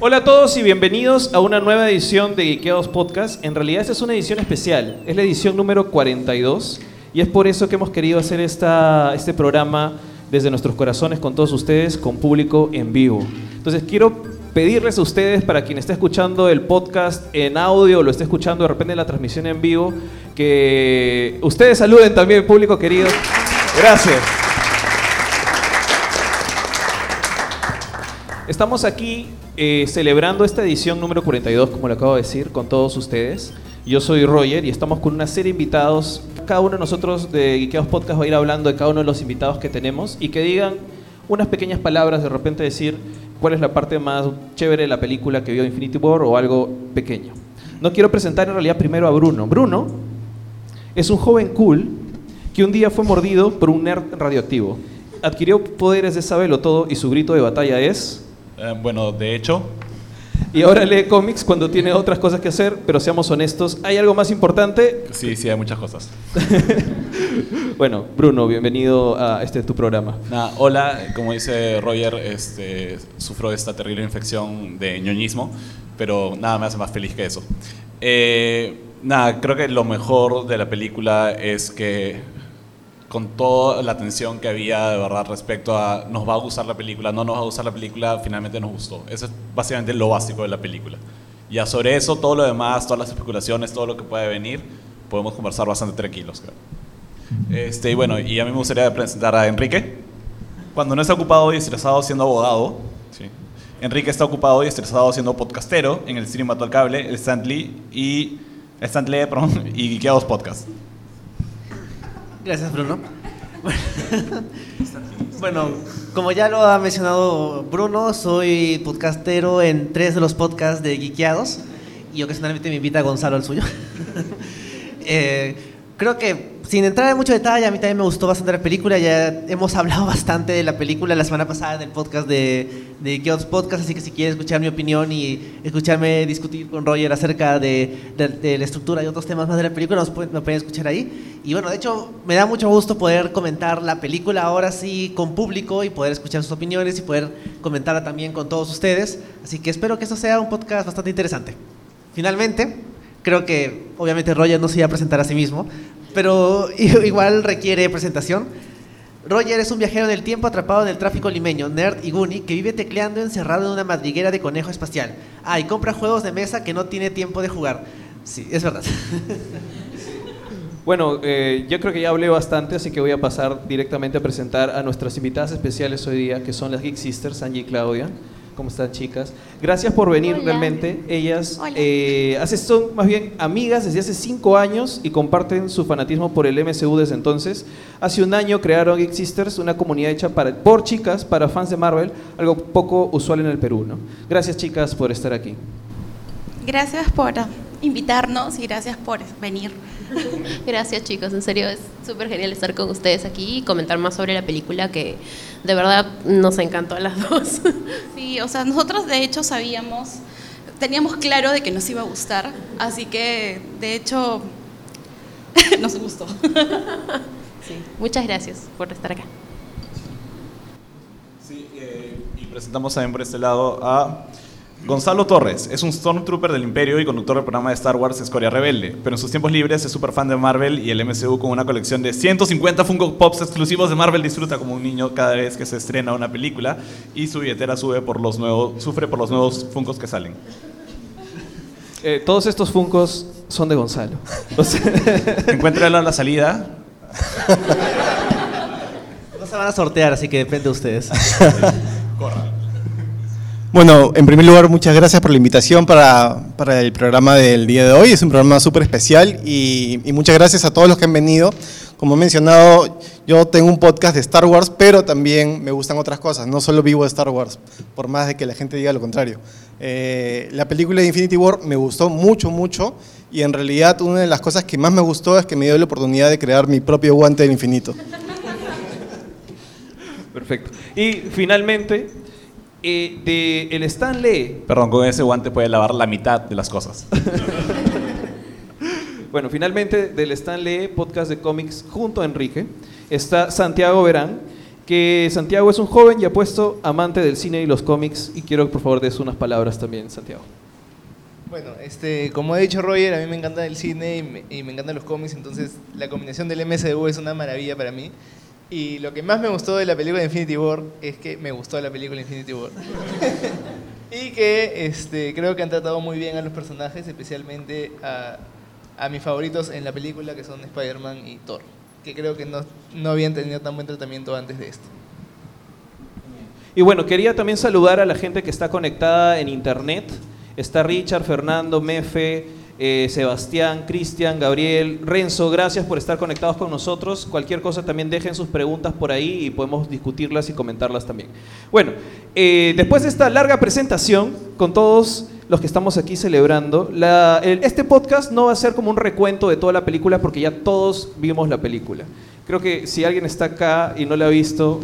Hola a todos y bienvenidos a una nueva edición de Geekeados Podcast. En realidad esta es una edición especial, es la edición número 42 y es por eso que hemos querido hacer este programa desde nuestros corazones con todos ustedes, con público en vivo. Entonces quiero pedirles a ustedes, para quien esté escuchando el podcast en audio o lo esté escuchando de repente en la transmisión en vivo, que ustedes saluden también, público querido. Gracias. Estamos aquí celebrando esta edición número 42, como lo acabo de decir, con todos ustedes. Yo soy Roger y estamos con una serie de invitados. Cada uno de nosotros de Geekeados Podcast va a ir hablando de cada uno de los invitados que tenemos y que digan unas pequeñas palabras, de repente decir cuál es la parte más chévere de la película que vio Infinity War o algo pequeño. No quiero presentar en realidad primero a Bruno. Bruno es un joven cool que un día fue mordido por un nerd radioactivo. Adquirió poderes de sabelotodo y su grito de batalla es... Bueno, de hecho... Y ahora lee cómics cuando tiene otras cosas que hacer, pero seamos honestos, ¿hay algo más importante? Sí, hay muchas cosas. Bueno, Bruno, bienvenido a tu programa. Hola, como dice Roger, sufro de esta terrible infección de ñoñismo, pero nada me hace más feliz que eso. Creo que lo mejor de la película es que con toda la tensión que había de verdad respecto a nos va a gustar la película, no nos va a gustar la película, finalmente nos gustó. Eso es básicamente lo básico de la película. Ya sobre eso, todo lo demás, todas las especulaciones, todo lo que puede venir, podemos conversar bastante tranquilos, creo. Y bueno, y a mí me gustaría presentar a Enrique. Cuando no está ocupado y estresado siendo abogado, ¿sí? Enrique está ocupado y estresado siendo podcastero en el Cine Mató al Cable, el Stand Lee y Geekeados Podcast. Gracias, Bruno. Bueno, como ya lo ha mencionado Bruno, soy podcastero en 3 de los podcasts de Geekeados y ocasionalmente me invita Gonzalo al suyo. Creo que, sin entrar en mucho detalle, a mí también me gustó bastante la película. Ya hemos hablado bastante de la película la semana pasada en el podcast de Geekeados Podcast, así que si quieren escuchar mi opinión y escucharme discutir con Roger acerca de la estructura y otros temas más de la película, me pueden escuchar ahí. Y bueno, de hecho, me da mucho gusto poder comentar la película ahora sí con público y poder escuchar sus opiniones y poder comentarla también con todos ustedes. Así que espero que esto sea un podcast bastante interesante. Finalmente, creo que obviamente Roger no se iba a presentar a sí mismo, pero igual requiere presentación. Roger es un viajero en el tiempo atrapado en el tráfico limeño, nerd y goonie, que vive tecleando encerrado en una madriguera de conejo espacial. Y compra juegos de mesa que no tiene tiempo de jugar. Sí, es verdad. Bueno, yo creo que ya hablé bastante, así que voy a pasar directamente a presentar a nuestras invitadas especiales hoy día, que son las Geek Sisters, Angie y Claudia. ¿Cómo están, chicas? Gracias por venir. Hola. Realmente. Ellas son más bien amigas desde hace 5 años y comparten su fanatismo por el MCU desde entonces. Hace un año crearon Geek Sisters, una comunidad hecha por chicas, para fans de Marvel, algo poco usual en el Perú, ¿no? Gracias, chicas, por estar aquí. Gracias por invitarnos y gracias por venir. Gracias, chicos, en serio es súper genial estar con ustedes aquí y comentar más sobre la película, que de verdad nos encantó a las dos. Sí, o sea, nosotros de hecho teníamos claro de que nos iba a gustar, así que de hecho nos gustó. Sí, muchas gracias por estar acá. Sí, y presentamos también por este lado a Gonzalo Torres. Es un Stormtrooper del Imperio y conductor del programa de Star Wars Escoria Rebelde, pero en sus tiempos libres es súper fan de Marvel y el MCU, con una colección de 150 Funko Pops exclusivos de Marvel. Disfruta como un niño cada vez que se estrena una película y su billetera sufre por los nuevos Funkos que salen. Todos estos Funkos son de Gonzalo. Encuéntralo a la salida. No se van a sortear, así que depende de ustedes. Corra. Bueno, en primer lugar, muchas gracias por la invitación para el programa del día de hoy. Es un programa súper especial y muchas gracias a todos los que han venido. Como he mencionado, yo tengo un podcast de Star Wars, pero también me gustan otras cosas. No solo vivo de Star Wars, por más de que la gente diga lo contrario. La película de Infinity War me gustó mucho, mucho. Y en realidad una de las cosas que más me gustó es que me dio la oportunidad de crear mi propio guante del infinito. Perfecto. Y finalmente, el Stan Lee. Perdón, con ese guante puede lavar la mitad de las cosas. Bueno, finalmente del Stan Lee, podcast de cómics junto a Enrique, está Santiago Verán. que Santiago es un joven y apuesto amante del cine y los cómics, y quiero que por favor des unas palabras también, Santiago. Bueno, como ha dicho Roger, a mí me encanta el cine y me encantan los cómics, entonces la combinación del MCU es una maravilla para mí. Y lo que más me gustó de la película de Infinity War es que me gustó la película Infinity War. Y que creo que han tratado muy bien a los personajes, especialmente a mis favoritos en la película, que son Spider-Man y Thor, que creo que no habían tenido tan buen tratamiento antes de esto. Y bueno, quería también saludar a la gente que está conectada en internet. Está Richard, Fernando, Mefe, Sebastián, Cristian, Gabriel, Renzo, gracias por estar conectados con nosotros. Cualquier cosa también dejen sus preguntas por ahí y podemos discutirlas y comentarlas también. Bueno, después de esta larga presentación con todos los que estamos aquí celebrando, este podcast no va a ser como un recuento de toda la película porque ya todos vimos la película. Creo que si alguien está acá y no la ha visto,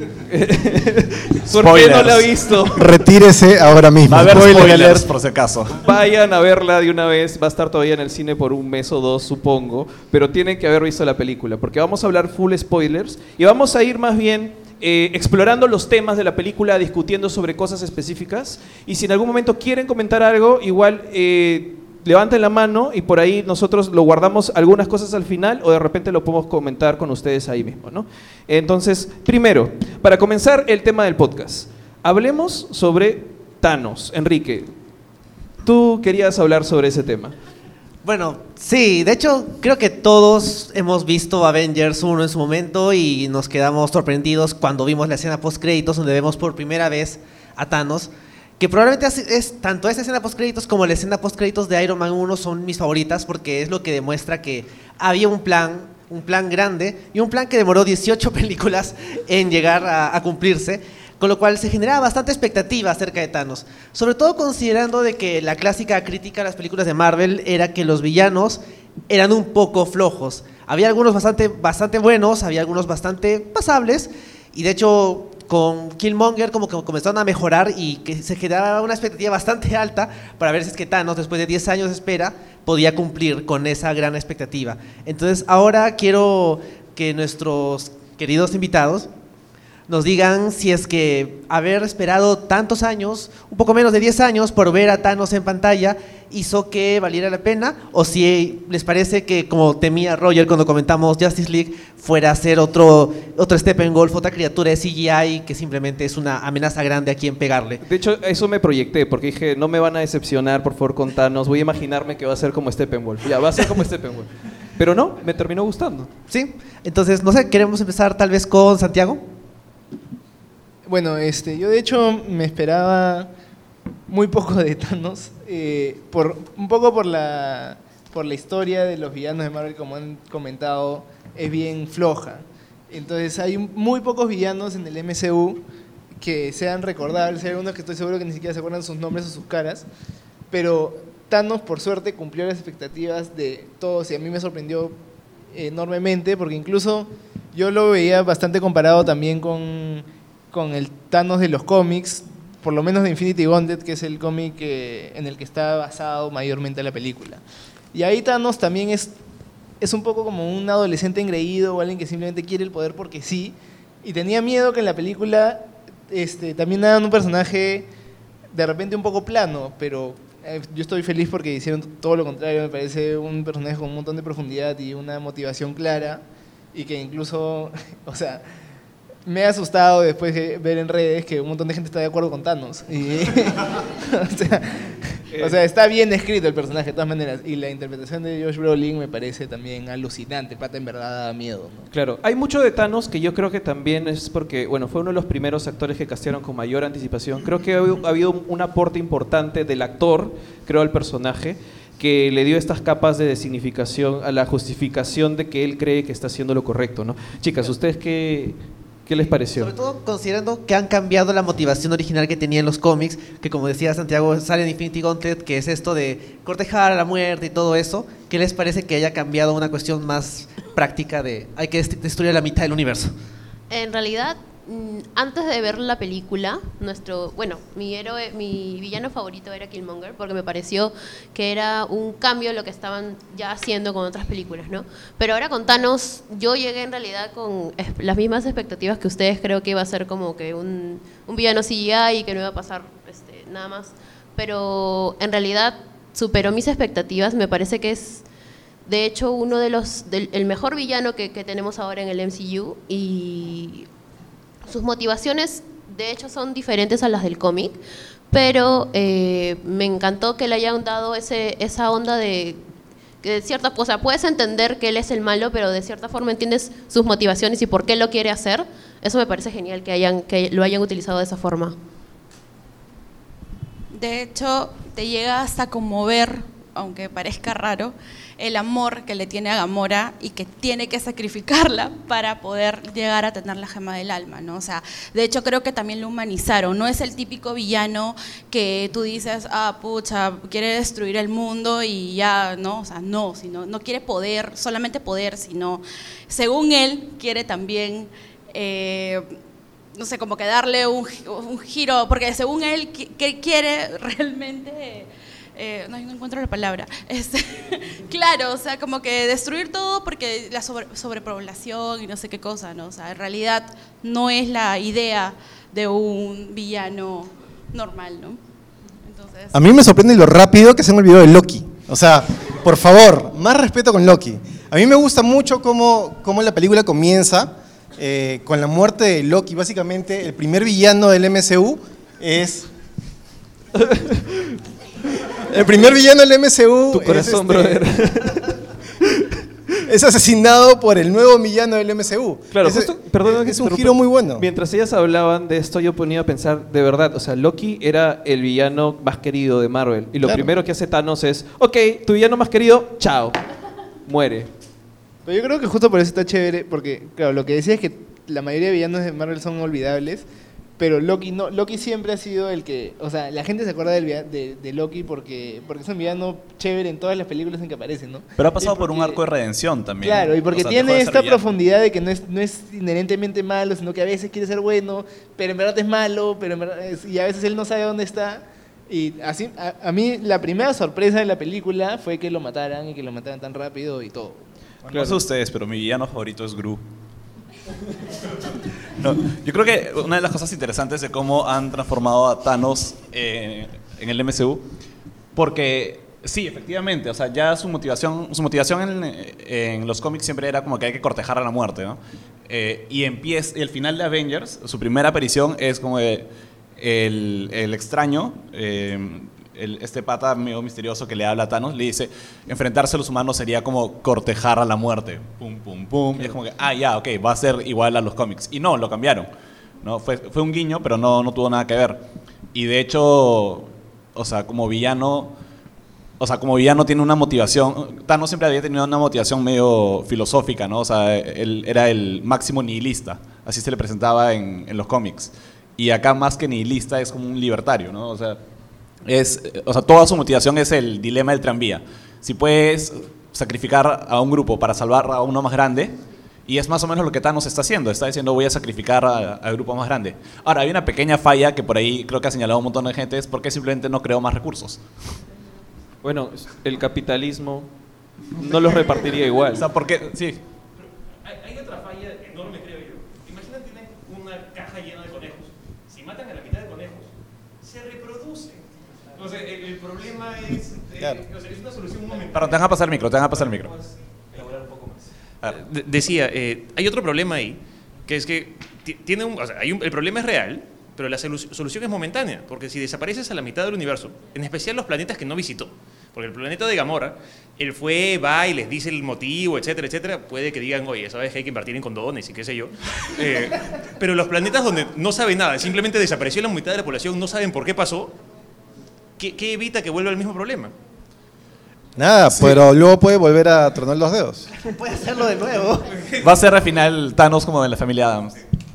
¿por qué no la ha visto? Retírese ahora mismo. Va a haber spoilers, alert. por si acaso. Vayan a verla de una vez, va a estar todavía en el cine por un mes o dos, supongo, pero tienen que haber visto la película, porque vamos a hablar full spoilers y vamos a ir más bien explorando los temas de la película, discutiendo sobre cosas específicas, y si en algún momento quieren comentar algo, igual levanten la mano y por ahí nosotros lo guardamos algunas cosas al final o de repente lo podemos comentar con ustedes ahí mismo, ¿no? Entonces, primero, para comenzar el tema del podcast, hablemos sobre Thanos. Enrique, tú querías hablar sobre ese tema. Bueno, sí, de hecho creo que todos hemos visto Avengers 1 en su momento y nos quedamos sorprendidos cuando vimos la escena post-créditos donde vemos por primera vez a Thanos, que probablemente es tanto esa escena post-créditos como la escena post-créditos de Iron Man 1 son mis favoritas porque es lo que demuestra que había un plan grande y un plan que demoró 18 películas en llegar a cumplirse, con lo cual se generaba bastante expectativa acerca de Thanos, sobre todo considerando de que la clásica crítica a las películas de Marvel era que los villanos eran un poco flojos. Había algunos bastante buenos, había algunos bastante pasables, y de hecho con Killmonger como que comenzaron a mejorar y que se generaba una expectativa bastante alta para ver si es que Thanos, después de 10 años de espera, podía cumplir con esa gran expectativa. Entonces ahora quiero que nuestros queridos invitados nos digan si es que haber esperado tantos años, un poco menos de 10 años, por ver a Thanos en pantalla hizo que valiera la pena, o si les parece que, como temía Roger cuando comentamos Justice League, fuera a ser otro Steppenwolf, otra criatura de CGI que simplemente es una amenaza grande a quien pegarle. De hecho, eso me proyecté, porque dije, no me van a decepcionar, por favor, con Thanos, voy a imaginarme que va a ser como Steppenwolf. Ya, va a ser como Steppenwolf. Pero no, me terminó gustando. Sí, entonces, no sé, queremos empezar tal vez con Santiago. Bueno, yo de hecho me esperaba muy poco de Thanos, un poco por la historia de los villanos de Marvel, como han comentado, es bien floja. Entonces hay muy pocos villanos en el MCU que sean recordables. Hay algunos que estoy seguro que ni siquiera se acuerdan sus nombres o sus caras, pero Thanos por suerte cumplió las expectativas de todos y a mí me sorprendió enormemente porque incluso yo lo veía bastante comparado también con el Thanos de los cómics, por lo menos de Infinity Gauntlet, que es el cómic en el que está basado mayormente la película. Y ahí Thanos también es un poco como un adolescente engreído o alguien que simplemente quiere el poder porque sí, y tenía miedo que en la película también hagan un personaje de repente un poco plano, pero yo estoy feliz porque hicieron todo lo contrario. Me parece un personaje con un montón de profundidad y una motivación clara, y que incluso, o sea, me ha asustado después de ver en redes que un montón de gente está de acuerdo con Thanos. O sea, está bien escrito el personaje de todas maneras. Y la interpretación de Josh Brolin me parece también alucinante. Pata, en verdad da miedo, ¿no? Claro, hay mucho de Thanos que yo creo que también es porque, bueno, fue uno de los primeros actores que castearon con mayor anticipación. Creo que ha habido un aporte importante del actor, creo, al personaje, que le dio estas capas de significación a la justificación de que él cree que está haciendo lo correcto, ¿no? Chicas, ¿ustedes qué les pareció? Sobre todo considerando que han cambiado la motivación original que tenía en los cómics, que como decía Santiago, sale en Infinity Gauntlet, que es esto de cortejar a la muerte y todo eso. ¿Qué les parece que haya cambiado a una cuestión más práctica de hay que destruir la mitad del universo? En realidad, antes de ver la película, mi villano favorito era Killmonger, porque me pareció que era un cambio a lo que estaban ya haciendo con otras películas, ¿no? Pero ahora con Thanos, yo llegué en realidad con las mismas expectativas que ustedes. Creo que iba a ser como que un villano CGI y que no iba a pasar nada más. Pero en realidad superó mis expectativas. Me parece que es, de hecho, uno de el mejor villano que tenemos ahora en el MCU, y sus motivaciones, de hecho, son diferentes a las del cómic, pero me encantó que le hayan dado esa onda de que de cierta cosa puedes entender que él es el malo, pero de cierta forma entiendes sus motivaciones y por qué lo quiere hacer. Eso me parece genial que lo hayan utilizado de esa forma. De hecho, te llega hasta conmover, aunque parezca raro, el amor que le tiene a Gamora y que tiene que sacrificarla para poder llegar a tener la gema del alma, ¿no? O sea, de hecho creo que también lo humanizaron. No es el típico villano que tú dices, pucha, quiere destruir el mundo y ya, ¿no? O sea, no quiere poder, solamente poder, sino, según él, quiere también, no sé, como que darle un giro, porque según él quiere realmente... no encuentro la palabra. Claro, o sea, como que destruir todo porque la sobrepoblación y no sé qué cosa, ¿no? O sea, en realidad no es la idea de un villano normal, ¿no? Entonces... A mí me sorprende lo rápido que se me olvidó de Loki. O sea, por favor, más respeto con Loki. A mí me gusta mucho cómo la película comienza con la muerte de Loki. Básicamente, el primer villano del MCU es... El primer villano del MCU tu corazón, brother. Es asesinado por el nuevo villano del MCU. Claro, perdón, es un giro muy bueno. Mientras ellas hablaban de esto, yo ponía a pensar, de verdad, o sea, Loki era el villano más querido de Marvel. Y lo primero que hace Thanos es, ok, tu villano más querido, chao, muere. Pero yo creo que justo por eso está chévere, porque, claro, lo que decía es que la mayoría de villanos de Marvel son olvidables, pero Loki no. Loki siempre ha sido el que... O sea, la gente se acuerda de Loki porque es un villano chévere en todas las películas en que aparece, ¿no? Pero ha pasado por un arco de redención también. Claro, y porque tiene esta profundidad de que no es inherentemente malo, sino que a veces quiere ser bueno, pero en verdad es malo, y a veces él no sabe dónde está. Y así, a mí la primera sorpresa de la película fue que lo mataran y que lo mataran tan rápido y todo. Bueno, no sé ustedes, pero mi villano favorito es Gru. No, yo creo que una de las cosas interesantes de cómo han transformado a Thanos en el MCU, porque sí, efectivamente, o sea, ya su motivación en los cómics siempre era como que hay que cortejar a la muerte, ¿no? Y el final de Avengers, su primera aparición es como el extraño, este pata medio misterioso que le habla a Thanos, le dice, enfrentarse a los humanos sería como cortejar a la muerte. Pum, pum, pum. Y es como que, ya, ok, va a ser igual a los cómics. Y no, lo cambiaron, ¿no? Fue un guiño, pero no tuvo nada que ver. Y de hecho, o sea, como villano tiene una motivación. Thanos siempre había tenido una motivación medio filosófica, ¿no? O sea, él era el máximo nihilista. Así se le presentaba en los cómics. Y acá, más que nihilista, es como un libertario, ¿no? O sea, toda su motivación es el dilema del tranvía. Si puedes sacrificar a un grupo para salvar a uno más grande, y es más o menos lo que Thanos está haciendo. Está diciendo, voy a sacrificar al grupo más grande. Ahora, hay una pequeña falla que por ahí creo que ha señalado un montón de gente, es porque simplemente no creó más recursos. Bueno, el capitalismo no los repartiría igual. O sea, porque, sí. Hay otra falla enorme, creo yo. Imagínate, tienen una caja llena de conejos. Si matan a la mitad de conejos, se reproducen. O sea, el problema es... Claro. O sea, es una solución momentánea. Pero te van a pasar el micro, Elaborar un poco más. Decía, hay otro problema ahí, que es que el problema es real, pero la solución es momentánea, porque si desapareces a la mitad del universo, en especial los planetas que no visitó, porque el planeta de Gamora, él va y les dice el motivo, etcétera, etcétera, puede que digan, oye, sabes que hay que invertir en condones y qué sé yo, pero los planetas donde no sabe nada, simplemente desapareció la mitad de la población, no saben por qué pasó, ¿qué evita que vuelva el mismo problema? Nada, sí. Pero luego puede volver a tronar los dedos. Puede hacerlo de nuevo. Va a ser al final Thanos como de la familia Adams.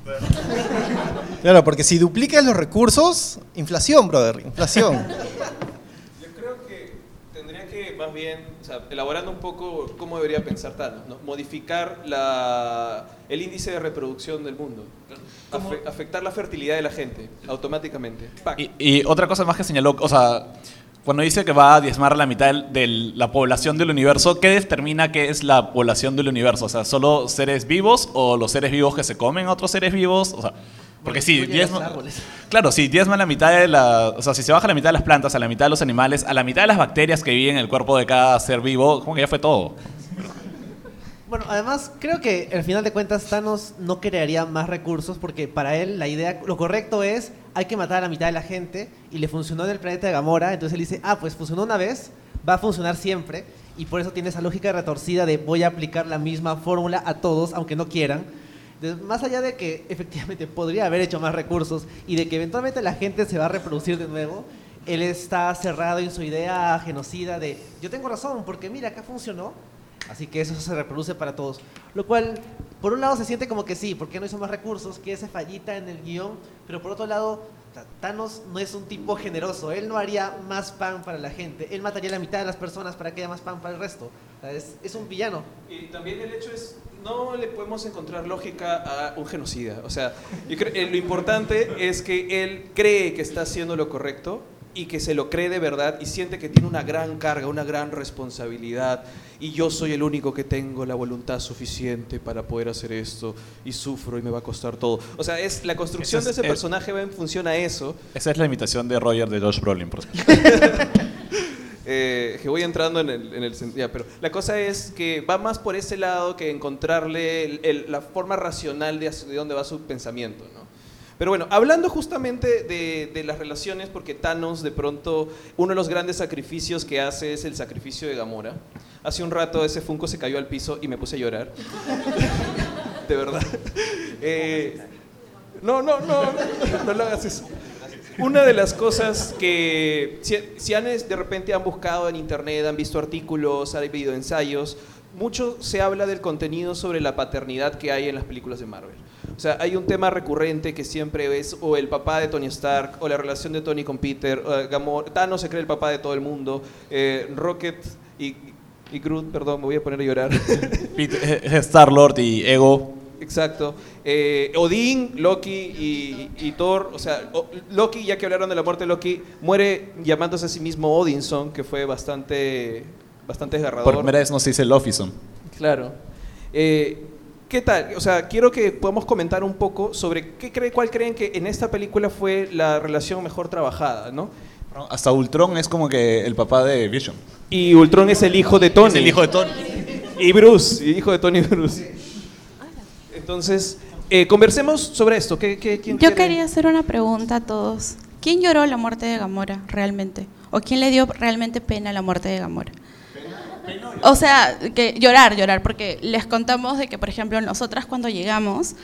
Claro, porque si duplicas los recursos, inflación, brother, inflación. Yo creo que tendría que más bien, o sea, elaborando un poco cómo debería pensar Thanos, ¿no? Modificar el índice de reproducción del mundo, afectar la fertilidad de la gente automáticamente. Y otra cosa más que señaló, o sea, cuando dice que va a diezmar a la mitad de la población del universo, ¿qué determina qué es la población del universo? O sea, ¿solo seres vivos o los seres vivos que se comen a otros seres vivos? O sea, porque sí, claro, si diezma la mitad o sea, si se baja la mitad de las plantas, a la mitad de los animales, a la mitad de las bacterias que viven en el cuerpo de cada ser vivo, como que ya fue todo. Bueno, además creo que al final de cuentas Thanos no crearía más recursos porque para él la idea, lo correcto es hay que matar a la mitad de la gente y le funcionó en el planeta de Gamora, entonces él dice, pues funcionó una vez, va a funcionar siempre y por eso tiene esa lógica retorcida de voy a aplicar la misma fórmula a todos aunque no quieran. Entonces, más allá de que efectivamente podría haber hecho más recursos y de que eventualmente la gente se va a reproducir de nuevo, él está cerrado en su idea genocida de yo tengo razón porque mira acá funcionó. Así que eso se reproduce para todos. Lo cual, por un lado se siente como que sí, ¿por qué no hizo más recursos? Que ese fallita en el guión. Pero por otro lado, Thanos no es un tipo generoso. Él no haría más pan para la gente. Él mataría a la mitad de las personas para que haya más pan para el resto. O sea, es un villano. Y también el hecho es, no le podemos encontrar lógica a un genocida. O sea, yo creo, lo importante es que él cree que está haciendo lo correcto y que se lo cree de verdad y siente que tiene una gran carga, una gran responsabilidad y yo soy el único que tengo la voluntad suficiente para poder hacer esto y sufro y me va a costar todo. O sea, la construcción de ese personaje va en función a eso. Esa es la imitación de Roger de Josh Brolin, por ejemplo. Que voy entrando en el sentido, pero la cosa es que va más por ese lado que encontrarle la forma racional de dónde va su pensamiento, ¿no? Pero bueno, hablando justamente de las relaciones, porque Thanos de pronto, uno de los grandes sacrificios que hace es el sacrificio de Gamora. Hace un rato ese Funko se cayó al piso y me puse a llorar. De verdad. No lo hagas eso. Una de las cosas que, si de repente han buscado en internet, han visto artículos, han visto ensayos, mucho se habla del contenido sobre la paternidad que hay en las películas de Marvel. O sea, hay un tema recurrente que siempre es o el papá de Tony Stark, o la relación de Tony con Peter, Thanos se cree el papá de todo el mundo, Rocket y Groot, perdón, me voy a poner a llorar. Star-Lord y Ego. Exacto. Odín, Loki y Thor, o sea, Loki, ya que hablaron de la muerte de Loki, muere llamándose a sí mismo Odinson, que fue bastante desgarrador. Por primera vez no se dice Lofison. Claro. ¿Qué tal? O sea, quiero que podamos comentar un poco sobre cuál creen que en esta película fue la relación mejor trabajada, ¿no? Hasta Ultron es como que el papá de Vision. Y Ultron es el hijo de Tony. Es el hijo de Tony. Y Bruce, hijo de Tony y Bruce. Entonces, conversemos sobre esto. ¿Quién Yo quería hacer una pregunta a todos. ¿Quién lloró la muerte de Gamora realmente? ¿O quién le dio realmente pena a la muerte de Gamora? O sea, que llorar, porque les contamos de que, por ejemplo, nosotras cuando llegamos,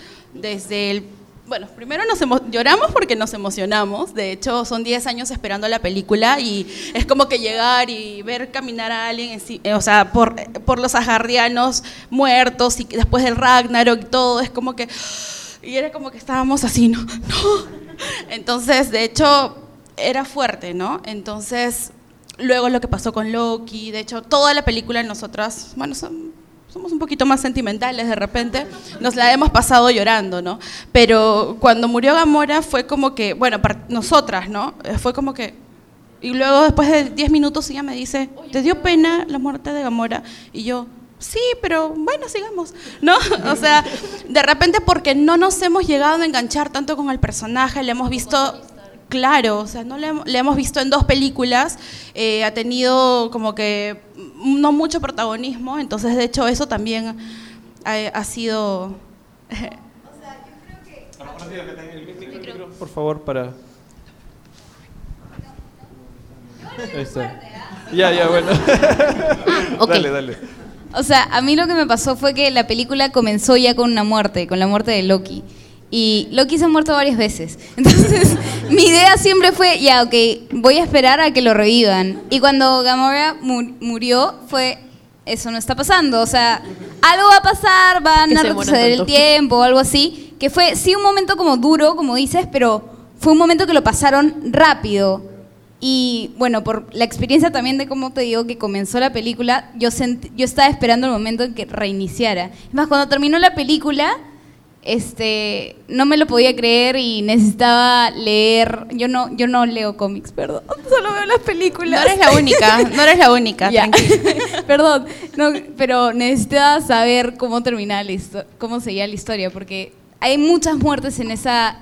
primero lloramos porque nos emocionamos. De hecho, son 10 años esperando la película y es como que llegar y ver caminar a alguien, o sea, por los asgardianos muertos y después del Ragnarok y todo, es como que... Y era como que estábamos así, ¿no? Entonces, de hecho, era fuerte, ¿no? Entonces... Luego lo que pasó con Loki, de hecho toda la película nosotras, somos un poquito más sentimentales de repente, nos la hemos pasado llorando, ¿no? Pero cuando murió Gamora fue como que, para nosotras, ¿no? Fue como que, y luego después de 10 minutos ella me dice, ¿te dio pena la muerte de Gamora? Y yo, sí, pero bueno, sigamos, ¿no? O sea, de repente porque no nos hemos llegado a enganchar tanto con el personaje, le hemos visto... Claro, o sea, no le hemos visto en 2 películas, ha tenido como que no mucho protagonismo, entonces de hecho eso también ha sido... O sea, yo creo que... Por favor, para... Ahí está. Ya, bueno. Okay. Dale. O sea, a mí lo que me pasó fue que la película comenzó ya con una muerte, con la muerte de Loki. Y Loki se ha muerto varias veces. Entonces, mi idea siempre fue, voy a esperar a que lo revivan. Y cuando Gamora murió, eso no está pasando. O sea, algo va a pasar, van a retroceder el tiempo o algo así. Que fue, sí, un momento como duro, como dices, pero fue un momento que lo pasaron rápido. Y bueno, por la experiencia también de cómo te digo que comenzó la película, yo estaba esperando el momento en que reiniciara. Es más, cuando terminó la película, no me lo podía creer y necesitaba leer. Yo no leo cómics, perdón, solo veo las películas. No eres la única, Ya. tranquila. Perdón, no, pero necesitaba saber cómo terminaba cómo seguía la historia, porque hay muchas muertes en esa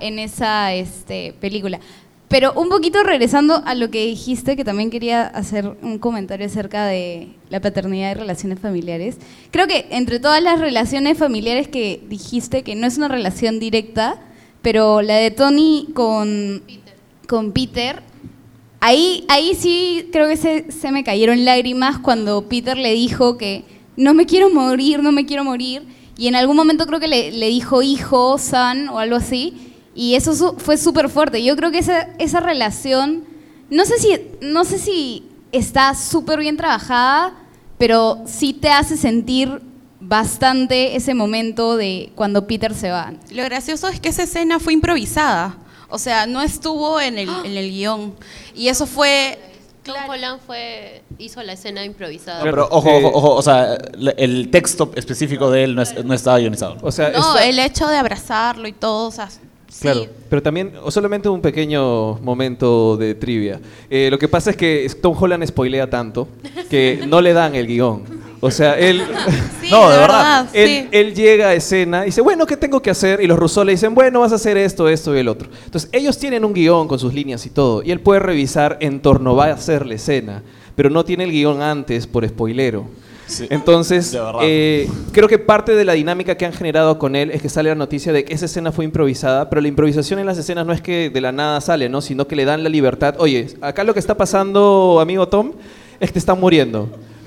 película. Pero un poquito regresando a lo que dijiste, que también quería hacer un comentario acerca de la paternidad y relaciones familiares. Creo que entre todas las relaciones familiares que dijiste, que no es una relación directa, pero la de Tony con Peter, ahí sí creo que se me cayeron lágrimas cuando Peter le dijo que no me quiero morir, y en algún momento creo que le dijo hijo, son o algo así. Y eso fue súper fuerte. Yo creo que esa relación, no sé si está súper bien trabajada, pero sí te hace sentir bastante ese momento de cuando Peter se va. Lo gracioso es que esa escena fue improvisada. O sea, no estuvo en el guión. Y eso fue... Tom Holland hizo la escena improvisada. No, pero ojo, o sea, el texto específico de él no estaba guionizado. O sea, No, el hecho de abrazarlo y todo, o sea... Claro, sí. pero también, solamente un pequeño momento de trivia. Lo que pasa es que Tom Holland spoilea tanto que no le dan el guión. O sea, él... Sí, No, de verdad. sí. Él llega a escena y dice, bueno, ¿qué tengo que hacer? Y los rusos le dicen, bueno, vas a hacer esto, esto y el otro. Entonces, ellos tienen un guión con sus líneas y todo, y él puede revisar en torno, va a hacer la escena, pero no tiene el guión antes por spoilero. Sí. Entonces, De verdad. creo que parte de la dinámica que han generado con él es que sale la noticia de que esa escena fue improvisada, pero la improvisación en las escenas no es que de la nada sale, ¿no? Sino que le dan la libertad. Oye, acá lo que está pasando, amigo Tom, es que te están muriendo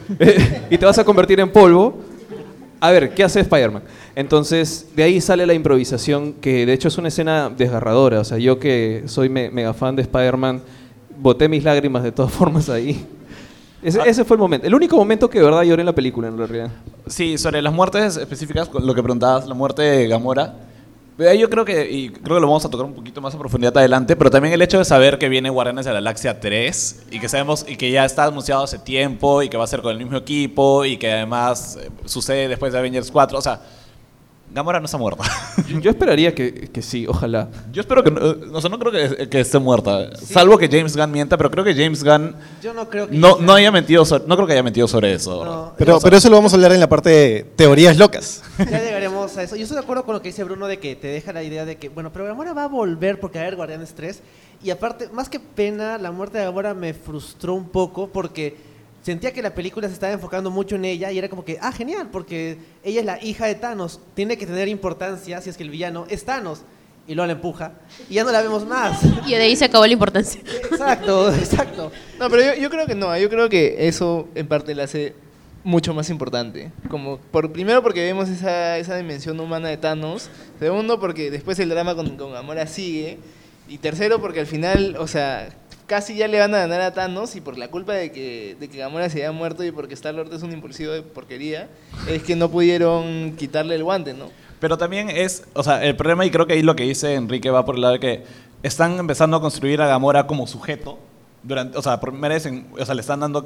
y te vas a convertir en polvo. A ver, ¿qué hace Spider-Man? Entonces, de ahí sale la improvisación, que de hecho es una escena desgarradora. O sea, yo que soy mega fan de Spider-Man, boté mis lágrimas de todas formas ahí. Ese fue el momento, el único momento que de verdad lloré en la película, en realidad. Sí, sobre las muertes específicas, lo que preguntabas, la muerte de Gamora, yo creo que lo vamos a tocar un poquito más a profundidad adelante, pero también el hecho de saber que viene Guardianes de la Galaxia 3 y que sabemos y que ya está anunciado hace tiempo y que va a ser con el mismo equipo y que además sucede después de Avengers 4, o sea, Gamora no está muerta. Yo esperaría que sí, ojalá. Yo espero que no creo que esté muerta, salvo que James Gunn mienta, pero creo que James Gunn Yo no creo que... no creo que haya mentido sobre eso. No, Pero eso lo vamos a hablar en la parte de teorías locas. Ya llegaremos a eso. Yo estoy de acuerdo con lo que dice Bruno de que te deja la idea de que, bueno, pero Gamora va a volver porque va a haber Guardianes 3. Y aparte, más que pena, la muerte de Gamora me frustró un poco porque sentía que la película se estaba enfocando mucho en ella y era como que, genial, porque ella es la hija de Thanos, tiene que tener importancia si es que el villano es Thanos. Y luego la empuja y ya no la vemos más. Y de ahí se acabó la importancia. Exacto. No, pero yo creo que no. Yo creo que eso en parte la hace mucho más importante. Primero porque vemos esa dimensión humana de Thanos. Segundo porque después el drama con Gamora sigue. Y tercero porque al final, o sea, casi ya le van a ganar a Thanos y por la culpa de que Gamora se haya muerto y porque Star-Lord es un impulsivo de porquería, es que no pudieron quitarle el guante, ¿no? Pero también o sea, el problema, y creo que ahí lo que dice Enrique va por el lado de que están empezando a construir a Gamora como sujeto, o sea, por primera vez, le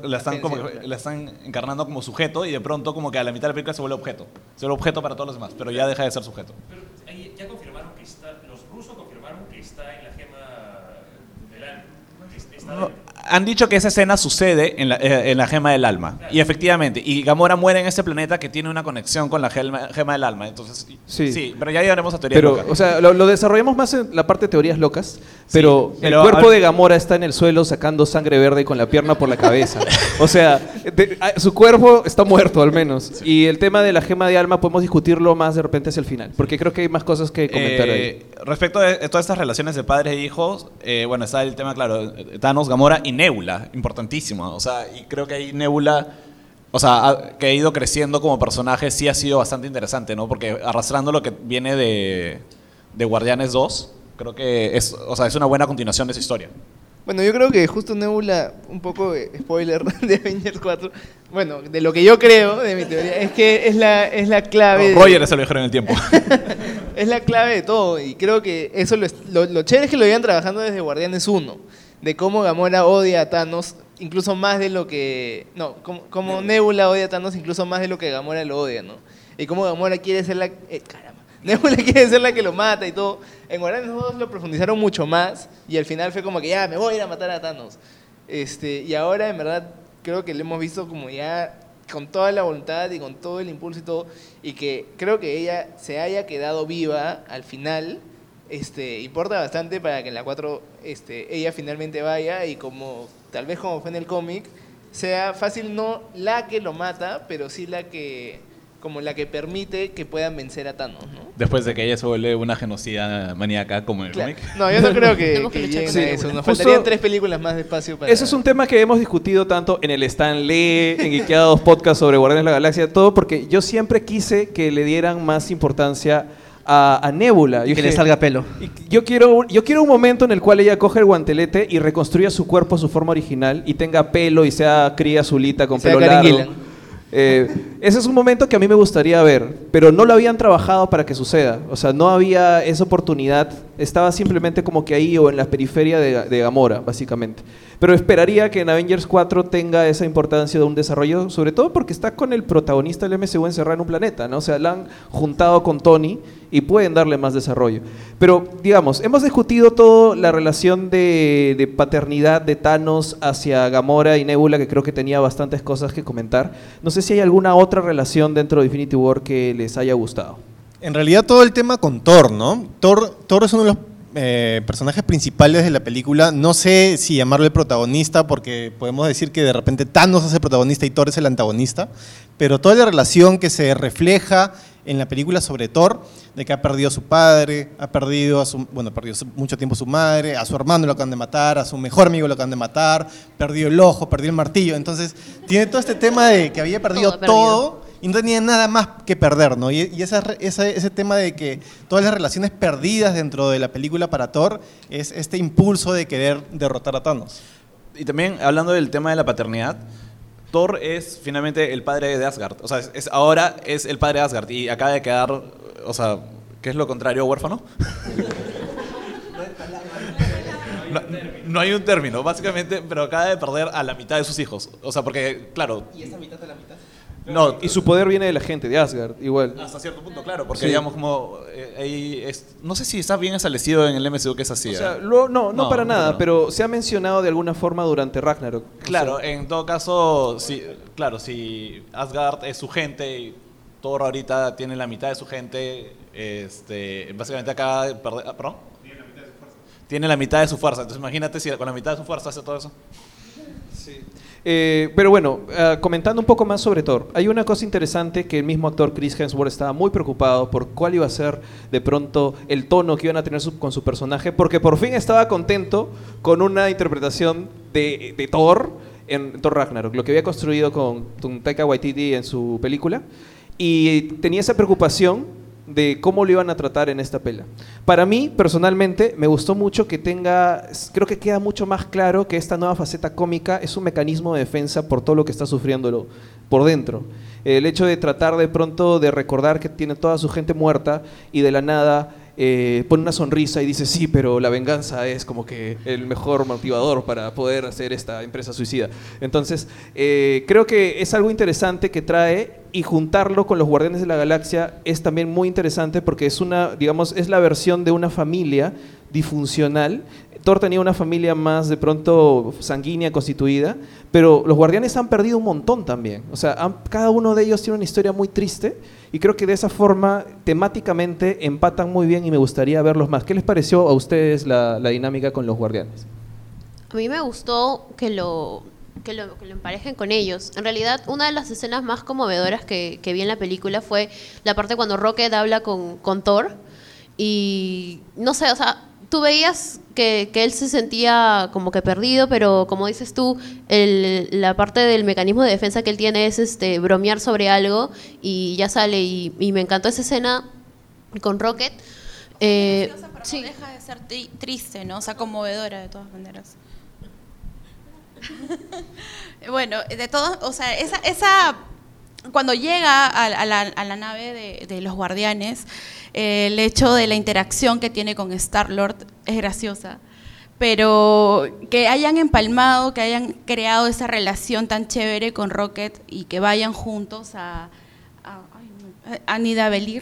están encarnando como sujeto y de pronto como que a la mitad de la película se vuelve objeto para todos los demás, pero ya deja de ser sujeto. Pero ahí ya confirmaron que los rusos confirmaron que está en la gema del alma. Han dicho que esa escena sucede en la gema del alma. Y efectivamente, y Gamora muere en ese planeta que tiene una conexión con la gema del alma. Entonces, sí, pero ya llegaremos a teorías locas. O sea, lo desarrollamos más en la parte de teorías locas, pero el pero cuerpo de Gamora está en el suelo sacando sangre verde con la pierna por la cabeza. O sea, su cuerpo está muerto al menos. Sí. Y el tema de la gema de alma podemos discutirlo más de repente hacia el final, porque creo que hay más cosas que comentar ahí. Respecto a todas estas relaciones de padres e hijos, bueno, está el tema, claro, Thanos, Gamora y Nebula, importantísimo. O sea, y creo que ahí Nebula, o sea, que ha ido creciendo como personaje, sí ha sido bastante interesante, ¿no? Porque arrastrando lo que viene de Guardianes 2, creo que es una buena continuación de esa historia. Bueno, yo creo que justo Nebula, un poco spoiler de Avengers 4, bueno, de lo que yo creo, de mi teoría, es que es la clave... Roger es el viajero en el tiempo. Es la clave de todo, y creo que eso lo chévere es que lo iban trabajando desde Guardianes 1. de cómo Gamora odia a Thanos incluso más de lo que... No, como Nebula odia a Thanos incluso más de lo que Gamora lo odia, ¿no? Y cómo Gamora quiere ser la... caramba. Nebula quiere ser la que lo mata y todo. En Guardianes 2 lo profundizaron mucho más y al final fue como que ya, me voy a ir a matar a Thanos. Y ahora, en verdad, creo que lo hemos visto como ya con toda la voluntad y con todo el impulso y todo, y que creo que ella se haya quedado viva al final, importa bastante para que en la 4 ella finalmente vaya y como tal vez como fue en el cómic, sea fácil no la que lo mata, pero sí la que permite que puedan vencer a Thanos, ¿no? Después de que ella se vuelve una genocida maníaca como en el cómic. No, yo no creo que lleguen a eso. Nos faltarían 3 películas más de espacio para... Eso es un tema que hemos discutido tanto en el Stan Lee, en Geekeados Podcast sobre Guardianes de la Galaxia, todo, porque yo siempre quise que le dieran más importancia a Nebula. Que le salga pelo. Yo quiero un momento en el cual ella coge el guantelete y reconstruya su cuerpo a su forma original y tenga pelo y sea cría azulita con pelo largo. Ese es un momento que a mí me gustaría ver, pero no lo habían trabajado para que suceda. O sea, no había esa oportunidad. Estaba simplemente como que ahí o en la periferia de Gamora, básicamente. Pero esperaría que en Avengers 4 tenga esa importancia de un desarrollo, sobre todo porque está con el protagonista del MCU encerrado en un planeta, ¿no? O sea, la han juntado con Tony y pueden darle más desarrollo. Pero, digamos, hemos discutido toda la relación de paternidad de Thanos hacia Gamora y Nebula, que creo que tenía bastantes cosas que comentar. No sé si hay alguna otra relación dentro de Infinity War que les haya gustado. En realidad todo el tema con Thor, ¿no? Thor es uno de los personajes principales de la película. No sé si llamarlo el protagonista, porque podemos decir que de repente Thanos es el protagonista y Thor es el antagonista, pero toda la relación que se refleja en la película sobre Thor, de que ha perdido a su padre, perdió mucho tiempo a su madre, a su hermano lo acaban de matar, a su mejor amigo lo acaban de matar, perdió el ojo, perdió el martillo. Entonces tiene todo este tema de que había perdido todo y no tenía nada más que perder, ¿no? Y ese tema de que todas las relaciones perdidas dentro de la película para Thor es este impulso de querer derrotar a Thanos. Y también, hablando del tema de la paternidad, Thor es finalmente el padre de Asgard. O sea, ahora es el padre de Asgard y acaba de quedar, o sea, ¿qué es lo contrario a huérfano? No hay un término, básicamente, pero acaba de perder a la mitad de sus hijos. O sea, porque, claro... ¿Y esa mitad de la mitad? No, y su poder viene de la gente de Asgard, igual. Hasta cierto punto, claro, porque digamos como no sé si está bien establecido en el MCU que es así. O sea, no para nada, pero se ha mencionado de alguna forma durante Ragnarok. Claro, o sea, en todo caso, si Asgard es su gente y Thor ahorita tiene la mitad de su gente, básicamente acaba de perder... ¿Perdón? Tiene la mitad de su fuerza. Entonces imagínate si con la mitad de su fuerza hace todo eso. Sí. Pero bueno, comentando un poco más sobre Thor, hay una cosa interesante que el mismo actor Chris Hemsworth estaba muy preocupado por cuál iba a ser de pronto el tono que iban a tener con su personaje, porque por fin estaba contento con una interpretación de Thor en Thor Ragnarok, lo que había construido con Taika Waititi en su película, y tenía esa preocupación de cómo lo iban a tratar en esta pela. Para mí, personalmente, me gustó mucho que creo que queda mucho más claro que esta nueva faceta cómica es un mecanismo de defensa por todo lo que está sufriéndolo por dentro. El hecho de tratar de pronto de recordar que tiene toda su gente muerta y de la nada pone una sonrisa y dice sí, pero la venganza es como que el mejor motivador para poder hacer esta empresa suicida. Entonces, creo que es algo interesante que trae, y juntarlo con los Guardianes de la Galaxia es también muy interesante porque es es la versión de una familia disfuncional. Thor tenía una familia más de pronto sanguínea, constituida, pero los Guardianes han perdido un montón también. O sea, cada uno de ellos tiene una historia muy triste y creo que de esa forma temáticamente empatan muy bien y me gustaría verlos más. ¿Qué les pareció a ustedes la dinámica con los Guardianes? A mí me gustó que lo emparejen con ellos. En realidad, una de las escenas más conmovedoras que vi en la película fue la parte cuando Rocket habla con Thor y no sé, o sea, tú veías que él se sentía como que perdido, pero como dices tú, la parte del mecanismo de defensa que él tiene es bromear sobre algo y ya sale, y me encantó esa escena con Rocket. Sí. No deja de ser triste, ¿no? O sea, conmovedora de todas maneras. Bueno, de todo, o sea, esa cuando llega a la nave de los Guardianes, el hecho de la interacción que tiene con Star-Lord es graciosa, pero que hayan empalmado, que hayan creado esa relación tan chévere con Rocket y que vayan juntos a Nidavellir.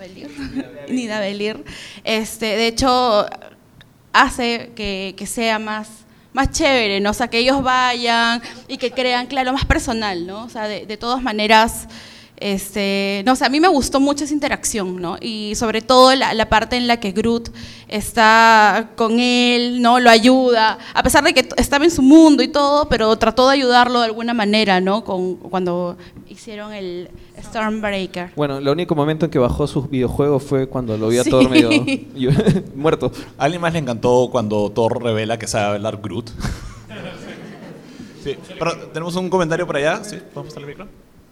De hecho, hace que sea más chévere, ¿no? O sea, que ellos vayan y que crean, claro, más personal, ¿no? O sea, de todas maneras, no sé, a mí me gustó mucho esa interacción, ¿no? Y sobre todo la parte en la que Groot está con él, ¿no? Lo ayuda, a pesar de que estaba en su mundo y todo, pero trató de ayudarlo de alguna manera, ¿no? Cuando hicieron el Stormbreaker. Bueno, el único momento en que bajó sus videojuegos fue cuando lo vi a Thor medio muerto. ¿A alguien más le encantó cuando Thor revela que sabe hablar Groot? Sí, pero tenemos un comentario por allá. ¿Sí? ¿Vamos a pasar el micro?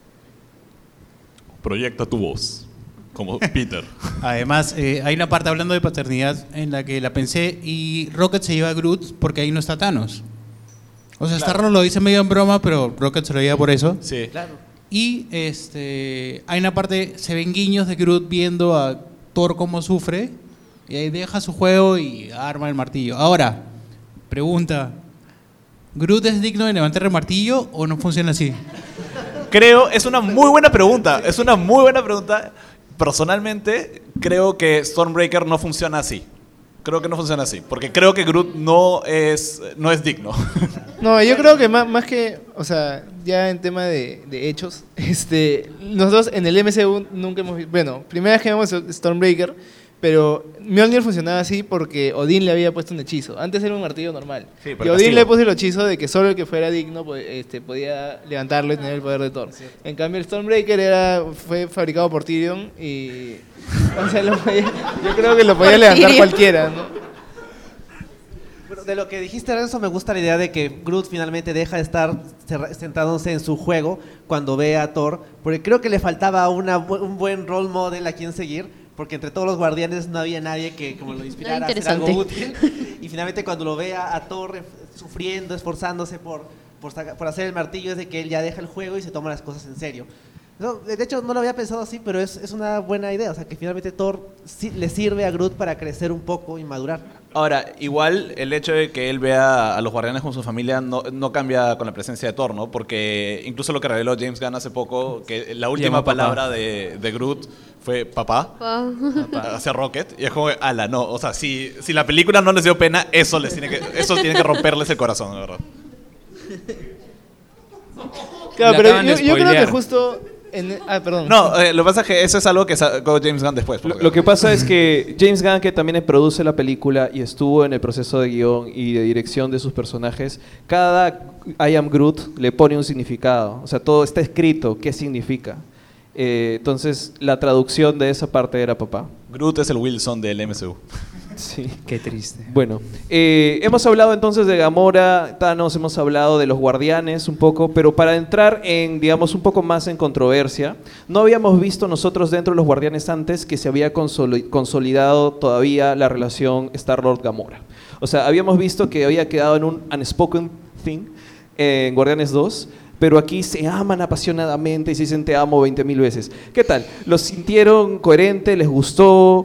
Proyecta tu voz, como Peter. Además, hay una parte hablando de paternidad en la que la pensé y Rocket se lleva a Groot porque ahí no está Thanos. O sea, claro. Star-Lord lo dice medio en broma, pero Rocket se lo lleva por eso. Sí. Claro. Y hay una parte, se ven guiños de Groot viendo a Thor cómo sufre y ahí deja su juego y arma el martillo. Ahora, pregunta, ¿Groot es digno de levantar el martillo o no funciona así? Es una muy buena pregunta. Personalmente, creo que Stormbreaker no funciona así. Porque creo que Groot no es digno. No, yo creo que más que, o sea, ya en tema de hechos, nosotros en el MCU nunca hemos visto, bueno, primera vez que vemos Stormbreaker, pero Mjolnir funcionaba así porque Odín le había puesto un hechizo. Antes era un martillo normal. Sí, y Odín le puso el hechizo de que solo el que fuera digno podía levantarlo y tener el poder de Thor. Sí. En cambio, el Stormbreaker fue fabricado por Tyrion y... O sea, yo creo que lo podía levantar cualquiera, ¿no? Bueno, de lo que dijiste, Renzo, me gusta la idea de que Groot finalmente deja de estar centrándose en su juego cuando ve a Thor, porque creo que le faltaba un buen role model a quien seguir. Porque entre todos los guardianes no había nadie que como lo inspirara a hacer algo útil. Y finalmente cuando lo ve a Thor sufriendo, esforzándose por hacer el martillo, es de que él ya deja el juego y se toma las cosas en serio. No, de hecho no lo había pensado así, pero es una buena idea. O sea, que finalmente Thor le sirve a Groot para crecer un poco y madurar. Ahora, igual el hecho de que él vea a los guardianes con su familia no cambia con la presencia de Thor, ¿no? Porque incluso lo que reveló James Gunn hace poco, que la última palabra de Groot fue papá hacia Rocket, y es como, no, o sea, si la película no les dio pena, eso tiene que romperles el corazón, de verdad. Claro, pero yo creo que justo... perdón. No, lo que pasa es que eso es algo que sacó James Gunn después. Lo que pasa es que James Gunn, que también produce la película y estuvo en el proceso de guión y de dirección de sus personajes, cada I am Groot le pone un significado. O sea, todo está escrito, qué significa. Entonces, la traducción de esa parte era papá. Groot es el Wilson del MCU. Sí. Qué triste. Bueno, hemos hablado entonces de Gamora, Thanos, hemos hablado de los guardianes un poco, pero para entrar en, digamos, un poco más en controversia, no habíamos visto nosotros dentro de los guardianes antes que se había consolidado todavía la relación Star-Lord-Gamora. O sea, habíamos visto que había quedado en un unspoken thing en Guardianes 2, pero aquí se aman apasionadamente y se dicen te amo 20.000 veces. ¿Qué tal? ¿Lo sintieron coherente? ¿Les gustó?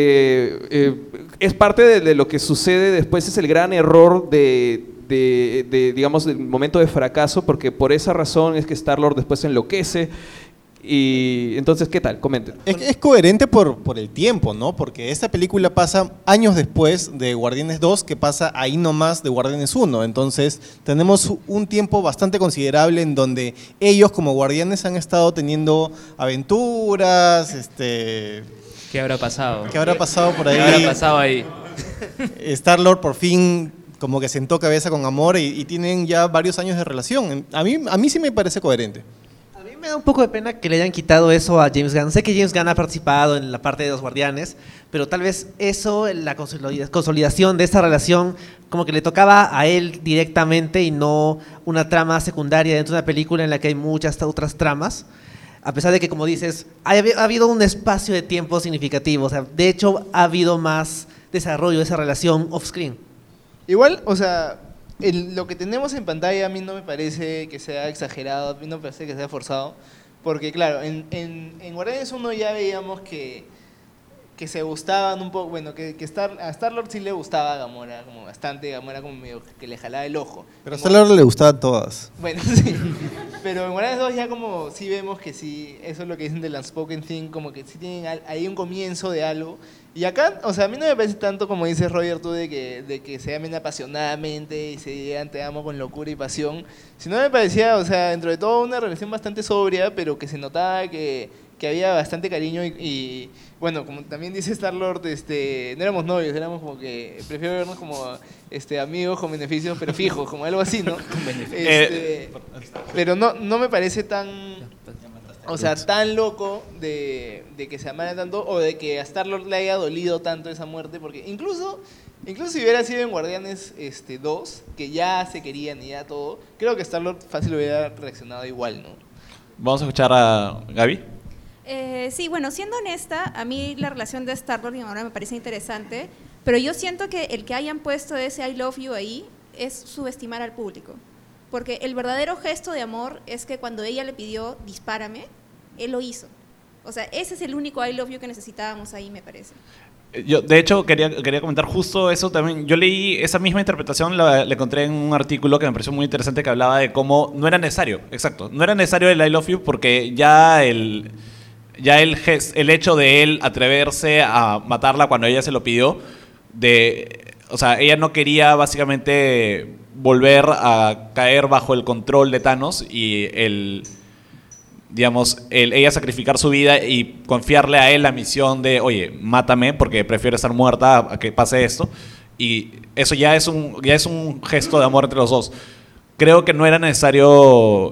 Es parte de lo que sucede después, es el gran error digamos, del momento de fracaso, porque por esa razón es que Star-Lord después se enloquece. Y entonces, ¿qué tal? Comenten. Es coherente por el tiempo, ¿no? Porque esta película pasa años después de Guardianes 2, que pasa ahí nomás de Guardianes 1. Entonces, tenemos un tiempo bastante considerable en donde ellos como guardianes han estado teniendo aventuras, ¿Qué habrá pasado? ¿Qué habrá pasado por ahí? ¿Qué habrá pasado ahí? Star-Lord por fin como que sentó cabeza con Gamora y tienen ya varios años de relación. A mí sí me parece coherente. A mí me da un poco de pena que le hayan quitado eso a James Gunn. Sé que James Gunn ha participado en la parte de los Guardianes, pero tal vez eso, la consolidación de esta relación, como que le tocaba a él directamente y no una trama secundaria dentro de una película en la que hay muchas otras tramas. A pesar de que, como dices, ha habido un espacio de tiempo significativo. O sea, de hecho, ha habido más desarrollo de esa relación off-screen. Igual, o sea, lo que tenemos en pantalla a mí no me parece que sea exagerado, a mí no me parece que sea forzado. Porque, claro, en Guardianes 1 ya veíamos que que se gustaban un poco, bueno, que a Star-Lord sí le gustaba a Gamora, como bastante, Gamora como medio que le jalaba el ojo. Pero a Star-Lord le gustaban todas. Bueno, sí, pero en Guardianes 2 ya como sí vemos que sí, eso es lo que dicen del Unspoken Thing, como que sí tienen ahí un comienzo de algo. Y acá, o sea, a mí no me parece tanto como dices Roger tú de que se amen apasionadamente y se digan te amo con locura y pasión, sino me parecía, o sea, dentro de todo una relación bastante sobria, pero que se notaba que había bastante cariño y bueno, como también dice Star-Lord, no éramos novios, éramos como que, prefiero vernos como amigos con beneficios, pero fijos, como algo así, ¿no? Pero no me parece tan, o sea, tan loco de que se amaran tanto o de que a Star-Lord le haya dolido tanto esa muerte, porque incluso si hubiera sido en Guardianes 2, que ya se querían y ya todo, creo que Star-Lord fácil hubiera reaccionado igual, ¿no? Vamos a escuchar a Gaby. Sí, bueno, siendo honesta, a mí la relación de Star-Lord y Gamora me parece interesante, pero yo siento que el que hayan puesto ese I love you ahí es subestimar al público, porque el verdadero gesto de amor es que cuando ella le pidió dispárame, él lo hizo. O sea, ese es el único I love you que necesitábamos ahí, me parece. Yo, de hecho, quería comentar justo eso también. Yo leí esa misma interpretación, la encontré en un artículo que me pareció muy interesante que hablaba de cómo no era necesario, exacto, no era necesario el I love you porque ya el hecho de él atreverse a matarla cuando ella se lo pidió, o sea, ella no quería básicamente volver a caer bajo el control de Thanos y ella sacrificar su vida y confiarle a él la misión de, oye, mátame porque prefiero estar muerta a que pase esto. Y eso ya es un gesto de amor entre los dos. Creo que no era necesario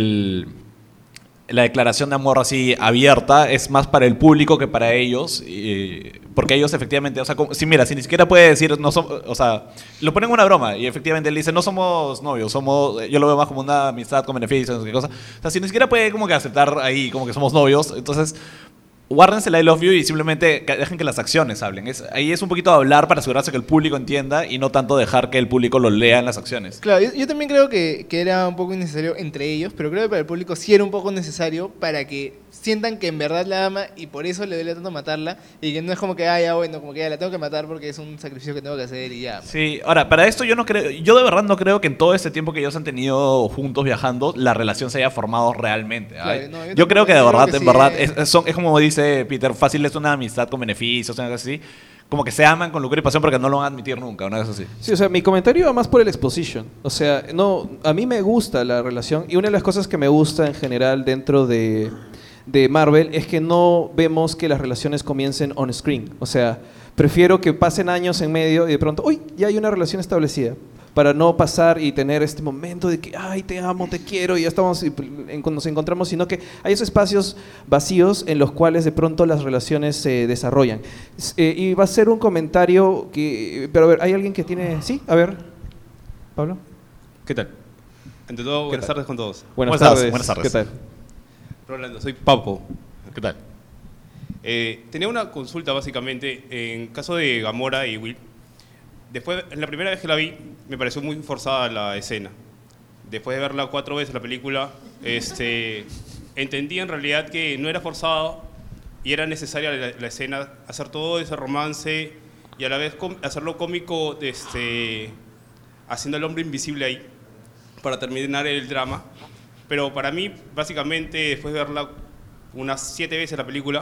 la declaración de amor así abierta, es más para el público que para ellos, porque ellos efectivamente, o sea, si ni siquiera puede decir, no somos, o sea, lo ponen una broma y efectivamente él dice, no somos novios, yo lo veo más como una amistad con beneficios, no sé qué cosa. O sea, si ni siquiera puede como que aceptar ahí como que somos novios, entonces guárdense el I love you y simplemente dejen que las acciones hablen. Ahí es un poquito hablar para asegurarse que el público entienda y no tanto dejar que el público lo lea en las acciones. Claro, yo también creo que era un poco innecesario entre ellos, pero creo que para el público sí era un poco necesario para que sientan que en verdad la ama y por eso le duele tanto matarla y que no es como que, ya bueno, como que ya la tengo que matar porque es un sacrificio que tengo que hacer y ya. Sí, ahora, para esto yo de verdad no creo que en todo este tiempo que ellos han tenido juntos viajando, la relación se haya formado realmente. Claro, no, yo creo que de verdad, en verdad, es como dice Peter, fácil es una amistad con beneficios, una cosa así. Como que se aman con locura y pasión porque no lo van a admitir nunca, una cosa así. Sí, o sea, mi comentario va más por el exposition. O sea, no, a mí me gusta la relación y una de las cosas que me gusta en general dentro de Marvel es que no vemos que las relaciones comiencen on screen. O sea, prefiero que pasen años en medio y de pronto, uy, ya hay una relación establecida. Para no pasar y tener este momento de que, ay, te amo, te quiero, y ya estamos, nos encontramos, sino que hay esos espacios vacíos en los cuales de pronto las relaciones se desarrollan. Y va a ser un comentario pero a ver, ¿hay alguien que tiene...? Sí, a ver, Pablo. ¿Qué tal? Ante todo, buenas tardes con todos. Buenas tardes. Buenas tardes. ¿Qué tal? Rolando, soy Papo. ¿Qué tal? Tenía una consulta básicamente en caso de Gamora y Will. Después, en la primera vez que la vi, me pareció muy forzada la escena. Después de verla 4 veces la película, entendí en realidad que no era forzado y era necesaria la escena, hacer todo ese romance y a la vez hacerlo cómico, haciendo al hombre invisible ahí para terminar el drama. Pero para mí, básicamente, después de verla unas 7 veces la película,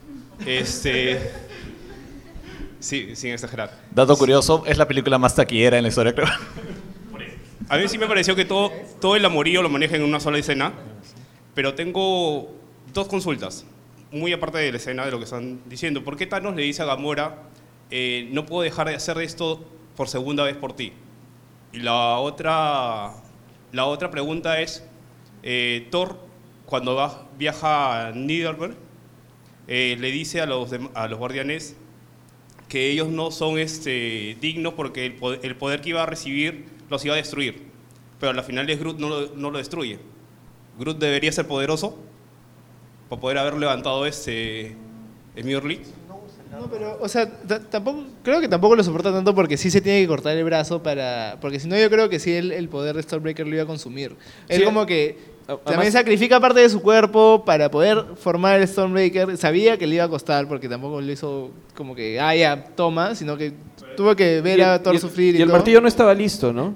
sí, sin exagerar. Dato curioso, es la película más taquillera en la historia, creo. A mí sí me pareció que todo el amorío lo maneja en una sola escena, pero tengo 2 consultas, muy aparte de la escena de lo que están diciendo. ¿Por qué Thanos le dice a Gamora, no puedo dejar de hacer esto por segunda vez por ti? Y la otra pregunta es, Thor, cuando viaja a Niederberg, le dice a los guardianes que ellos no son dignos porque el poder que iba a recibir los iba a destruir. Pero al final Groot no lo destruye. Groot debería ser poderoso para poder haber levantado Mjolnir. No, pero, o sea, creo que tampoco lo soporta tanto porque sí se tiene que cortar el brazo porque si no yo creo que sí el poder de Stormbreaker lo iba a consumir. Él como que También sacrifica parte de su cuerpo para poder formar el Stormbreaker. Sabía que le iba a costar porque tampoco lo hizo como que, ya, toma, sino que tuvo que ver a Thor sufrir. Y el todo. martillo no estaba listo, ¿no?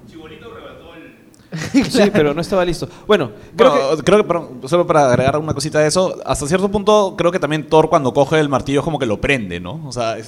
Sí, pero no estaba listo. Bueno, creo que perdón, solo para agregar una cosita de eso, hasta cierto punto creo que también Thor cuando coge el martillo es como que lo prende, ¿no? O sea,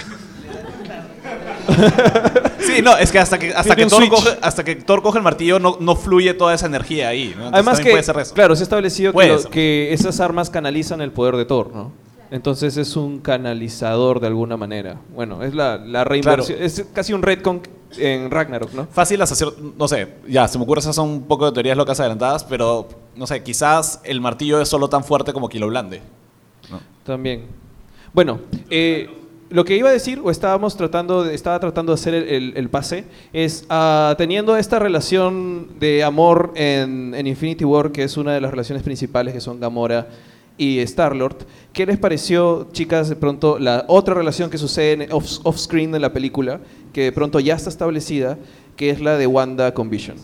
sí, no, es que hasta que Thor coge el martillo no fluye toda esa energía ahí, ¿no? Entonces, además que, puede ser eso. claro, se ha establecido Puede que esas armas canalizan el poder de Thor, ¿no? Entonces es un canalizador de alguna manera. Bueno, es la reinversión, es casi un retcon en Ragnarok, ¿no? Fácil hacer, no sé, ya, se me ocurre, esas son un poco de teorías locas adelantadas, pero, no sé, quizás el martillo es solo tan fuerte como Kilo Blande, ¿no? También. Bueno, lo que iba a decir, o estaba tratando de hacer el pase, es teniendo esta relación de amor en Infinity War, que es una de las relaciones principales, que son Gamora y Star-Lord, ¿qué les pareció, chicas, de pronto la otra relación que sucede off-screen en la película, que de pronto ya está establecida, que es la de Wanda con Vision?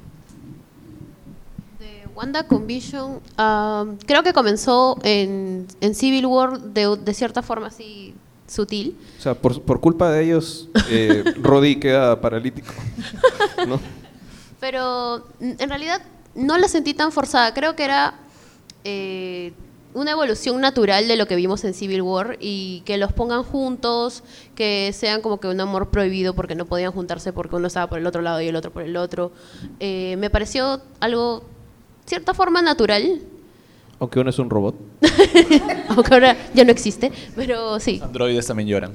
Wanda con Vision, creo que comenzó en Civil War de cierta forma así sutil. O sea, por culpa de ellos, Rhodey queda paralítico, ¿no? Pero en realidad no la sentí tan forzada. Creo que era una evolución natural de lo que vimos en Civil War, y que los pongan juntos, que sean como que un amor prohibido porque no podían juntarse porque uno estaba por el otro lado y el otro por el otro. Me pareció algo, cierta forma, natural. Aunque uno es un robot. Aunque ahora ya no existe, pero sí. Androides también lloran.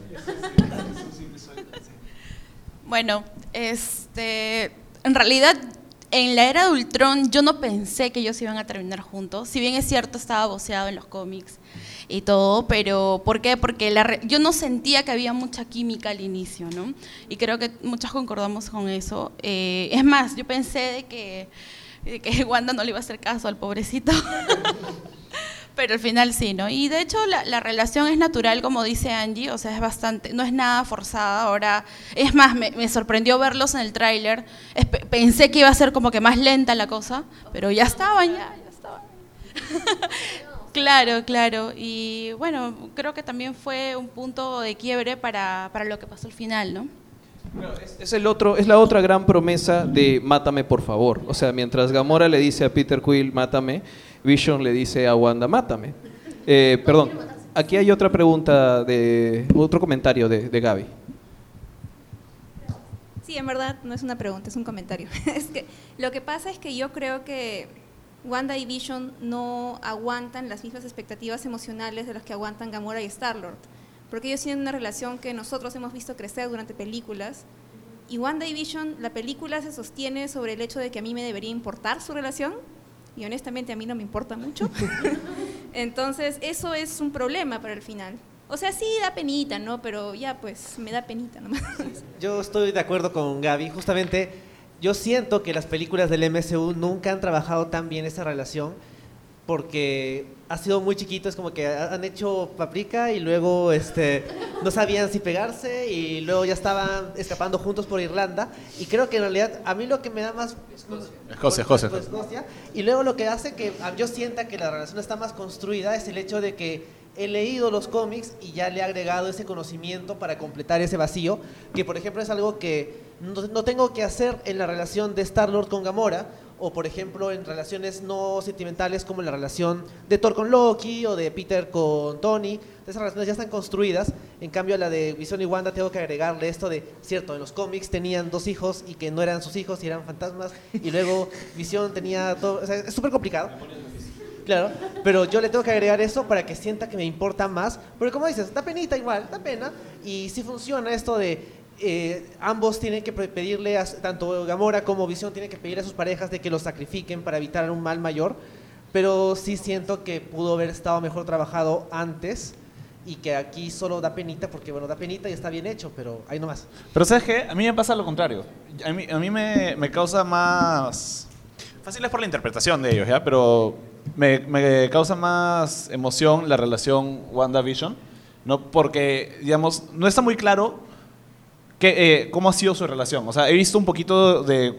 Bueno, en realidad, en la era de Ultron yo no pensé que ellos iban a terminar juntos. Si bien es cierto, estaba voceado en los cómics y todo, pero ¿por qué? Porque yo no sentía que había mucha química al inicio, ¿no? Y creo que muchos concordamos con eso. Es más, yo pensé de que Wanda no le iba a hacer caso al pobrecito. Pero al final sí, ¿no? Y de hecho la relación es natural, como dice Angie, o sea, es bastante, no es nada forzada. Ahora, es más, me sorprendió verlos en el tráiler. Pensé que iba a ser como que más lenta la cosa, pero ya estaban. Claro. Y bueno, creo que también fue un punto de quiebre para lo que pasó al final, ¿no? Es la otra gran promesa de mátame por favor. O sea, mientras Gamora le dice a Peter Quill mátame, Vision le dice a Wanda mátame. Perdón, aquí hay otra pregunta, otro comentario de Gaby. Sí, en verdad no es una pregunta, es un comentario. Es que lo que pasa es que yo creo que Wanda y Vision no aguantan las mismas expectativas emocionales de las que aguantan Gamora y Star-Lord. Porque ellos tienen una relación que nosotros hemos visto crecer durante películas, y Wanda y Vision, la película se sostiene sobre el hecho de que a mí me debería importar su relación, y honestamente a mí no me importa mucho. Entonces eso es un problema para el final. O sea, sí da penita, ¿no? Pero ya pues me da penita nomás. Yo estoy de acuerdo con Gaby. Justamente yo siento que las películas del MCU nunca han trabajado tan bien esa relación, porque ha sido muy chiquito. Es como que han hecho Paprika y luego no sabían si pegarse, y luego ya estaban escapando juntos por Irlanda, y creo que en realidad a mí lo que me da más Escocia, y luego lo que hace que yo sienta que la relación está más construida es el hecho de que he leído los cómics y ya le he agregado ese conocimiento para completar ese vacío, que por ejemplo es algo que no tengo que hacer en la relación de Star-Lord con Gamora, o por ejemplo en relaciones no sentimentales como la relación de Thor con Loki o de Peter con Tony. Esas relaciones ya están construidas. En cambio a la de Vision y Wanda tengo que agregarle esto de, cierto, en los cómics tenían 2 hijos y que no eran sus hijos y eran fantasmas, y luego Vision tenía todo, o sea, es súper complicado. Claro, pero yo le tengo que agregar eso para que sienta que me importa más, porque como dices, da penita igual, da pena, y sí funciona esto de ambos tienen que pedirle, tanto Gamora como Vision tienen que pedirle a sus parejas de que los sacrifiquen para evitar un mal mayor, pero sí siento que pudo haber estado mejor trabajado antes, y que aquí solo da penita, porque bueno, da penita y está bien hecho, pero ahí nomás. Pero ¿sabes qué? A mí me pasa lo contrario. A mí me causa más... Fácil es por la interpretación de ellos, ¿ya? Pero me causa más emoción la relación Wanda-Vision, ¿no? Porque, digamos, no está muy claro cómo ha sido su relación. O sea, he visto un poquito de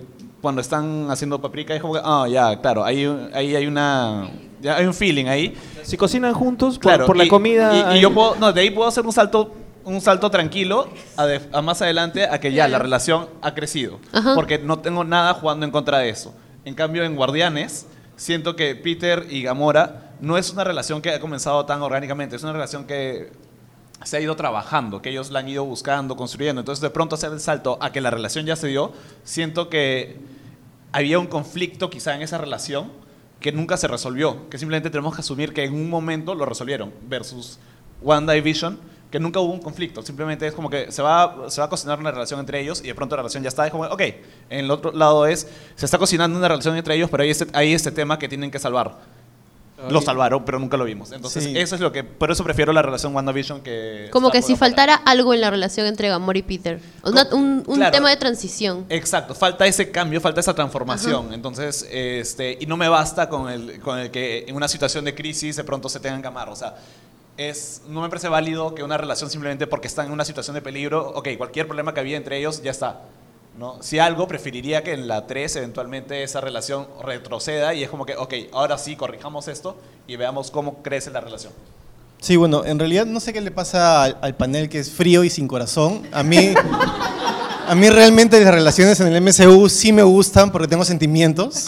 cuando están haciendo paprika, es como que, ya, claro, hay un feeling ahí. Si cocinan juntos Claro, por la comida... y yo de ahí puedo hacer un salto tranquilo a más adelante a que ya la relación ha crecido. Ajá. Porque no tengo nada jugando en contra de eso. En cambio, en Guardianes, siento que Peter y Gamora no es una relación que ha comenzado tan orgánicamente, es una relación que se ha ido trabajando, que ellos la han ido buscando, construyendo. Entonces, de pronto hacer el salto a que la relación ya se dio, siento que había un conflicto quizá en esa relación que nunca se resolvió, que simplemente tenemos que asumir que en un momento lo resolvieron, versus Wanda y Vision, que nunca hubo un conflicto, simplemente es como que se va a cocinar una relación entre ellos y de pronto la relación ya está, es como, ok, en el otro lado se está cocinando una relación entre ellos, pero hay este tema que tienen que salvar. Lo salvaron, pero nunca lo vimos. Entonces, eso es por eso prefiero la relación WandaVision que... Como que si faltara algo en la relación entre Gamora y Peter. Un tema de transición. Exacto, falta ese cambio, falta esa transformación. Ajá. Entonces, y no me basta con el que en una situación de crisis de pronto se tengan que amar. O sea, no me parece válido que una relación simplemente porque están en una situación de peligro, ok, cualquier problema que había entre ellos ya está. ¿No? Si algo, preferiría que en la 3 eventualmente esa relación retroceda y es como que, ok, ahora sí, corrijamos esto y veamos cómo crece la relación. Sí, bueno, en realidad no sé qué le pasa al panel que es frío y sin corazón. A mí realmente las relaciones en el MCU sí me gustan porque tengo sentimientos.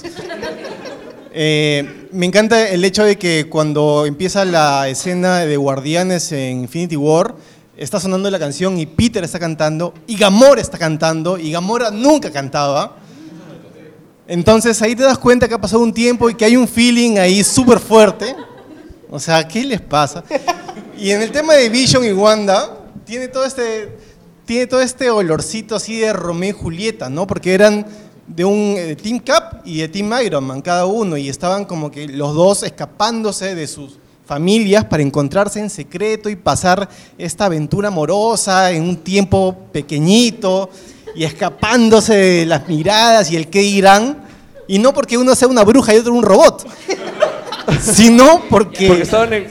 Me encanta el hecho de que cuando empieza la escena de Guardianes en Infinity War, está sonando la canción y Peter está cantando y Gamora está cantando y Gamora nunca cantaba. Entonces ahí te das cuenta que ha pasado un tiempo y que hay un feeling ahí súper fuerte. O sea, ¿qué les pasa? Y en el tema de Vision y Wanda, tiene todo este olorcito así de Romeo y Julieta, ¿no? Porque eran de un Team Cap y de Team Iron Man cada uno y estaban como que los dos escapándose de sus familias para encontrarse en secreto y pasar esta aventura amorosa en un tiempo pequeñito y escapándose de las miradas y el qué dirán, y no porque uno sea una bruja y otro un robot, sino porque estaban en...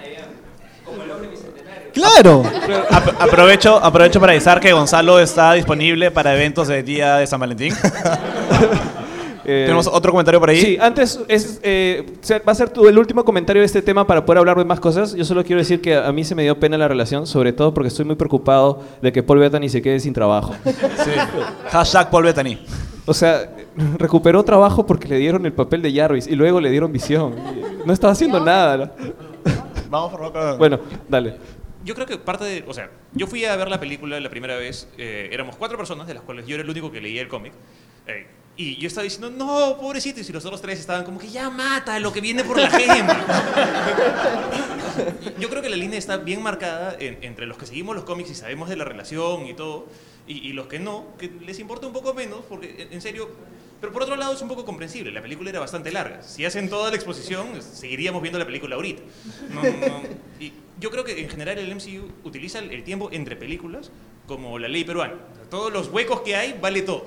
Claro. Aprovecho para avisar que Gonzalo está disponible para eventos de Día de San Valentín. ¿Tenemos otro comentario por ahí? Sí, antes va a ser el último comentario de este tema para poder hablar de más cosas. Yo solo quiero decir que a mí se me dio pena la relación, sobre todo porque estoy muy preocupado de que Paul Bettany se quede sin trabajo. Sí. Hashtag Paul Bettany. O sea, recuperó trabajo porque le dieron el papel de Jarvis y luego le dieron Visión. No estaba haciendo nada. Vamos por loco. Bueno, dale. Yo creo que yo fui a ver la película la primera vez, éramos 4 personas, de las cuales yo era el único que leía el cómic. Y yo estaba diciendo, no, pobrecitos, y los otros 3 estaban como que ya mata lo que viene por la gema. Yo creo que la línea está bien marcada entre los que seguimos los cómics y sabemos de la relación y todo, y los que no, que les importa un poco menos, porque en serio, pero por otro lado es un poco comprensible, la película era bastante larga. Si hacen toda la exposición, seguiríamos viendo la película ahorita. Y yo creo que en general el MCU utiliza el tiempo entre películas como la ley peruana. Todos los huecos que hay, vale todo.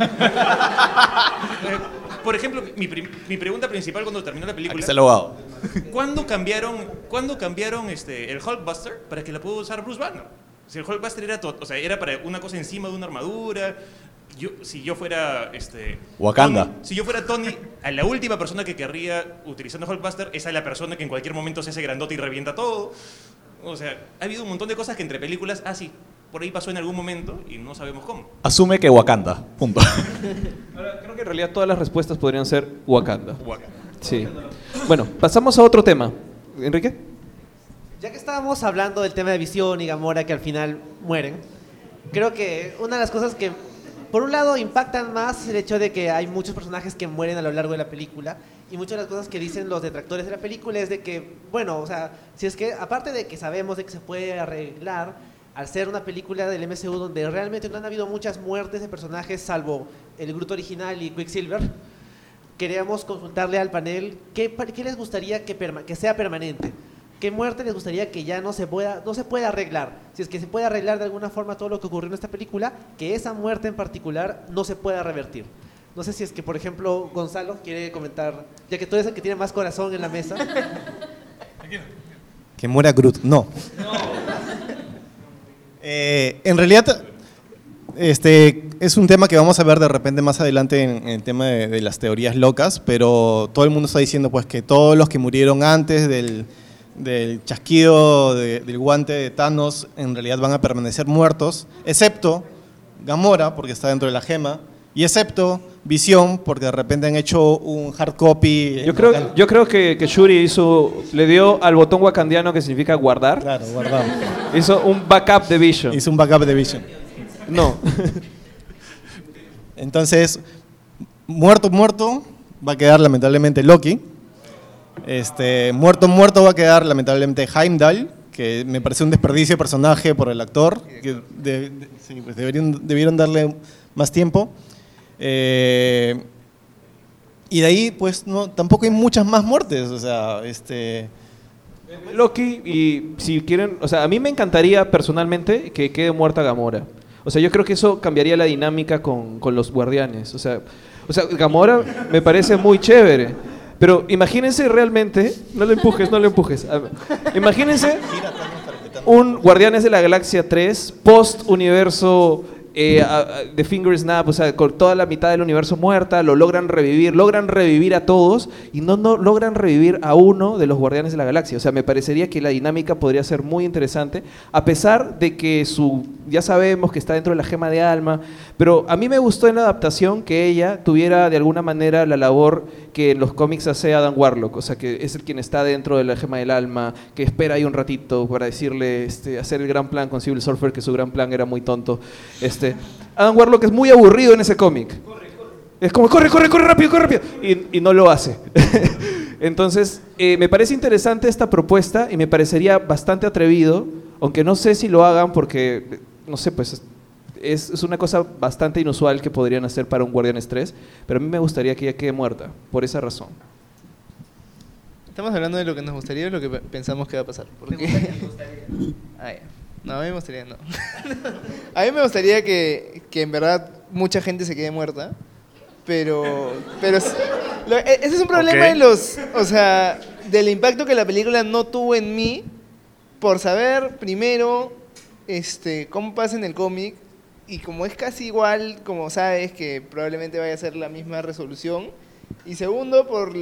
Por ejemplo, mi pregunta principal cuando terminó la película... ¿Cuándo cambiaron el Hulkbuster para que la pudo usar Bruce Banner? Si el Hulkbuster era para una cosa encima de una armadura... Si yo fuera Wakanda. Si yo fuera Tony, a la última persona que querría utilizando Hulkbuster, esa es la persona que en cualquier momento se hace grandote y revienta todo. O sea, ha habido un montón de cosas que entre películas, sí, por ahí pasó en algún momento y no sabemos cómo. Asume que Wakanda, punto. Ahora, creo que en realidad todas las respuestas podrían ser Wakanda. Sí. Bueno, pasamos a otro tema. ¿Enrique? Ya que estábamos hablando del tema de Visión y Gamora que al final mueren, creo que una de las cosas que por un lado impactan más el hecho de que hay muchos personajes que mueren a lo largo de la película y muchas de las cosas que dicen los detractores de la película es de que, bueno, o sea, si es que aparte de que sabemos de que se puede arreglar al ser una película del MCU donde realmente no han habido muchas muertes de personajes salvo el Groot original y Quicksilver, queríamos consultarle al panel qué les gustaría que sea permanente. ¿Qué muerte les gustaría que ya no se pueda arreglar? Si es que se puede arreglar de alguna forma todo lo que ocurrió en esta película, que esa muerte en particular no se pueda revertir. No sé si es que, por ejemplo, Gonzalo quiere comentar, ya que tú eres el que tiene más corazón en la mesa. Que muera Groot, no. En realidad, es un tema que vamos a ver de repente más adelante en el tema de las teorías locas, pero todo el mundo está diciendo pues que todos los que murieron antes del chasquido del guante de Thanos en realidad van a permanecer muertos, excepto Gamora, porque está dentro de la gema, y excepto Visión, porque de repente han hecho un hard copy. Yo creo que Shuri le dio al botón wakandiano que significa guardar. Claro, guardado. Hizo un backup de Vision. Hizo un backup de Vision. No. Entonces, muerto va a quedar lamentablemente Loki. Muerto va a quedar lamentablemente Heimdall, que me parece un desperdicio de personaje por el actor, que sí, pues debieron darle más tiempo. Y de ahí, pues, tampoco hay muchas más muertes, o sea, Loki, y si quieren, o sea, a mí me encantaría personalmente que quede muerta Gamora. O sea, yo creo que eso cambiaría la dinámica con los guardianes. O sea, Gamora me parece muy chévere. Pero imagínense realmente, no lo empujes. Imagínense un Guardianes de la Galaxia 3 post-universo de Finger Snap, o sea, con toda la mitad del universo muerta, lo logran revivir a todos y no logran revivir a uno de los Guardianes de la Galaxia. O sea, me parecería que la dinámica podría ser muy interesante, a pesar de que ya sabemos que está dentro de la gema de alma, pero a mí me gustó en la adaptación que ella tuviera de alguna manera la labor que en los cómics hace Adam Warlock, o sea, que es el quien está dentro de la gema del alma, que espera ahí un ratito para decirle, hacer el gran plan con Silver Surfer, que su gran plan era muy tonto. Adam Warlock es muy aburrido en ese cómic. Es como, corre rápido. Y no lo hace. Entonces, me parece interesante esta propuesta y me parecería bastante atrevido, aunque no sé si lo hagan porque, no sé, pues es una cosa bastante inusual que podrían hacer para un Guardianes 3, pero a mí me gustaría que ella quede muerta, por esa razón. ¿Estamos hablando de lo que nos gustaría o lo que pensamos que va a pasar? Porque... No, a mí me gustaría no. A mí me gustaría que en verdad mucha gente se quede muerta, pero ese es un problema de o sea, del impacto que la película no tuvo en mí por saber primero cómo pasa en el cómic y como es casi igual, como sabes que probablemente vaya a ser la misma resolución, y segundo por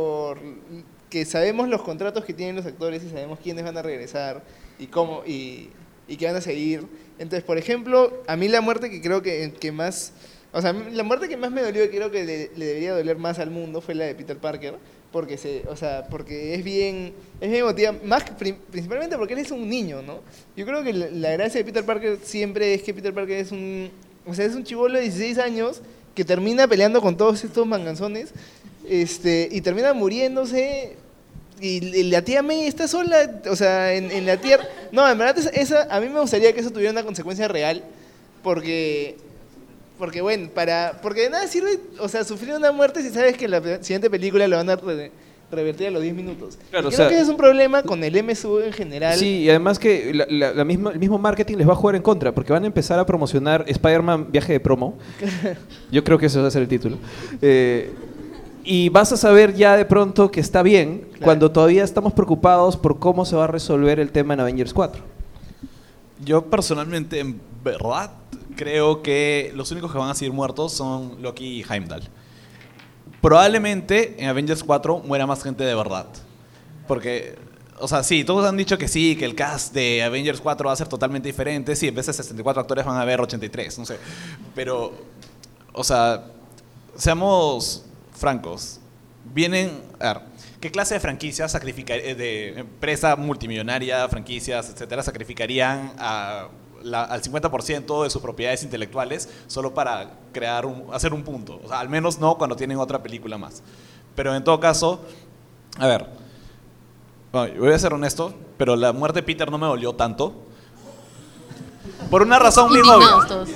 que sabemos los contratos que tienen los actores y sabemos quiénes van a regresar y cómo y que van a seguir. Entonces, por ejemplo, a mí la muerte que creo que más... O sea, la muerte que más me dolió y creo que le debería doler más al mundo fue la de Peter Parker, porque porque es bien emotiva, principalmente porque él es un niño, ¿no? Yo creo que la gracia de Peter Parker siempre es que Peter Parker es un chibolo de 16 años que termina peleando con todos estos manganzones y termina muriéndose. Y la tía May está sola, o sea, en la tierra. No, en verdad a mí me gustaría que eso tuviera una consecuencia real, porque bueno, porque de nada sirve, o sea, sufrir una muerte si sabes que en la siguiente película lo van a revertir a los 10 minutos. Claro, creo que es un problema con el MCU en general. Sí, y además que el mismo marketing les va a jugar en contra, porque van a empezar a promocionar Spider-Man Viaje de Promo. Yo creo que ese va a ser el título. Y vas a saber ya de pronto que está bien, claro, cuando todavía estamos preocupados por cómo se va a resolver el tema en Avengers 4. Yo personalmente, en verdad, creo que los únicos que van a seguir muertos son Loki y Heimdall. Probablemente en Avengers 4 muera más gente de verdad. Porque, o sea, sí, todos han dicho que sí, que el cast de Avengers 4 va a ser totalmente diferente. Sí, en vez de 64 actores van a haber 83, no sé. Pero, o sea, seamos francos, a ver, ¿qué clase de franquicias de empresa multimillonaria, franquicias, etcétera, sacrificarían al 50% de sus propiedades intelectuales solo para hacer un punto? O sea, al menos no cuando tienen otra película más. Pero en todo caso, a ver, bueno, voy a ser honesto, pero la muerte de Peter no me dolió tanto. Por una razón bien obvia.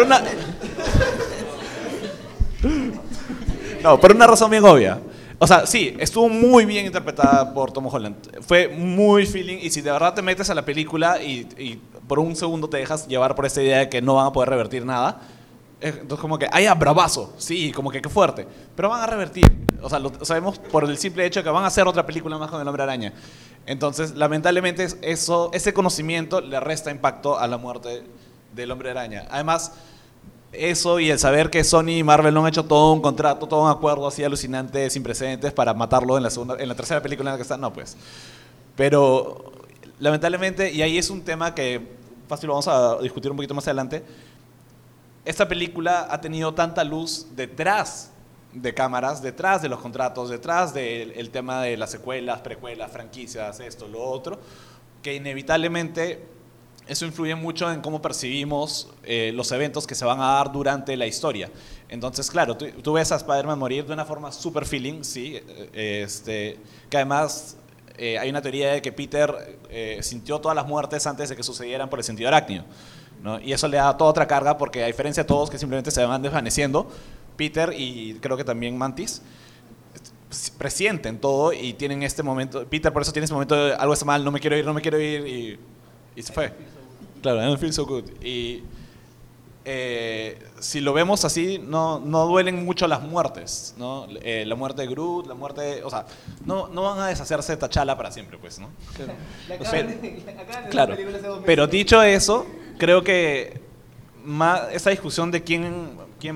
Por una razón bien obvia. O sea, sí, estuvo muy bien interpretada por Tom Holland. Fue muy feeling, y si de verdad te metes a la película y por un segundo te dejas llevar por esta idea de que no van a poder revertir nada, entonces como que, bravazo, sí, como que qué fuerte. Pero van a revertir. O sea, lo sabemos por el simple hecho de que van a hacer otra película más con el Hombre Araña. Entonces, lamentablemente, ese conocimiento le resta impacto a la muerte del Hombre Araña. Además, eso y el saber que Sony y Marvel no han hecho todo un contrato, todo un acuerdo así alucinante, sin precedentes, para matarlo en la tercera película en la que está, no pues. Pero lamentablemente, y ahí es un tema que fácil lo vamos a discutir un poquito más adelante, esta película ha tenido tanta luz detrás de cámaras, detrás de los contratos, detrás del tema de las secuelas, precuelas, franquicias, esto, lo otro, que inevitablemente eso influye mucho en cómo percibimos los eventos que se van a dar durante la historia. Entonces, claro, tú ves a Spider-Man morir de una forma super feeling, sí, que además hay una teoría de que Peter sintió todas las muertes antes de que sucedieran por el sentido arácnido, ¿no? Y eso le da toda otra carga porque a diferencia de todos que simplemente se van desvaneciendo, Peter y creo que también Mantis presienten todo y tienen este momento, Peter por eso tiene ese momento de algo está mal, no me quiero ir y se fue. Claro, I don't feel so good. Y si lo vemos así, no duelen mucho las muertes, ¿no? La muerte de Groot, la muerte o sea, no van a deshacerse de T'Challa para siempre, pues, ¿no? Claro. Pero dicho eso, creo que esa discusión de quién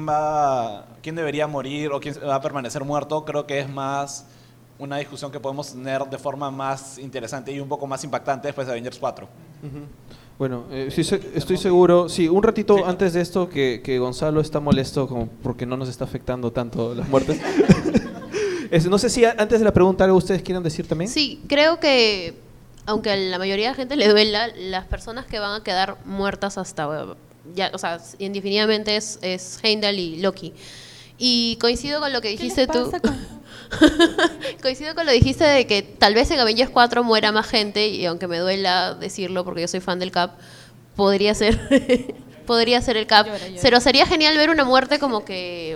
debería morir o quién va a permanecer muerto, creo que es más una discusión que podemos tener de forma más interesante y un poco más impactante después de Avengers 4. Bueno, sí, estoy seguro, sí, un ratito antes de esto que Gonzalo está molesto como porque no nos está afectando tanto las muertes. No sé si antes de la pregunta algo ustedes quieran decir también. Sí, creo que aunque a la mayoría de la gente le duela, las personas que van a quedar muertas hasta ya, o sea, indefinitivamente es Heimdall y Loki. Y coincido con lo que dijiste tú. Coincido con lo que dijiste de que tal vez en Avengers 4 muera más gente, y aunque me duela decirlo porque yo soy fan del Cap, podría ser el Cap. Llora. Pero sería genial ver una muerte como que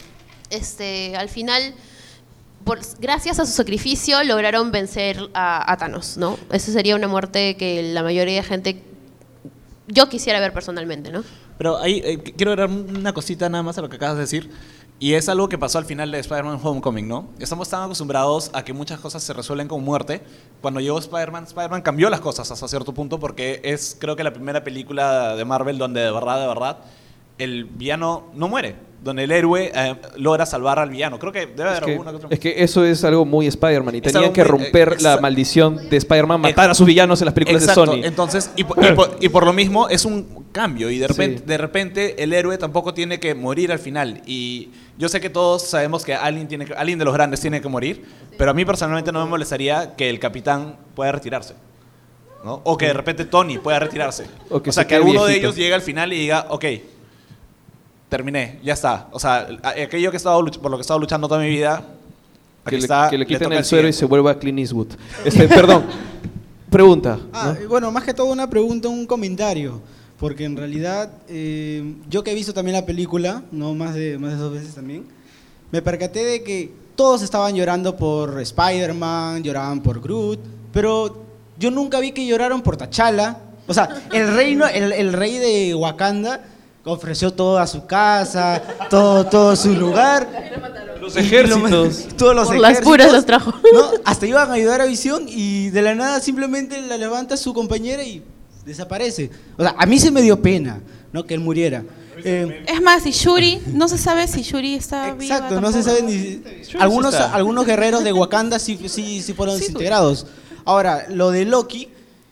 al final gracias a su sacrificio lograron vencer a Thanos, ¿no? Esa sería una muerte que la mayoría de gente yo quisiera ver personalmente, ¿no? Pero ahí quiero agregar una cosita nada más a lo que acabas de decir. Y es algo que pasó al final de Spider-Man Homecoming, ¿no? Estamos tan acostumbrados a que muchas cosas se resuelven con muerte. Cuando llegó Spider-Man cambió las cosas hasta cierto punto porque es, creo que, la primera película de Marvel donde de verdad, el villano no muere. Donde el héroe logra salvar al villano. Creo que debe haber alguna que otra. Es que eso es algo muy Spider-Man y tenían que romper la maldición de Spider-Man, matar a sus villanos en las películas de Sony. Entonces, y por lo mismo es un cambio y de repente el héroe tampoco tiene que morir al final. Y yo sé que todos sabemos que alguien de los grandes tiene que morir, pero a mí personalmente no me molestaría que el capitán pueda retirarse, ¿no? O que de repente Tony pueda retirarse. O sea, que alguno de ellos llegue al final y diga, ok, terminé, ya está. O sea, aquello que por lo que he estado luchando toda mi vida, que le quiten el suero y se vuelva a Clint Eastwood. Perdón, pregunta. ¿No? Bueno, más que todo una pregunta, un comentario. Porque en realidad, yo que he visto también la película, no más de 2 veces también, me percaté de que todos estaban llorando por Spider-Man, lloraban por Groot, pero yo nunca vi que lloraron por T'Challa. O sea, el rey de Wakanda ofreció toda su casa, todo su lugar. Los ejércitos. Todos los por ejércitos. las puras los trajo. ¿No? Hasta iban a ayudar a Visión y de la nada simplemente la levanta su compañera y desaparece. O sea, a mí se me dio pena, ¿no? Que él muriera. Es más, y Shuri, no se sabe si Shuri está viva. Exacto, no se sabe ni... Algunos guerreros de Wakanda sí fueron desintegrados. Ahora, lo de Loki,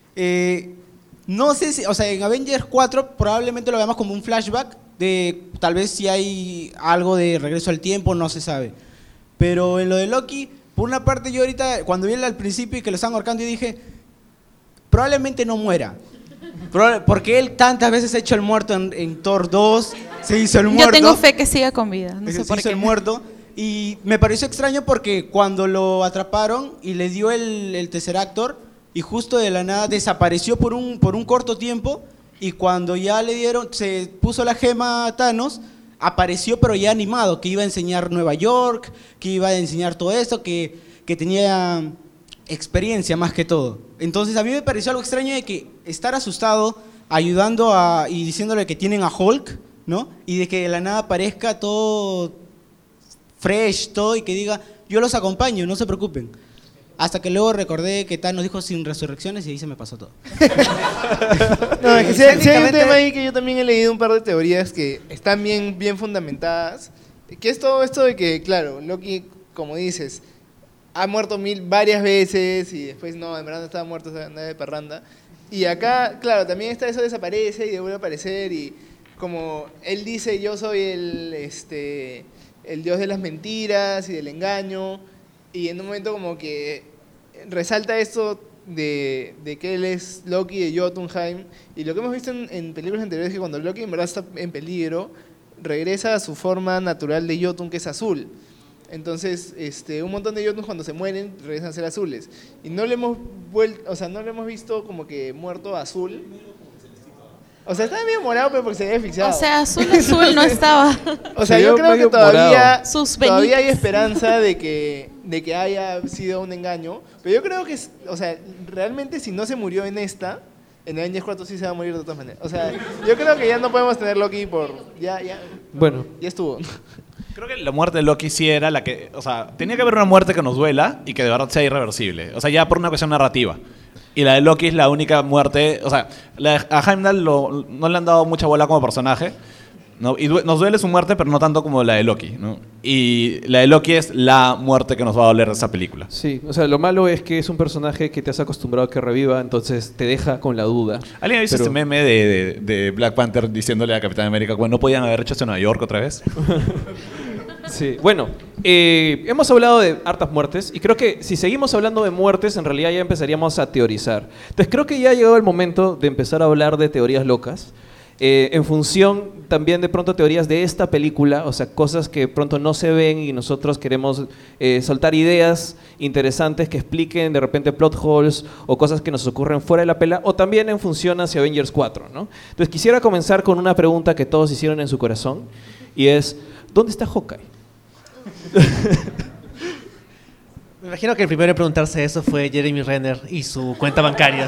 no sé si... O sea, en Avengers 4 probablemente lo veamos como un flashback de... Tal vez si hay algo de regreso al tiempo, no se sabe. Pero en lo de Loki, por una parte yo ahorita, cuando vi al principio y que lo estaban ahorcando, yo dije, probablemente no muera. Porque él tantas veces ha hecho el muerto en Thor 2, se hizo el muerto. Yo tengo fe que siga con vida, no sé por se hizo qué. el muerto. Y me pareció extraño porque cuando lo atraparon y le dio el Tesseractor, y justo de la nada desapareció por un corto tiempo, y cuando ya le dieron, se puso la gema a Thanos, apareció pero ya animado, que iba a enseñar Nueva York, que iba a enseñar todo esto, que tenía experiencia más que todo. Entonces a mí me pareció algo extraño de que estar asustado, ayudando y diciéndole que tienen a Hulk, ¿no? Y de que de la nada aparezca todo fresh, todo, y que diga, yo los acompaño, no se preocupen. Hasta que luego recordé que Thanos dijo sin resurrecciones y ahí se me pasó todo. No, es que sí hay un tema ahí que yo también he leído un par de teorías que están bien fundamentadas. Que es todo esto de que, claro, Loki, como dices, ha muerto varias veces y después no, en verdad no estaba muerto, estaba de parranda. Y acá, claro, también está eso, desaparece y vuelve a aparecer y como él dice, yo soy el dios de las mentiras y del engaño, y en un momento como que resalta esto de que él es Loki de Jotunheim, y lo que hemos visto en películas anteriores es que cuando Loki en verdad está en peligro, regresa a su forma natural de Jotun, que es azul. Entonces, un montón de Jotuns cuando se mueren regresan a ser azules. Y no le hemos no le hemos visto como que muerto azul. O sea, estaba medio morado, pero porque se había asfixiado. O sea, azul no estaba. O sea, yo creo que todavía hay venitas. esperanza de que haya sido un engaño. Pero yo creo que, o sea, realmente si no se murió en Avengers 4 sí se va a morir de todas maneras. O sea, yo creo que ya no podemos tener Loki ya estuvo. Creo que la muerte de Loki sí era la que... O sea, tenía que haber una muerte que nos duela y que de verdad sea irreversible. O sea, ya por una cuestión narrativa. Y la de Loki es la única muerte... O sea, a Heimdall no le han dado mucha bola como personaje, ¿no? Y nos duele su muerte, pero no tanto como la de Loki, ¿no? Y la de Loki es la muerte que nos va a doler de esa película. Sí, o sea, lo malo es que es un personaje que te has acostumbrado a que reviva, entonces te deja con la duda. ¿Alguien ha visto este meme de Black Panther diciéndole a Capitán América, bueno, no podían haber hecho eso en Nueva York otra vez? Sí, bueno, hemos hablado de hartas muertes y creo que si seguimos hablando de muertes, en realidad ya empezaríamos a teorizar. Entonces creo que ya ha llegado el momento de empezar a hablar de teorías locas. En función también de pronto teorías de esta película, o sea, cosas que pronto no se ven y nosotros queremos soltar ideas interesantes que expliquen de repente plot holes o cosas que nos ocurren fuera de la pela, o también en función hacia Avengers 4, ¿no? Entonces quisiera comenzar con una pregunta que todos hicieron en su corazón y es, ¿dónde está Hawkeye? Me imagino que el primero en preguntarse eso fue Jeremy Renner y su cuenta bancaria.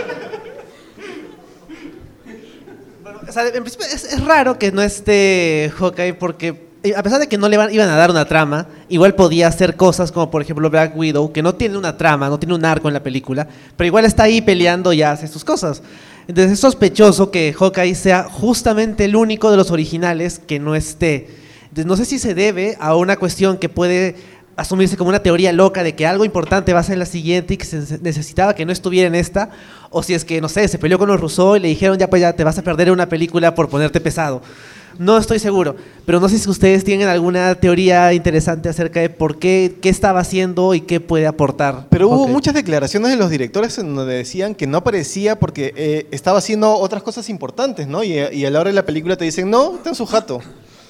O sea, en principio es raro que no esté Hawkeye porque a pesar de que no le iban a dar una trama, igual podía hacer cosas como por ejemplo Black Widow, que no tiene una trama, no tiene un arco en la película, pero igual está ahí peleando y hace sus cosas. Entonces es sospechoso que Hawkeye sea justamente el único de los originales que no esté. Entonces no sé si se debe a una cuestión que puede asumirse como una teoría loca de que algo importante va a ser en la siguiente y que se necesitaba que no estuviera en esta, o si es que, no sé, se peleó con los Rousseau y le dijeron pues ya te vas a perder en una película por ponerte pesado. No estoy seguro, pero no sé si ustedes tienen alguna teoría interesante acerca de por qué estaba haciendo y qué puede aportar. Pero hubo muchas declaraciones de los directores en donde decían que no aparecía porque estaba haciendo otras cosas importantes, ¿no? Y a la hora de la película te dicen, no, está en su jato.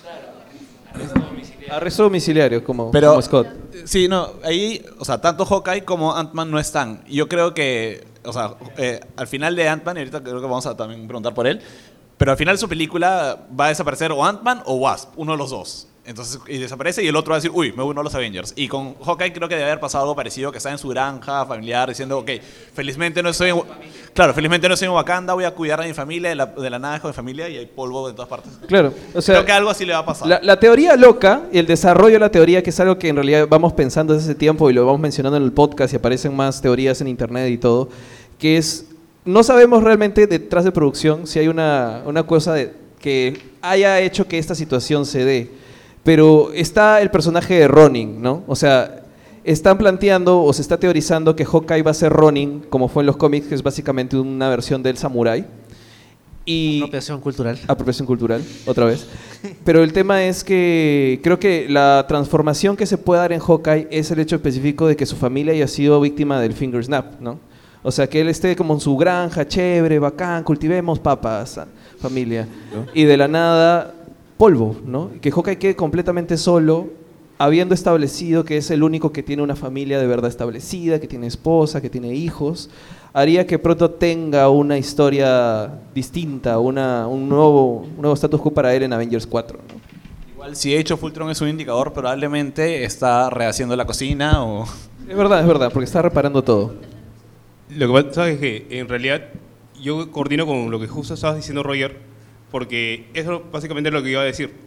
Arresto domiciliario, como Scott. Sí, no, ahí, o sea, tanto Hawkeye como Ant-Man no están. Yo creo que, o sea, al final de Ant-Man, y ahorita creo que vamos a también preguntar por él, pero al final de su película va a desaparecer o Ant-Man o Wasp, uno de los dos. Entonces, y desaparece y el otro va a decir, uy, me uno a los Avengers. Y con Hawkeye creo que debe haber pasado algo parecido, que está en su granja familiar diciendo, ok, felizmente no estoy en Wakanda, voy a cuidar a mi familia, de la nada dejo de familia y hay polvo en todas partes. Claro, o sea, creo que algo así le va a pasar. La teoría loca y el desarrollo de la teoría, que es algo que en realidad vamos pensando desde ese tiempo y lo vamos mencionando en el podcast y aparecen más teorías en internet y todo, que es, no sabemos realmente detrás de producción si hay una cosa que haya hecho que esta situación se dé. Pero está el personaje de Ronin, ¿no? O sea, están planteando o se está teorizando que Hawkeye va a ser Ronin, como fue en los cómics, que es básicamente una versión del samurái. Apropiación cultural. Apropiación cultural, otra vez. Pero el tema es que creo que la transformación que se puede dar en Hawkeye es el hecho específico de que su familia haya sido víctima del finger snap, ¿no? O sea, que él esté como en su granja, chévere, bacán, cultivemos papas, familia. ¿No? Y de la nada, polvo, ¿no? Que Hawkeye quede completamente solo, habiendo establecido que es el único que tiene una familia de verdad establecida, que tiene esposa, que tiene hijos, haría que pronto tenga una historia distinta, un nuevo status quo para él en Avengers 4, ¿no? Igual si Age of Ultron es un indicador, probablemente está rehaciendo la cocina o... Es verdad, porque está reparando todo. Lo que pasa es que en realidad yo coordino con lo que justo estabas diciendo, Roger, porque eso básicamente es lo que iba a decir.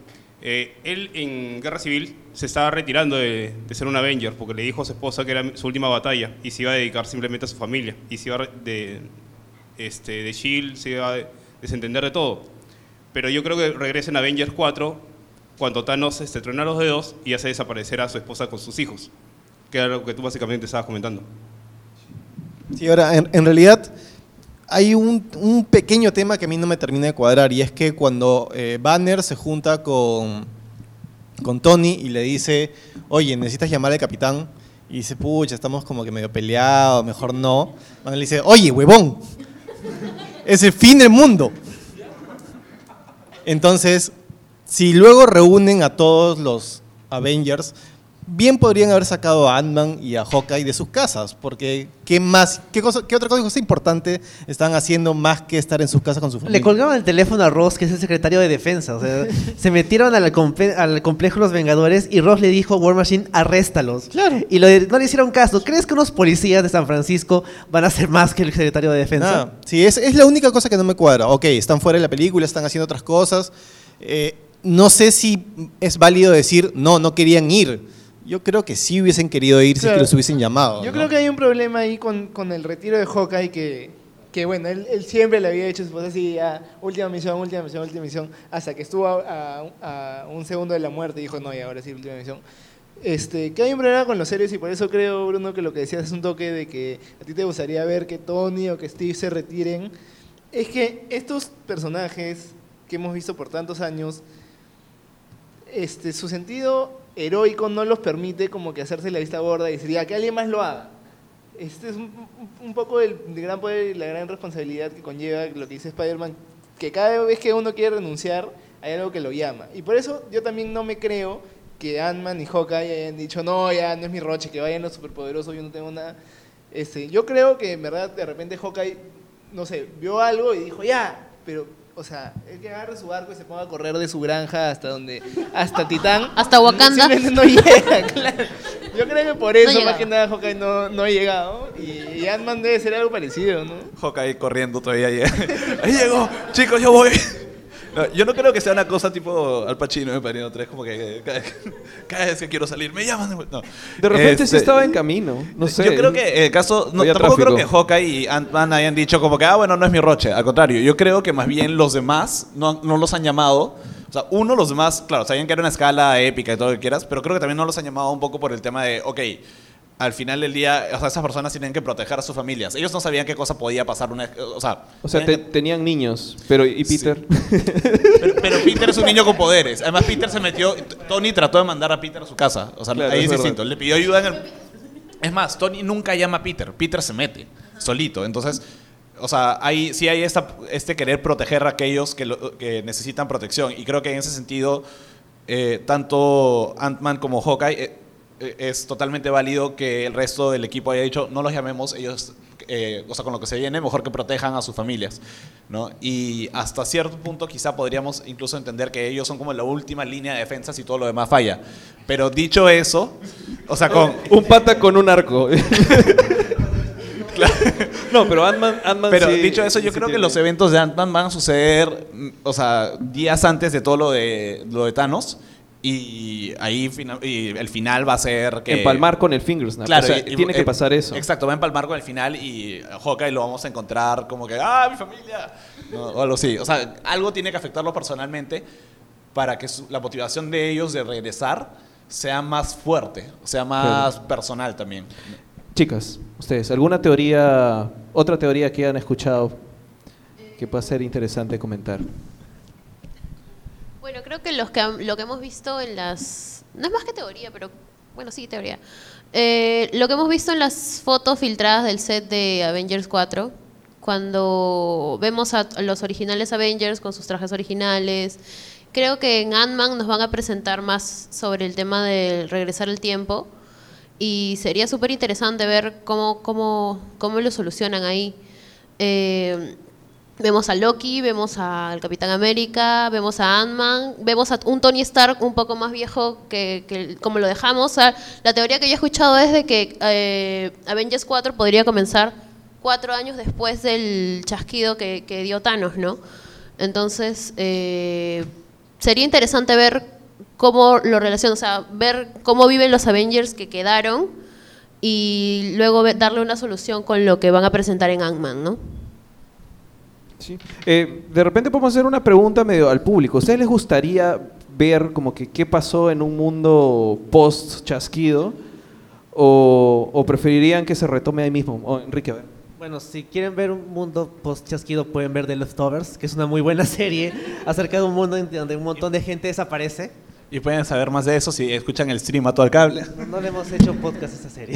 Él en Guerra Civil se estaba retirando de ser un Avenger porque le dijo a su esposa que era su última batalla y se iba a dedicar simplemente a su familia y se iba de S.H.I.E.L.D., se iba a desentender de todo. Pero yo creo que regresa en Avengers 4 cuando Thanos truena los dedos y hace desaparecer a su esposa con sus hijos, que era lo que tú básicamente estabas comentando. Sí, ahora, en realidad hay un pequeño tema que a mí no me termina de cuadrar, y es que cuando Banner se junta con Tony y le dice, oye, necesitas llamar al capitán, y dice, pucha, estamos como que medio peleados, mejor no. Banner le dice, oye, huevón, es el fin del mundo. Entonces, si luego reúnen a todos los Avengers, bien podrían haber sacado a Ant-Man y a Hawkeye de sus casas, porque ¿qué otra cosa importante están haciendo más que estar en sus casas con su familia? Le colgaban el teléfono a Ross, que es el secretario de Defensa. O sea, se metieron al complejo de los Vengadores y Ross le dijo a War Machine, arréstalos. Claro. Y no le hicieron caso. ¿Crees que unos policías de San Francisco van a hacer más que el secretario de Defensa? Sí, es la única cosa que no me cuadra. Ok, están fuera de la película, están haciendo otras cosas. No sé si es válido decir, no querían ir. Yo creo que sí hubiesen querido ir si es que los hubiesen llamado. Yo creo que hay un problema ahí con el retiro de Hawkeye que bueno, él siempre le había dicho a su esposa así, última misión, hasta que estuvo a un segundo de la muerte y dijo, no, y ahora sí, última misión. Que hay un problema con los héroes y por eso creo, Bruno, que lo que decías es un toque de que a ti te gustaría ver que Tony o que Steve se retiren. Es que estos personajes que hemos visto por tantos años, su sentido heroico no los permite como que hacerse la vista gorda y decir, ya, que alguien más lo haga. Es un poco el gran poder y la gran responsabilidad que conlleva lo que dice Spider-Man, que cada vez que uno quiere renunciar, hay algo que lo llama. Y por eso yo también no me creo que Ant-Man y Hawkeye hayan dicho, no, ya no es mi roche, que vayan los superpoderosos, yo no tengo nada. Yo creo que en verdad de repente Hawkeye, no sé, vio algo y dijo, ya, pero... O sea, el que agarre su barco y se ponga a correr de su granja hasta Titán. Hasta Wakanda. Simplemente no llega, claro. Yo creo que por eso, más que nada, Hawkeye no ha llegado. Y Ant-Man debe ser algo parecido, ¿no? Hawkeye corriendo todavía. Ahí llegó, chicos, yo voy. No, yo no creo que sea una cosa tipo Al Pacino en Padrino 3, como que cada vez que quiero salir me llaman. No. De repente sí estaba en camino, no sé. Yo creo que el caso, tampoco creo que Hawkeye y Ant-Man hayan dicho como que, bueno, no es mi roche. Al contrario, yo creo que más bien los demás no los han llamado. O sea, los demás, claro, sabían que era una escala épica y todo lo que quieras, pero creo que también no los han llamado un poco por el tema de, ok, al final del día, o sea, esas personas tienen que proteger a sus familias. Ellos no sabían qué cosa podía pasar. Tenían niños, pero ¿y Peter? Sí. Pero Peter es un niño con poderes. Además, Peter se metió... Tony trató de mandar a Peter a su casa. O sea, claro, ahí es distinto. Le pidió ayuda en el... Es más, Tony nunca llama a Peter. Peter se mete solito. Entonces, o sea, sí hay este querer proteger a aquellos que necesitan protección. Y creo que en ese sentido, tanto Ant-Man como Hawkeye... es totalmente válido que el resto del equipo haya dicho, no los llamemos, ellos, o sea, con lo que se viene, mejor que protejan a sus familias, ¿no? Y hasta cierto punto quizá podríamos incluso entender que ellos son como la última línea de defensa si todo lo demás falla. Pero dicho eso, o sea, con... Un pata con un arco. Claro. No, pero Ant-Man pero sí, dicho eso, yo creo que los eventos de Ant-Man van a suceder, o sea, días antes de todo lo de Thanos. Y ahí el final va a ser que... Empalmar con el Fingersnap. Claro, o sea, tiene que pasar eso. Exacto, va a empalmar con el final y Hawkeye lo vamos a encontrar como que ¡ah, mi familia! No, o algo así. O sea, algo tiene que afectarlo personalmente para que la motivación de ellos de regresar sea más fuerte, sea más personal también. Chicas, ustedes, ¿alguna otra teoría que hayan escuchado que pueda ser interesante comentar? Bueno, creo que lo que hemos visto en las... No es más que teoría, pero... Bueno, sí, teoría. Lo que hemos visto en las fotos filtradas del set de Avengers 4, cuando vemos a los originales Avengers con sus trajes originales, creo que en Ant-Man nos van a presentar más sobre el tema del regresar el tiempo y sería súper interesante ver cómo lo solucionan ahí. Vemos a Loki, vemos al Capitán América, vemos a Ant-Man, vemos a un Tony Stark un poco más viejo que como lo dejamos. O sea, la teoría que yo he escuchado es de que Avengers 4 podría comenzar 4 años después del chasquido que dio Thanos, ¿no? Entonces, sería interesante ver cómo lo relaciona, o sea, ver cómo viven los Avengers que quedaron y luego darle una solución con lo que van a presentar en Ant-Man, ¿no? Sí. De repente podemos hacer una pregunta medio al público. ¿A ustedes les gustaría ver como que qué pasó en un mundo post-chasquido o preferirían que se retome ahí mismo? Enrique, a ver. Bueno, si quieren ver un mundo post-chasquido pueden ver The Leftovers, que es una muy buena serie acerca de un mundo donde un montón de gente desaparece. Y pueden saber más de eso si escuchan el stream a todo el cable. No le hemos hecho podcast a esta serie.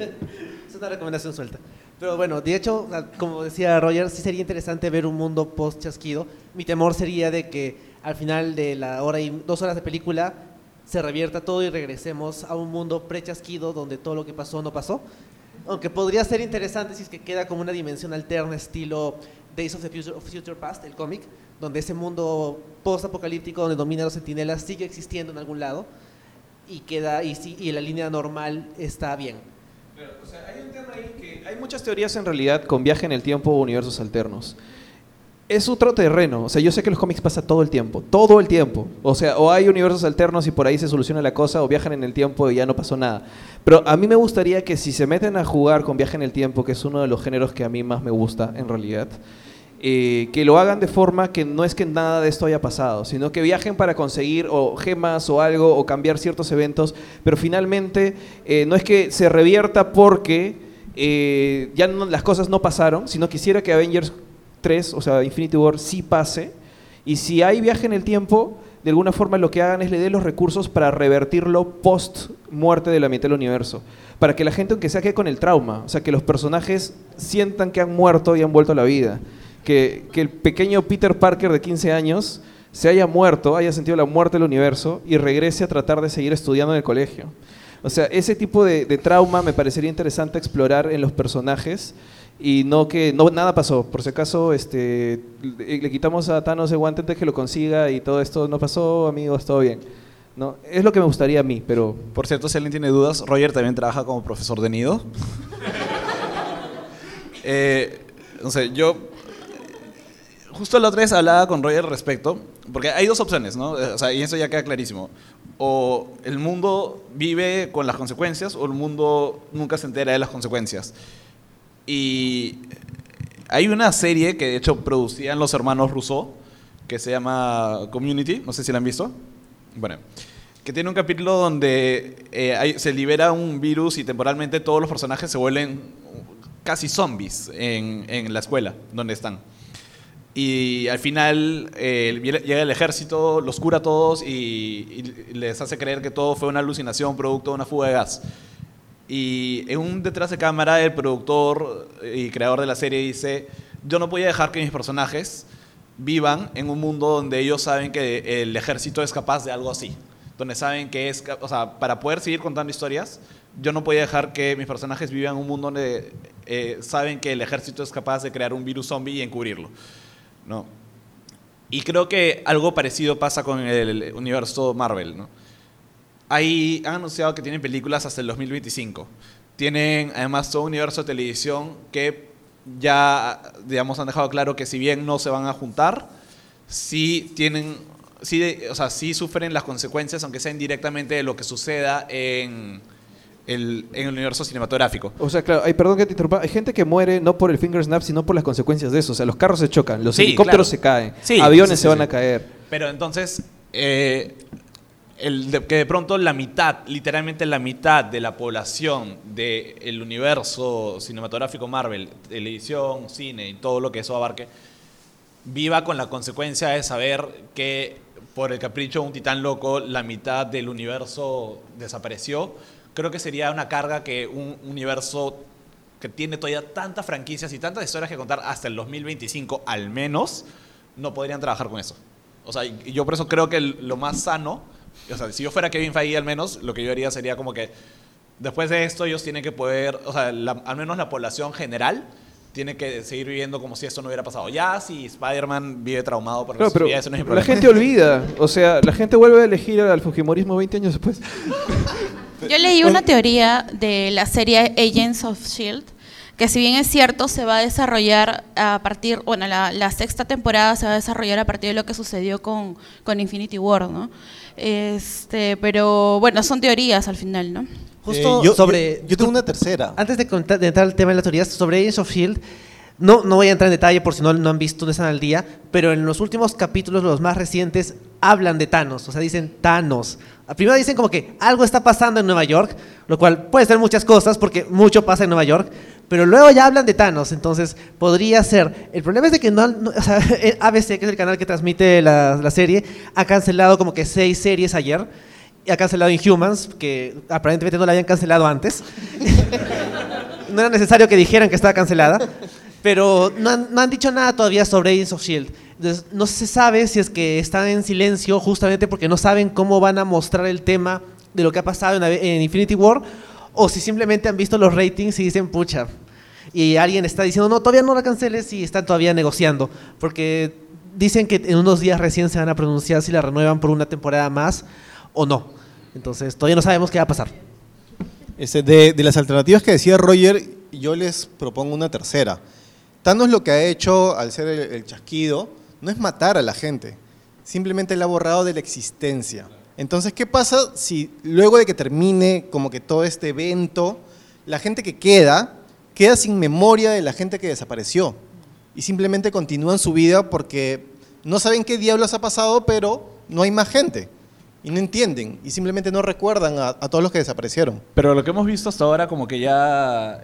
Es una recomendación suelta. Pero bueno, de hecho, como decía Roger, sí sería interesante ver un mundo post-chasquido. Mi temor sería de que al final de la hora y 2 horas de película se revierta todo y regresemos a un mundo pre-chasquido donde todo lo que pasó no pasó. Aunque podría ser interesante si es que queda como una dimensión alterna estilo Days of the Future Past, el cómic, donde ese mundo post-apocalíptico donde dominan los centinelas sigue existiendo en algún lado y queda y la línea normal está bien. O sea, hay un tema ahí que hay muchas teorías en realidad con viaje en el tiempo o universos alternos. Es otro terreno, o sea, yo sé que en los cómics pasa todo el tiempo, o sea, o hay universos alternos y por ahí se soluciona la cosa, o viajan en el tiempo y ya no pasó nada. Pero a mí me gustaría que si se meten a jugar con viaje en el tiempo, que es uno de los géneros que a mí más me gusta en realidad, que lo hagan de forma que no es que nada de esto haya pasado, sino que viajen para conseguir o gemas o algo, o cambiar ciertos eventos, pero finalmente no es que se revierta porque ya no, las cosas no pasaron, sino quisiera que Avengers 3, o sea, Infinity War, sí pase, y si hay viaje en el tiempo, de alguna forma lo que hagan es le den los recursos para revertirlo post muerte de la mitad del universo, para que la gente aunque sea quede con el trauma, o sea, que los personajes sientan que han muerto y han vuelto a la vida, que el pequeño Peter Parker de 15 años se haya muerto, haya sentido la muerte del universo y regrese a tratar de seguir estudiando en el colegio. O sea, ese tipo de trauma me parecería interesante explorar en los personajes. Y no que nada pasó, por si acaso le quitamos a Thanos el guante antes que lo consiga y todo esto no pasó, amigos, todo bien. No, es lo que me gustaría a mí, pero... Por cierto, si alguien tiene dudas, Roger también trabaja como profesor de nido. No sé, yo justo la otra vez hablaba con Roger al respecto, porque hay 2 opciones, ¿no? O sea, y eso ya queda clarísimo. O el mundo vive con las consecuencias o el mundo nunca se entera de las consecuencias. Y hay una serie que de hecho producían los hermanos Rousseau que se llama Community, no sé si la han visto. Bueno, que tiene un capítulo donde se libera un virus y temporalmente todos los personajes se vuelven casi zombies en la escuela donde están. Y al final llega el ejército, los cura a todos y les hace creer que todo fue una alucinación producto de una fuga de gas. Y en un detrás de cámara el productor y creador de la serie dice: yo no voy a dejar que mis personajes vivan en un mundo donde ellos saben que el ejército es capaz de algo así, donde saben que o sea, para poder seguir contando historias, yo no voy a dejar que mis personajes vivan en un mundo donde saben que el ejército es capaz de crear un virus zombie y encubrirlo, ¿no? Y creo que algo parecido pasa con el universo Marvel, ¿no? Han anunciado que tienen películas hasta el 2025. Tienen además todo un universo de televisión que ya, digamos, han dejado claro que si bien no se van a juntar, sí sufren las consecuencias, aunque sea indirectamente, de lo que suceda en el universo cinematográfico. O sea, claro, perdón que te interrumpa, hay gente que muere no por el finger snap, sino por las consecuencias de eso. O sea, los carros se chocan, los helicópteros se caen, aviones se van a caer. Pero entonces... que de pronto literalmente la mitad de la población del universo cinematográfico Marvel, televisión, cine y todo lo que eso abarque, viva con la consecuencia de saber que por el capricho de un titán loco la mitad del universo desapareció. Creo que sería una carga que un universo que tiene todavía tantas franquicias y tantas historias que contar hasta el 2025 al menos, no podrían trabajar con eso. O sea, y yo por eso creo que lo más sano, o sea, si yo fuera Kevin Feige al menos, lo que yo haría sería como que después de esto ellos tienen que poder, o sea, al menos la población general tiene que seguir viviendo como si esto no hubiera pasado. Ya si Spider-Man vive traumado por pero eso no es mi problema. La gente olvida, o sea, la gente vuelve a elegir al fujimorismo 20 años después. Yo leí una teoría de la serie Agents of S.H.I.E.L.D. que si bien es cierto, se va a desarrollar a partir, bueno, la sexta temporada se va a desarrollar a partir de lo que sucedió con Infinity War, ¿no? Pero bueno, son teorías al final, ¿no? Justo yo tengo una tercera. Antes de entrar al tema de las teorías, sobre Agents of S.H.I.E.L.D., no voy a entrar en detalle por si no han visto, no están al día, pero en los últimos capítulos, los más recientes, hablan de Thanos, o sea, dicen Thanos. Primero dicen como que algo está pasando en Nueva York, lo cual puede ser muchas cosas, porque mucho pasa en Nueva York, pero luego ya hablan de Thanos, entonces podría ser. El problema es de que o sea, ABC, que es el canal que transmite la serie, ha cancelado como que 6 series ayer, y ha cancelado Inhumans, que aparentemente no la habían cancelado antes. No era necesario que dijeran que estaba cancelada. Pero no han dicho nada todavía sobre Agents of S.H.I.E.L.D. Entonces, no se sabe si es que están en silencio justamente porque no saben cómo van a mostrar el tema de lo que ha pasado en Infinity War, o si simplemente han visto los ratings y dicen, pucha, y alguien está diciendo, no, todavía no la canceles, y están todavía negociando, porque dicen que en unos días recién se van a pronunciar si la renuevan por una temporada más o no. Entonces, todavía no sabemos qué va a pasar. De las alternativas que decía Roger, yo les propongo una tercera. Thanos lo que ha hecho al ser el chasquido no es matar a la gente, simplemente la ha borrado de la existencia. Entonces, ¿qué pasa si luego de que termine como que todo este evento, la gente que queda sin memoria de la gente que desapareció y simplemente continúan su vida porque no saben qué diablos ha pasado, pero no hay más gente y no entienden y simplemente no recuerdan a todos los que desaparecieron? Pero lo que hemos visto hasta ahora como que ya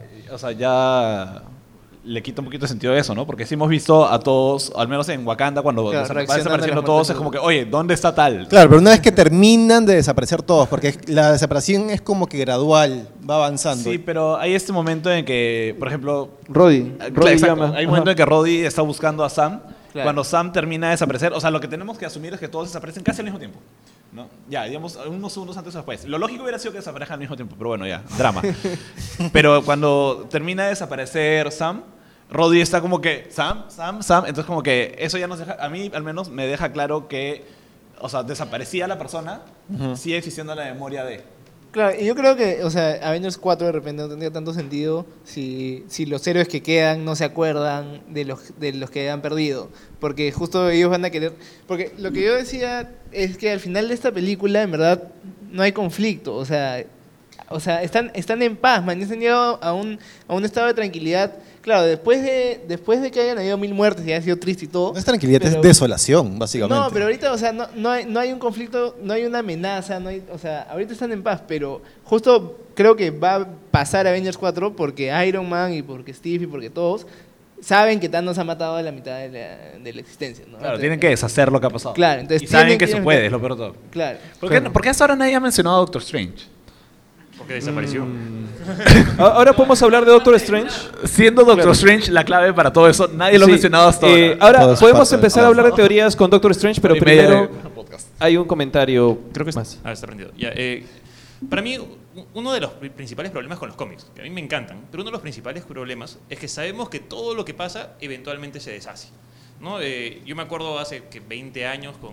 le quita un poquito de sentido a eso, ¿no? Porque sí hemos visto a todos, al menos en Wakanda, cuando van desapareciendo todos, es como que, oye, ¿dónde está tal? Claro, pero una vez que terminan de desaparecer todos, porque la desaparición es como que gradual, va avanzando. Sí, pero hay este momento en que, por ejemplo... Roddy llama. Hay un momento en que Roddy está buscando a Sam. Claro. Cuando Sam termina de desaparecer, o sea, lo que tenemos que asumir es que todos desaparecen casi al mismo tiempo, ¿no? Ya, digamos, unos segundos antes o después. Lo lógico hubiera sido que desaparezcan al mismo tiempo, pero bueno, ya, drama. Pero cuando termina de desaparecer Sam, Roddy está como que, Sam, entonces como que eso ya nos deja, a mí al menos me deja claro que, o sea, desaparecía la persona, sigue existiendo la memoria de... Claro, y yo creo que, o sea, Avengers 4 de repente no tendría tanto sentido si los héroes que quedan no se acuerdan de los que han perdido. Porque justo ellos van a querer... Porque lo que yo decía es que al final de esta película, en verdad, no hay conflicto. O sea están en paz, man. Se han llegado a un estado de tranquilidad. Claro, después de que hayan habido 1000 muertes y haya sido triste y todo... No es tranquilidad, es desolación, básicamente. No, pero ahorita, o sea, no hay un conflicto, no hay una amenaza, o sea, ahorita están en paz, pero justo creo que va a pasar Avengers 4 porque Iron Man y porque Steve y porque todos saben que Thanos ha matado a la mitad de la existencia, ¿no? Claro, entonces, tienen que deshacer lo que ha pasado. Claro, entonces y saben que se puede, es lo peor de todo. Claro. ¿Por qué hasta ahora nadie ha mencionado a Doctor Strange? Porque desapareció. Ahora podemos hablar de Doctor Strange. Siendo Doctor Strange la clave para todo eso, nadie lo ha mencionado hasta ahora. Ahora podemos empezar a hablar de teorías con Doctor Strange, pero primero hay un comentario. Creo que más. Está prendido. Ya, para mí, uno de los principales problemas con los cómics, que a mí me encantan, pero uno de los principales problemas es que sabemos que todo lo que pasa eventualmente se deshace, ¿no? Yo me acuerdo hace 20 años con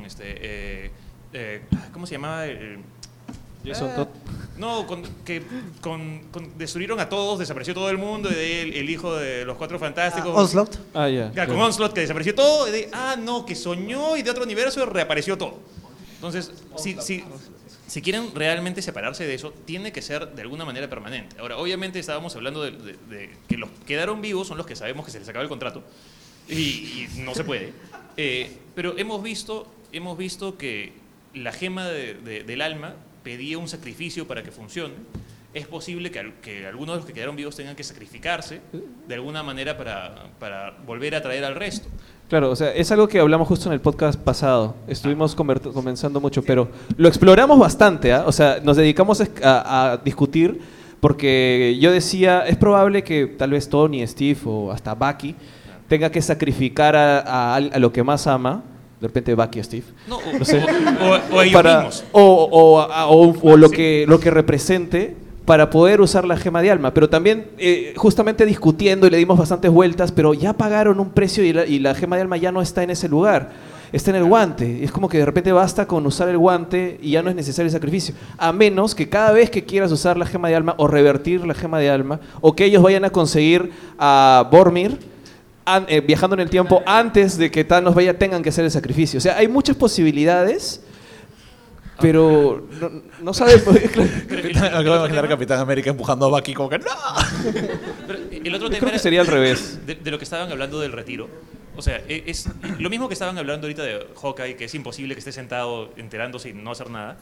¿cómo se llamaba? Jason Todd. No, destruyeron a todos, desapareció todo el mundo, el hijo de los Cuatro Fantásticos. Onslaught. Con Onslaught, que desapareció todo, que soñó y de otro universo reapareció todo. Entonces, si quieren realmente separarse de eso, tiene que ser de alguna manera permanente. Ahora, obviamente estábamos hablando de que los que quedaron vivos son los que sabemos que se les acaba el contrato y no se puede. Pero hemos visto que la gema del alma pedía un sacrificio para que funcione. Es posible que algunos de los que quedaron vivos tengan que sacrificarse de alguna manera para volver a traer al resto. Claro, o sea, es algo que hablamos justo en el podcast pasado. Estuvimos conversando mucho, pero lo exploramos bastante, ¿eh? O sea, nos dedicamos a discutir porque yo decía, es probable que tal vez Tony, Steve o hasta Bucky tenga que sacrificar a lo que más ama. De repente Bucky o Steve. No, no sé. o ellos mismos. O lo que represente para poder usar la gema de alma. Pero también, justamente discutiendo y le dimos bastantes vueltas, pero ya pagaron un precio y la gema de alma ya no está en ese lugar. está en el guante. Es como que de repente basta con usar el guante y ya no es necesario el sacrificio. A menos que cada vez que quieras usar la gema de alma o revertir la gema de alma, o que ellos vayan a conseguir a Boromir viajando en el tiempo antes de que Thanos tengan que hacer el sacrificio. O sea, hay muchas posibilidades, pero no sabemos. Acabo de imaginar a Capitán América empujando a Bucky como que ¡no! Pero el otro Yo tema creo que sería al revés. de lo que estaban hablando del retiro. O sea, es lo mismo que estaban hablando ahorita de Hawkeye, que es imposible que esté sentado enterándose y no hacer nada.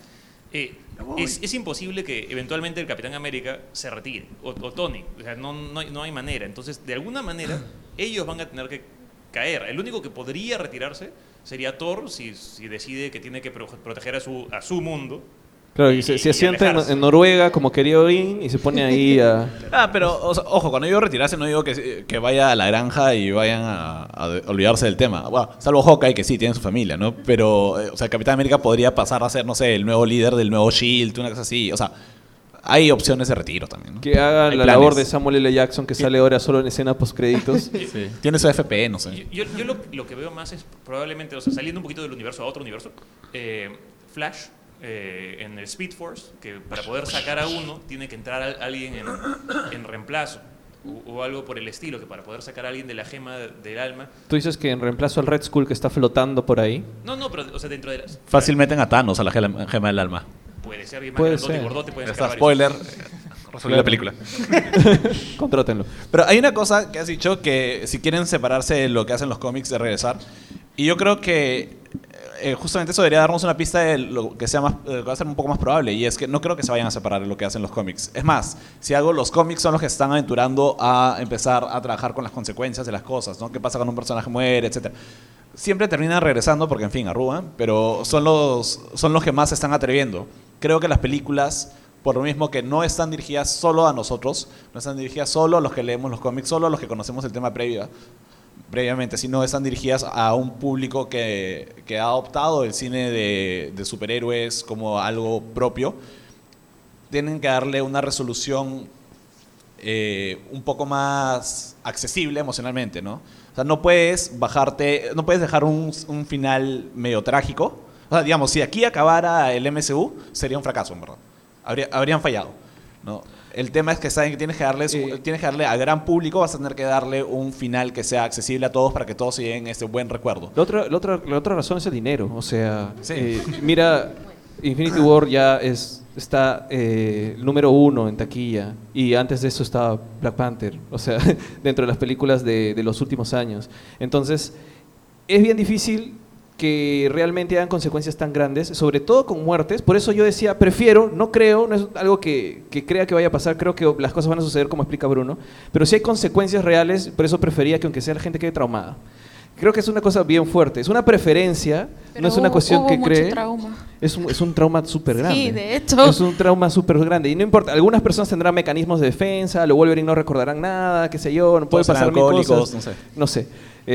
Es imposible que eventualmente el Capitán América se retire, o Tony. O sea, no hay manera. Entonces, de alguna manera, ellos van a tener que caer. El único que podría retirarse sería Thor si decide que tiene que proteger a su mundo. Claro, y se asienta en Noruega como quería Odín y se pone ahí a... pero ojo, cuando digo retirarse no digo que vaya a la granja y vayan a olvidarse del tema. Bueno, salvo Hawkeye, que sí, tiene su familia, ¿no? Pero, o sea, Capitán América podría pasar a ser, no sé, el nuevo líder del nuevo S.H.I.E.L.D., una cosa así. O sea, hay opciones de retiro también, ¿no? Que haga la labor de Samuel L. Jackson, que sale ahora solo en escena postcréditos. Sí. Tiene su FP, no sé. Yo lo que veo más es probablemente, o sea, saliendo un poquito del universo a otro universo, Flash... en el Speed Force, que para poder sacar a uno tiene que entrar alguien en reemplazo o algo por el estilo, que para poder sacar a alguien de la gema del alma. ¿Tú dices que en reemplazo al Red Skull que está flotando por ahí? No, pero o sea, dentro de las... Fácil meten a Thanos a la gema del alma. Puede ser bien más grandote y gordote, pueden sacar varios. Spoiler, resolví la película. Contrátenlo. Pero hay una cosa que has dicho, que si quieren separarse de lo que hacen los cómics, de regresar. Y yo creo que justamente eso debería darnos una pista de lo que va a ser un poco más probable, y es que no creo que se vayan a separar de lo que hacen los cómics. Es más, los cómics son los que se están aventurando a empezar a trabajar con las consecuencias de las cosas, ¿no? ¿Qué pasa cuando un personaje muere, etcétera? Siempre terminan regresando porque, en fin, arrugan, pero son los que más se están atreviendo. Creo que las películas, por lo mismo que no están dirigidas solo a nosotros, no están dirigidas solo a los que leemos los cómics, solo a los que conocemos el tema previamente, sino están dirigidas a un público que ha adoptado el cine de superhéroes como algo propio. Tienen que darle una resolución un poco más accesible emocionalmente, ¿no? O sea, no puedes dejar un final medio trágico. O sea, digamos, si aquí acabara el MCU, sería un fracaso, en verdad. Habrían fallado, ¿no? El tema es que saben que tienes que darle a gran público, vas a tener que darle un final que sea accesible a todos para que todos se lleven este buen recuerdo. La otra razón es el dinero. O sea, sí. Mira, Infinity War ya está número 1 en taquilla, y antes de eso estaba Black Panther, o sea, dentro de las películas de los últimos años. Entonces, es bien difícil que realmente hagan consecuencias tan grandes, sobre todo con muertes. Por eso yo decía, no es algo que crea que vaya a pasar, creo que las cosas van a suceder como explica Bruno, pero si hay consecuencias reales, por eso prefería que aunque sea la gente quede traumada. Creo que es una cosa bien fuerte, es una preferencia, pero no es una cuestión que cree. Es un trauma súper grande. Sí, de hecho. Es un trauma súper grande. Y no importa, algunas personas tendrán mecanismos de defensa, los Wolverine no recordarán nada, qué sé yo, no puede pasar mil cosas. No sé.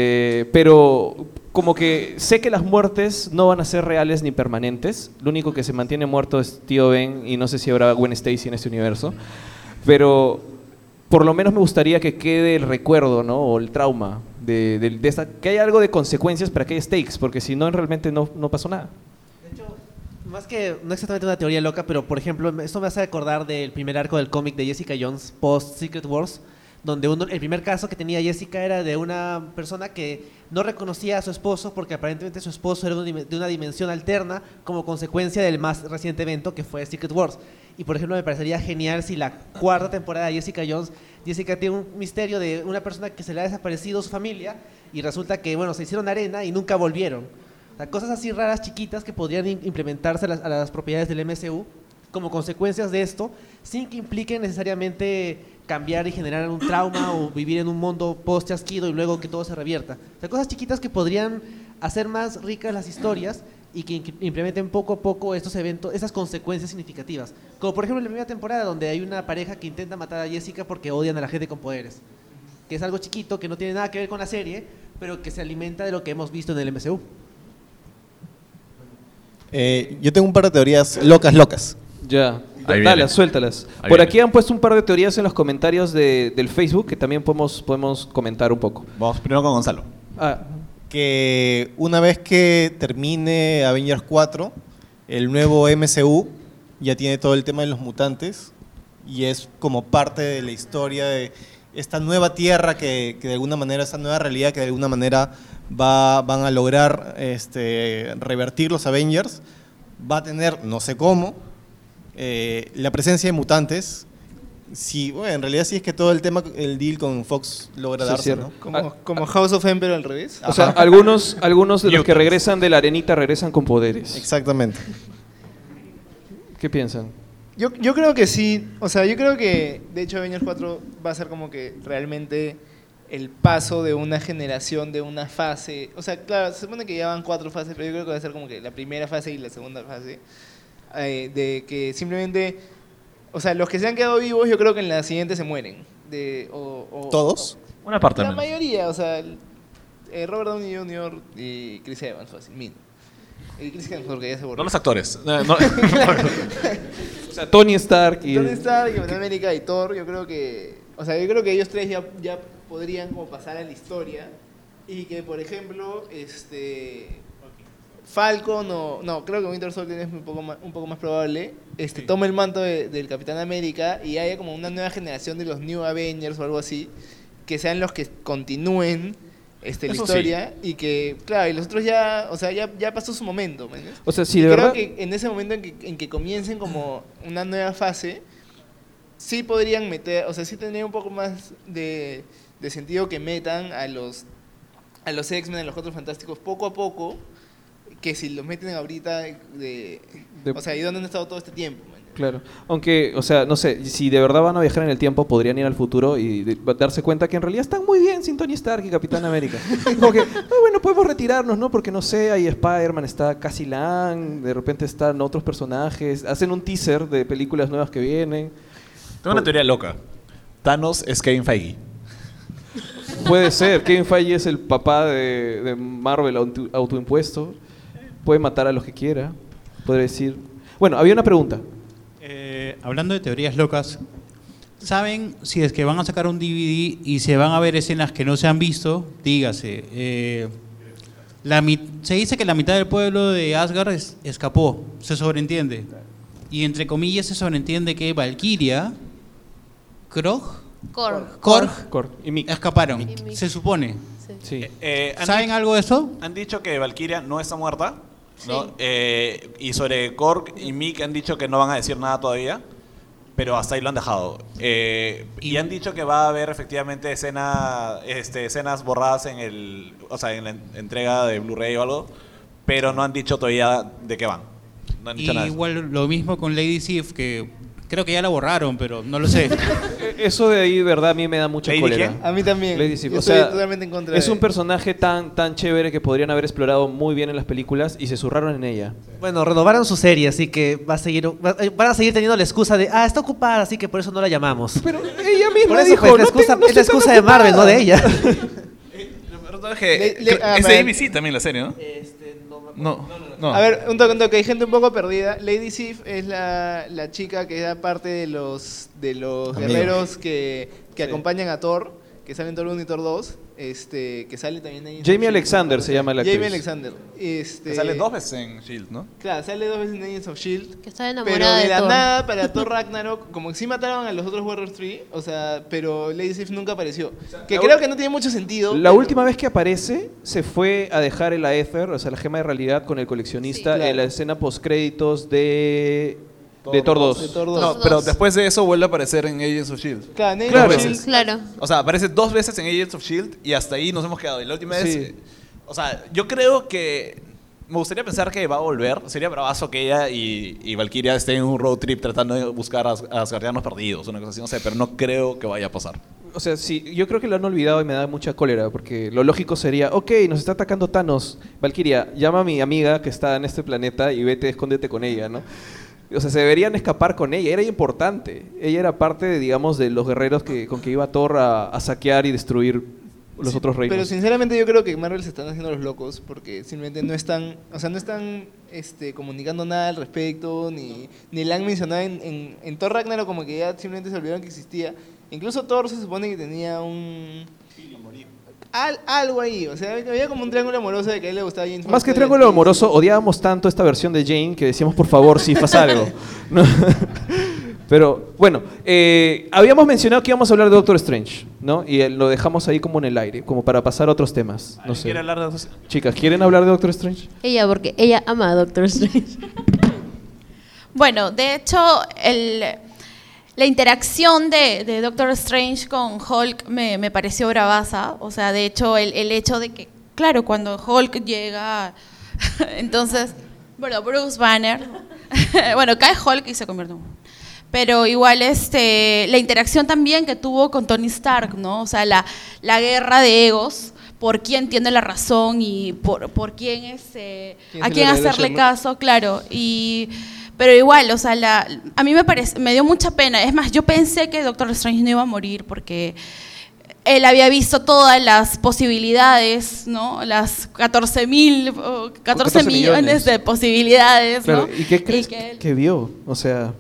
Pero como que sé que las muertes no van a ser reales ni permanentes. Lo único que se mantiene muerto es Tío Ben, y no sé si habrá Gwen Stacy en este universo. Pero por lo menos me gustaría que quede el recuerdo, ¿no? O el trauma de esta, que haya algo de consecuencias para que haya stakes, porque si no, realmente no pasó nada. De hecho, más que, no exactamente una teoría loca, pero por ejemplo, esto me hace acordar del primer arco del cómic de Jessica Jones post Secret Wars, donde el primer caso que tenía Jessica era de una persona que no reconocía a su esposo porque aparentemente su esposo era de una dimensión alterna como consecuencia del más reciente evento que fue Secret Wars. Y por ejemplo, me parecería genial si la cuarta temporada de Jessica Jones, Jessica tiene un misterio de una persona que se le ha desaparecido su familia y resulta que, bueno, se hicieron arena y nunca volvieron. O sea, cosas así raras, chiquitas, que podrían implementarse a las propiedades del MCU como consecuencias de esto, sin que impliquen necesariamente cambiar y generar un trauma o vivir en un mundo post-chasquido y luego que todo se revierta. O sea, cosas chiquitas que podrían hacer más ricas las historias y que implementen poco a poco estos eventos, esas consecuencias significativas. Como por ejemplo en la primera temporada, donde hay una pareja que intenta matar a Jessica porque odian a la gente con poderes. Que es algo chiquito, que no tiene nada que ver con la serie, pero que se alimenta de lo que hemos visto en el MCU. Yo tengo un par de teorías locas. Ya, suéltalas. Por aquí han puesto un par de teorías en los comentarios del Facebook que también podemos comentar un poco. Vamos primero con Gonzalo. que una vez que termine Avengers 4, el nuevo MCU ya tiene todo el tema de los mutantes y es como parte de la historia de esta nueva tierra que de alguna manera, esta nueva realidad que de alguna manera van a lograr revertir los Avengers. Va a tener, no sé cómo, la presencia de mutantes. Sí, bueno, en realidad sí es que todo el tema, el deal con Fox logra Se darse, cierra. ¿no? Como House of M, pero al revés. O sea, algunos de los que regresan de la arenita regresan con poderes. Exactamente. ¿Qué piensan? Yo creo que sí, o sea, yo creo que de hecho Avengers 4 va a ser como que realmente el paso de una generación, de una fase. O sea, claro, se supone que ya van 4 fases, pero yo creo que va a ser como que la primera fase y la segunda fase. De que simplemente, o sea, los que se han quedado vivos, yo creo que en la siguiente se mueren. ¿Todos? Una parte La al menos. mayoría, o sea, Robert Downey Jr. y Chris Evans, fácil. Y Chris Evans, porque ya se borró. No los actores. O sea, Tony Stark y... Tony Stark, Capitán América y Thor, yo creo que ellos tres ya podrían como pasar a la historia y que, por ejemplo, Falcon no, creo que Winter Soldier es un poco más probable, tome el manto del Capitán América y haya como una nueva generación de los New Avengers o algo así, que sean los que continúen la Eso historia y que, claro, y los otros ya, o sea, ya pasó su momento, ¿me entiendes? O sea, si Y de creo verdad... que en ese momento en que comiencen como una nueva fase, sí podrían meter, o sea, sí tendría un poco más de sentido que metan a los X-Men, a los Cuatro Fantásticos poco a poco, que si los meten ahorita o sea, ¿y dónde han estado todo este tiempo? Man? Claro, aunque, o sea, no sé, si de verdad van a viajar en el tiempo, podrían ir al futuro y darse cuenta que en realidad están muy bien sin Tony Stark y Capitán América. Como que, bueno, podemos retirarnos, ¿no? Porque no sé, ahí Spider-Man, está Cassie Lang, de repente están otros personajes, hacen un teaser de películas nuevas que vienen. Tengo una teoría loca. Thanos es Kevin Feige. Puede ser, Kevin Feige es el papá de Marvel autoimpuesto, puede matar a los que quiera, podría decir... Bueno, había una pregunta. Hablando de teorías locas, ¿saben si es que van a sacar un DVD y se van a ver escenas que no se han visto? Dígase, se dice que la mitad del pueblo de Asgard escapó, se sobreentiende. Y entre comillas se sobreentiende que Valkyria, Korg y Mick escaparon, Y Mick. se supone. Sí. ¿Saben algo de eso? Han dicho que Valkyria no está muerta, ¿no? Y sobre Korg y Mick han dicho que no van a decir nada todavía, pero hasta ahí lo han dejado. Y han dicho que va a haber efectivamente escenas borradas en la entrega de Blu-ray o algo, pero no han dicho todavía de qué van. No han dicho nada. Igual lo mismo con Lady Sif, que creo que ya la borraron, pero no lo sé. Eso de ahí, verdad, a mí me da mucha ¿Lady cólera. quién? A mí también. Lady Sif. Yo O sea, estoy totalmente en contra es de... un personaje tan chévere que podrían haber explorado muy bien en las películas y se zurraron en ella. Bueno, renovaron su serie, así que van a seguir teniendo la excusa de, está ocupada, así que por eso no la llamamos. Pero ella misma Por eso, dijo, pues, la "No excusa, tengo- no es la estoy tan excusa de Marvel, no ocupada". de ella. Es de ABC también la serie, ¿no? No. A ver, un toque, hay gente un poco perdida. Lady Sif es la chica que da parte de los guerreros que acompañan a Thor, que salen Thor 1 y Thor 2, que sale también ahí. Jamie Alexander se llama la actriz. Jamie Alexander. Que sale 2 veces en S.H.I.E.L.D., ¿no? Claro, sale 2 veces en Agents of S.H.I.E.L.D. Que está Pero enamorada de de la Thor. nada para Thor Ragnarok, como que sí mataron a los otros Warriors 3, o sea, pero Lady Sif nunca apareció. Que la creo ul- que no tiene mucho sentido. La pero- última vez que aparece se fue a dejar el Aether, o sea, la gema de realidad con el coleccionista Sí, claro. en la escena postcréditos de Thor 2. De Thor 2. No, pero después de eso vuelve a aparecer en Agents of S.H.I.E.L.D. Claro, en Agents Claro. of S.H.I.E.L.D. Claro. O sea, aparece 2 veces en Agents of S.H.I.E.L.D. y hasta ahí nos hemos quedado. Y la última vez... Sí. O sea, yo creo que... Me gustaría pensar que va a volver. Sería bravazo que ella y Valkyria estén en un road trip tratando de buscar a asgardianos perdidos, una cosa así, no sé, pero no creo que vaya a pasar. O sea, sí, yo creo que lo han olvidado y me da mucha cólera, porque lo lógico sería, ok, nos está atacando Thanos, Valkyria, llama a mi amiga que está en este planeta y vete, escóndete con ella, ¿no? O sea, se deberían escapar con ella, era importante. Ella era parte, digamos, de los guerreros con que iba Thor a saquear y destruir los otros reinos. Pero sinceramente yo creo que Marvel se están haciendo los locos porque simplemente no están comunicando nada al respecto, ni la han mencionado en Thor Ragnarok, como que ya simplemente se olvidaron que existía. Incluso Thor se supone que tenía un... algo ahí, o sea, había como un triángulo amoroso de que a él le gustaba Jane Más que Foster. triángulo amoroso, odiábamos tanto esta versión de Jane que decíamos, por favor, sí, haz algo. ¿No? Pero, bueno, habíamos mencionado que íbamos a hablar de Doctor Strange, ¿no? Y lo dejamos ahí como en el aire, como para pasar a otros temas. No sé. ¿Quiere hablar de Chicas, ¿quieren hablar de Doctor Strange? Ella, porque ella ama a Doctor Strange. Bueno, de hecho, la interacción de Doctor Strange con Hulk me pareció bravaza. O sea, de hecho, el hecho de que, claro, cuando Hulk llega, entonces, bueno, Bruce Banner, bueno, cae Hulk y se convierte en... Pero igual la interacción también que tuvo con Tony Stark, ¿no? O sea, la guerra de egos, por quién tiene la razón y por quién a quién hacerle caso, claro. Pero igual, o sea, a mí me dio mucha pena. Es más, yo pensé que Doctor Strange no iba a morir porque él había visto todas las posibilidades, ¿no? Las 14 millones de posibilidades, Claro, ¿no? ¿y qué crees que vio? O sea,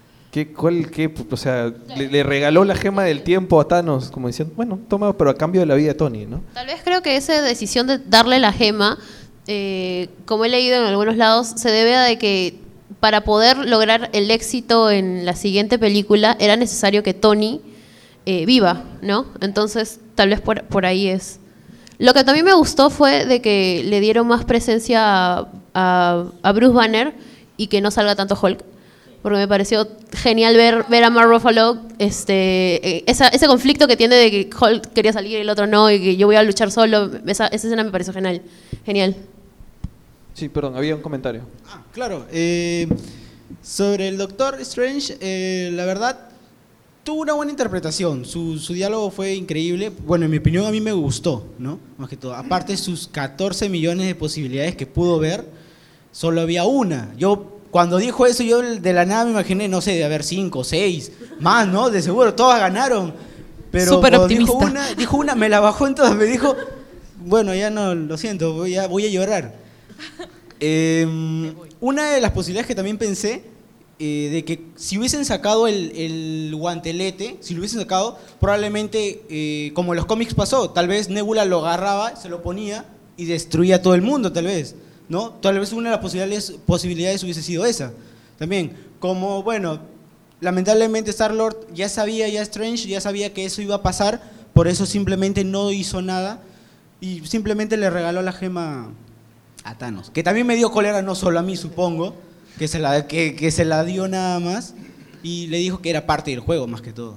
le regaló la gema del tiempo a Thanos, como diciendo, bueno, toma, pero a cambio de la vida de Tony, ¿no? Tal vez creo que esa decisión de darle la gema, como he leído en algunos lados, se debe a de que para poder lograr el éxito en la siguiente película era necesario que Tony viva, ¿no? Entonces, tal vez por ahí es. Lo que también me gustó fue de que le dieron más presencia a Bruce Banner y que no salga tanto Hulk, porque me pareció genial ver a Mark Ruffalo ese conflicto que tiene de que Hulk quería salir y el otro no, y que yo voy a luchar solo. Esa escena me pareció genial. Sí, perdón, había un comentario. Claro, sobre el Doctor Strange, la verdad, tuvo una buena interpretación, su diálogo fue increíble, bueno, en mi opinión a mí me gustó, ¿no? Más que todo, aparte sus 14 millones de posibilidades que pudo ver, solo había una. Cuando dijo eso, yo de la nada me imaginé, no sé, de haber 5 o 6, más, ¿no? De seguro, todas ganaron. Pero súper optimista. Dijo una, me la bajó en todas, me dijo, bueno, ya no, lo siento, voy a llorar. Una de las posibilidades que también pensé, de que si hubiesen sacado el guantelete, si lo hubiesen sacado, probablemente, como en los cómics pasó, tal vez Nebula lo agarraba, se lo ponía y destruía a todo el mundo, tal vez, ¿no? Tal vez una de las posibilidades hubiese sido esa. También, como, bueno, lamentablemente Star-Lord Strange ya sabía que eso iba a pasar, por eso simplemente no hizo nada y simplemente le regaló la gema a Thanos, que también me dio cólera, no solo a mí, supongo, que se la dio nada más y le dijo que era parte del juego más que todo.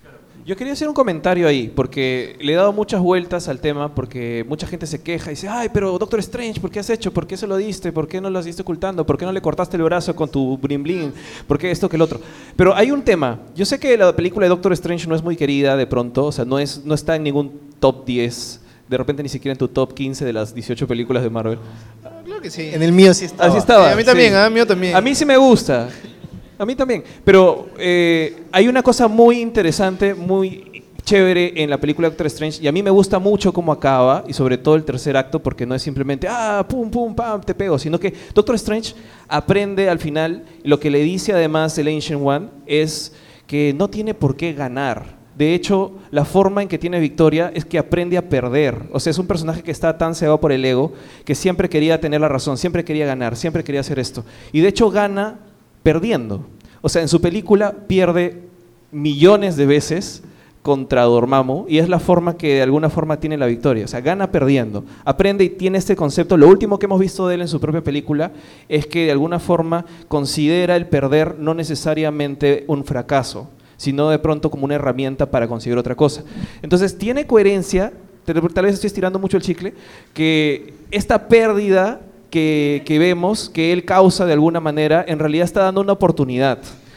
Yo quería hacer un comentario ahí, porque le he dado muchas vueltas al tema, porque mucha gente se queja y dice, ay, pero Doctor Strange, ¿por qué has hecho? ¿Por qué se lo diste? ¿Por qué no lo diste ocultando? ¿Por qué no le cortaste el brazo con tu bling bling? ¿Por qué esto que el otro? Pero hay un tema. Yo sé que la película de Doctor Strange no es muy querida de pronto, o sea, no está en ningún top 10, de repente ni siquiera en tu top 15 de las 18 películas de Marvel. Claro que sí. En el mío sí estaba. Así estaba. A mí también, sí. a mí también. A mí sí me gusta. A mí también. Pero hay una cosa muy interesante, muy chévere en la película Doctor Strange, y a mí me gusta mucho cómo acaba, y sobre todo el tercer acto, porque no es simplemente, pum, pum, pam, te pego, sino que Doctor Strange aprende al final, lo que le dice además el Ancient One, es que no tiene por qué ganar. De hecho, la forma en que tiene victoria es que aprende a perder. O sea, es un personaje que está tan cegado por el ego que siempre quería tener la razón, siempre quería ganar, siempre quería hacer esto. Y de hecho gana perdiendo. O sea, en su película pierde millones de veces contra Dormammu y es la forma que de alguna forma tiene la victoria. O sea, gana perdiendo. Aprende y tiene este concepto. Lo último que hemos visto de él en su propia película es que de alguna forma considera el perder no necesariamente un fracaso, sino de pronto como una herramienta para conseguir otra cosa. Entonces, tiene coherencia, tal vez estoy estirando mucho el chicle, que esta pérdida que vemos, que él causa de alguna manera, en realidad está dando una oportunidad.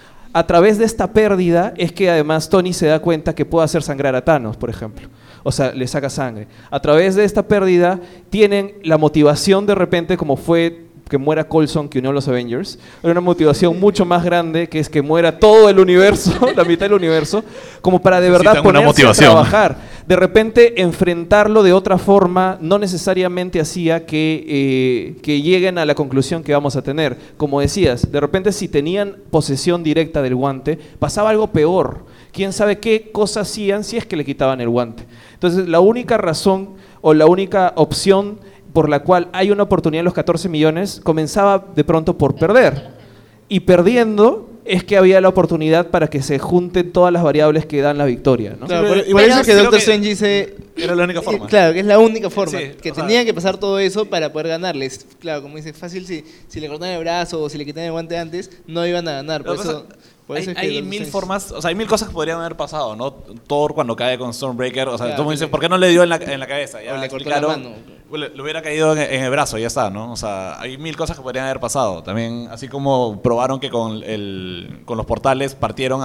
A través de esta pérdida es que además Tony se da cuenta que puede hacer sangrar a Thanos, por ejemplo. O sea, le saca sangre. A través de esta pérdida tienen la motivación de repente, como fue que muera Coulson, que unió a los Avengers, era una motivación mucho más grande, que es que muera todo el universo, la mitad del universo, como para de verdad ponerse a trabajar. de repente enfrentarlo de otra forma no necesariamente hacía que lleguen a la conclusión que vamos a tener. Como decías, de repente si tenían posesión directa del guante, pasaba algo peor. ¿Quién sabe qué cosas hacían si es que le quitaban el guante? Entonces, la única razón o la única opción por la cual hay una oportunidad en los 14 millones comenzaba de pronto por perder. Y perdiendo es que había la oportunidad para que se junten todas las variables que dan la victoria, ¿no? Claro, por eso es que Doctor Strange dice... Era la única forma. Claro, que es la única forma. Sí, que tenía que pasar todo eso para poder ganarles. Claro, como dice, fácil si le cortaban el brazo o si le quitaban el guante antes, no iban a ganar. Por eso es que hay Doctor mil Strange- formas, o sea, hay mil cosas que podrían haber pasado, ¿no? Thor cuando cae con Stormbreaker, o sea, Claro, todo el mundo dice, ¿por qué no le dio en la cabeza? Ya O le cortó la explicaron, mano. Le hubiera caído en el brazo, ya está, ¿no? O sea, hay mil cosas que podrían haber pasado. También, así como probaron que con los portales partieron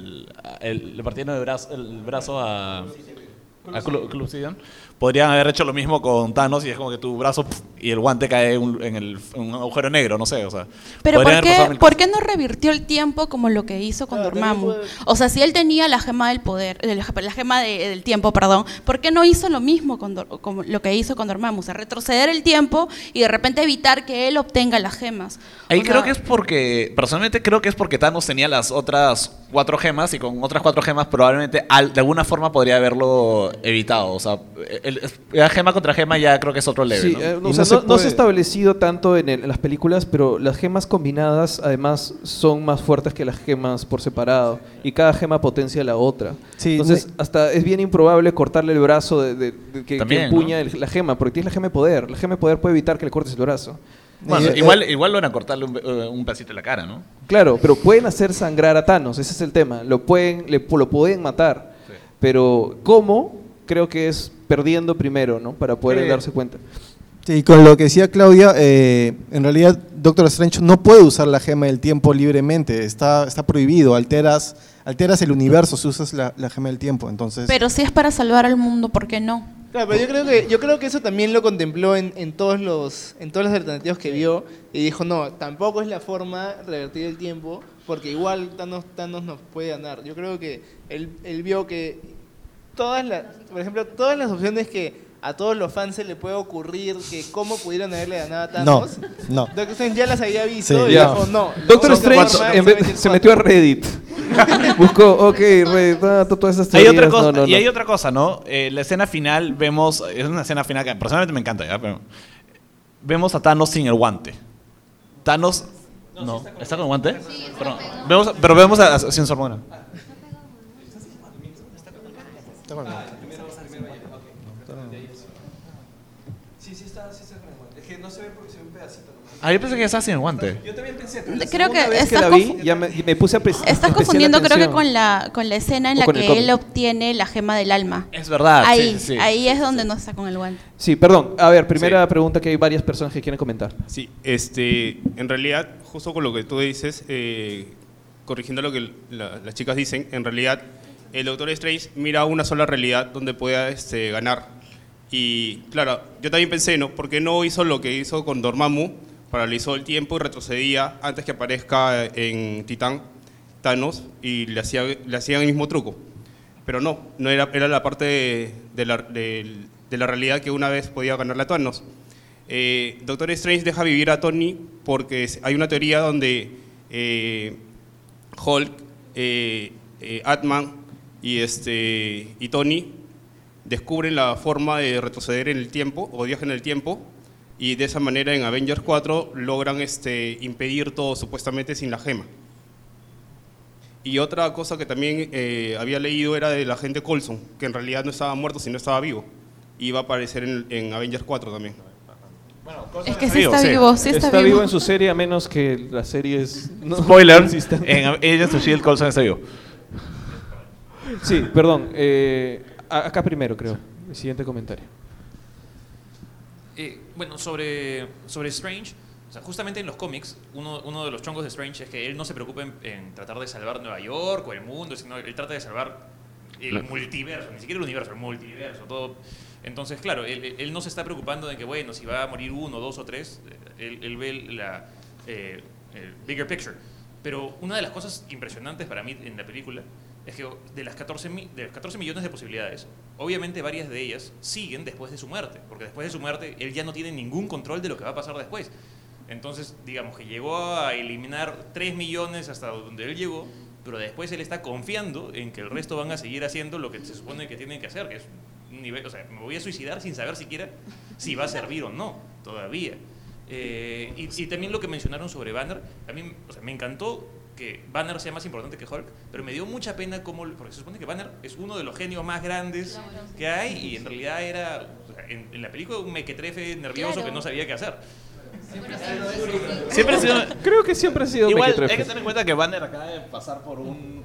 le partieron el brazo a Club Obsidian. Podrían haber hecho lo mismo con Thanos y es como que tu brazo y el guante cae en un agujero negro, no sé, o sea. Pero podrían haber pasado mil ¿por qué no revirtió el tiempo como lo que hizo con Dormammu? O sea, si él tenía la gema del poder, la gema del tiempo, perdón, ¿por qué no hizo lo mismo como lo que hizo con Dormammu? O sea, retroceder el tiempo y de repente evitar que él obtenga las gemas. Ahí O creo sea, que es porque, personalmente creo que es porque Thanos tenía las otras 4 gemas y con otras 4 gemas probablemente de alguna forma podría haberlo evitado. O sea, la gema contra gema ya creo que es otro level, Sí, ¿no? o sea, no se ha establecido tanto en las películas, pero las gemas combinadas además son más fuertes que las gemas por separado y cada gema potencia a la otra. Sí, Entonces, hasta es bien improbable cortarle el brazo que También, empuña la gema, porque tienes la gema de poder. La gema de poder puede evitar que le cortes el brazo. Bueno, igual van a cortarle un pedacito de la cara, ¿no? Claro, pero pueden hacer sangrar a Thanos, ese es el tema. Lo pueden matar, Sí. pero ¿cómo? Creo que es perdiendo primero, ¿no? Para poder Sí. darse cuenta. Sí, con lo que decía Claudia, en realidad Doctor Strange no puede usar la gema del tiempo libremente, está prohibido, alteras el universo si usas la gema del tiempo, entonces... Pero si es para salvar al mundo, ¿por qué no? Claro, pero yo creo que eso también lo contempló en todas las alternativas que vio y dijo, no, tampoco es la forma revertir el tiempo porque igual Thanos nos puede ganar. Yo creo que él vio que por ejemplo, todas las opciones que a todos los fans se le puede ocurrir que cómo pudieron haberle ganado a Thanos, No. Doctor Strange ya las había visto Sí, y ya. dijo, no. Doctor no, Strange se metió a Reddit. Buscó, Reddit, todas esas Hay teorías. otra cosa, No. y hay otra cosa, ¿no? La escena final es una escena final que personalmente me encanta, ¿ya? Pero vemos a Thanos sin el guante. Thanos... No, ¿está con el guante? Sí, pero vemos a sin Sorbona. Sí está con el guante. Es que no se ve porque se ve un pedacito. Ah, yo pensé que ya estaba sin el guante. Yo también pensé, Creo que vez que estás la vi, ya me puse a Estás confundiendo creo que con la escena en O la con el que cómic. él obtiene la gema del alma. Es verdad, Ahí, sí. ahí es donde no está con el guante. Sí, perdón. A ver, primera pregunta que hay varias personas que quieren comentar. Sí, en realidad, justo con lo que tú dices, corrigiendo lo que las chicas dicen, en realidad el Doctor Strange mira una sola realidad donde pueda ganar. Y claro, yo también pensé, ¿no? ¿Por qué no hizo lo que hizo con Dormammu? Paralizó el tiempo y retrocedía antes que aparezca en Titán Thanos y le hacían el mismo truco. Pero no era la parte de la realidad que una vez podía ganarle a Thanos. Doctor Strange deja vivir a Tony porque hay una teoría donde Hulk, Ant-Man y Tony descubren la forma de retroceder en el tiempo o viajar en el tiempo y de esa manera en Avengers 4 logran impedir todo supuestamente sin la gema. Y otra cosa que también había leído era del agente Coulson, que en realidad no estaba muerto sino estaba vivo y va a aparecer en Avengers 4 también. Es que sí está vivo, sí está vivo vivo en su serie, a menos que la serie es... Spoiler, en Agents of S.H.I.E.L.D. Coulson está vivo. Sí, perdón. Acá primero, creo. El siguiente comentario. Bueno, sobre Strange, o sea, justamente en los cómics, uno de los troncos de Strange es que él no se preocupa en tratar de salvar Nueva York o el mundo, sino él trata de salvar el multiverso, ni siquiera el universo, el multiverso, todo. Entonces, claro, él no se está preocupando de que, bueno, si va a morir 1, 2 o 3, él ve el bigger picture. Pero una de las cosas impresionantes para mí en la película es que de las 14 millones de posibilidades, obviamente varias de ellas siguen después de su muerte, porque después de su muerte él ya no tiene ningún control de lo que va a pasar después. Entonces, digamos que llegó a eliminar 3 millones hasta donde él llegó, pero después él está confiando en que el resto van a seguir haciendo lo que se supone que tienen que hacer, que es un nivel, o sea, me voy a suicidar sin saber siquiera si va a servir o no, todavía. Y también lo que mencionaron sobre Banner, a mí, o sea, me encantó que Banner sea más importante que Hulk, pero me dio mucha pena porque se supone que Banner es uno de los genios más grandes que hay y en realidad era, o sea, en la película, un mequetrefe nervioso que no sabía qué hacer. Siempre ha sido, creo que siempre ha sido igual mequetrefe. hay que tener en cuenta que Banner acaba de pasar por un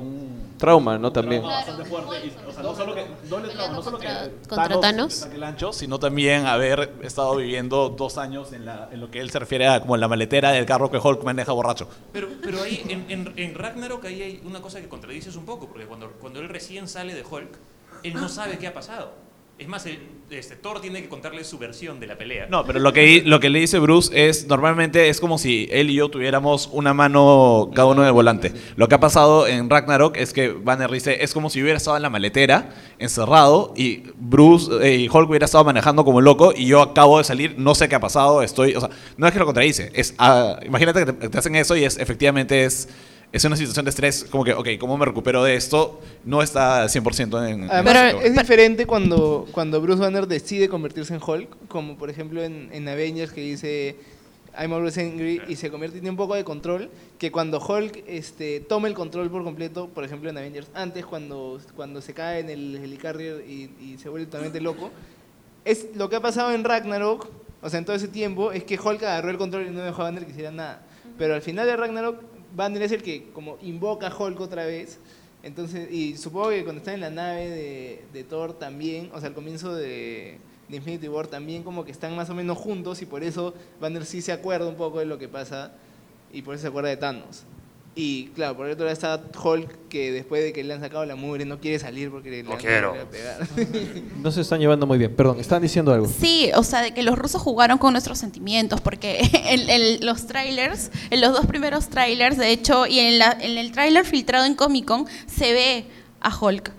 trauma, ¿no? También. Trauma bastante fuerte. O sea, no solo que doble trauma, no solo que contra Thanos. saque el ancho, sino también haber estado viviendo 2 años en lo que él se refiere a como en la maletera del carro que Hulk maneja borracho. Pero ahí en Ragnarok ahí hay una cosa que contradices un poco, porque cuando él recién sale de Hulk, él no sabe qué ha pasado. Es más, Thor tiene que contarle su versión de la pelea. No, pero lo que le dice Bruce es, normalmente es como si él y yo tuviéramos una mano cada uno en el volante. Lo que ha pasado en Ragnarok es que Banner dice, es como si hubiera estado en la maletera, encerrado, y Bruce y Hulk hubiera estado manejando como loco, y yo acabo de salir, no sé qué ha pasado, o sea, no es que lo contradice, imagínate que te hacen eso y efectivamente es una situación de estrés, como que, ok, ¿cómo me recupero de esto? No está 100% en... Además, es diferente cuando Bruce Banner decide convertirse en Hulk, como por ejemplo en Avengers, que dice I'm always angry y se convierte y tiene un poco de control, que cuando Hulk toma el control por completo, por ejemplo en Avengers, antes cuando se cae en el helicarrier y se vuelve totalmente loco, es lo que ha pasado en Ragnarok, o sea, en todo ese tiempo, es que Hulk agarró el control y no dejó a Banner que hiciera nada. Pero al final de Ragnarok, Banner es el que como invoca a Hulk otra vez. Entonces, y supongo que cuando está en la nave de Thor también, o sea, al comienzo de Infinity War también como que están más o menos juntos y por eso Banner sí se acuerda un poco de lo que pasa y por eso se acuerda de Thanos. Y claro, por otro lado está Hulk, que después de que le han sacado la mugre no quiere salir porque le van a pegar. No se están llevando muy bien. Perdón, ¿están diciendo algo? Sí, o sea, de que los rusos jugaron con nuestros sentimientos, porque los trailers, en los 2 primeros trailers, de hecho, y en el trailer filtrado en Comic Con, se ve a Hulk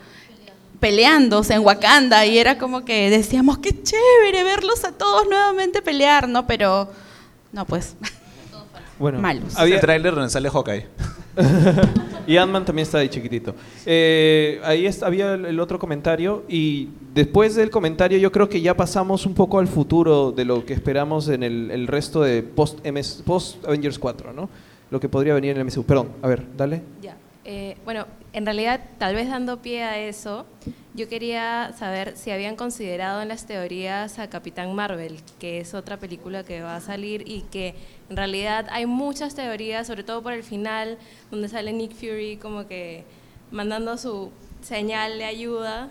peleándose en Wakanda, y era como que decíamos, qué chévere verlos a todos nuevamente pelear, ¿no? Pero, no, pues... Bueno, malos. Había el tráiler donde sale Hawkeye. Y Ant-Man también está ahí chiquitito. Ahí había el otro comentario y después del comentario yo creo que ya pasamos un poco al futuro de lo que esperamos en el resto de post Avengers 4, ¿no? Lo que podría venir en el MCU. Perdón, a ver, dale. Ya. Bueno, en realidad, tal vez dando pie a eso, yo quería saber si habían considerado en las teorías a Capitán Marvel, que es otra película que va a salir y que en realidad hay muchas teorías, sobre todo por el final, donde sale Nick Fury como que mandando su señal de ayuda.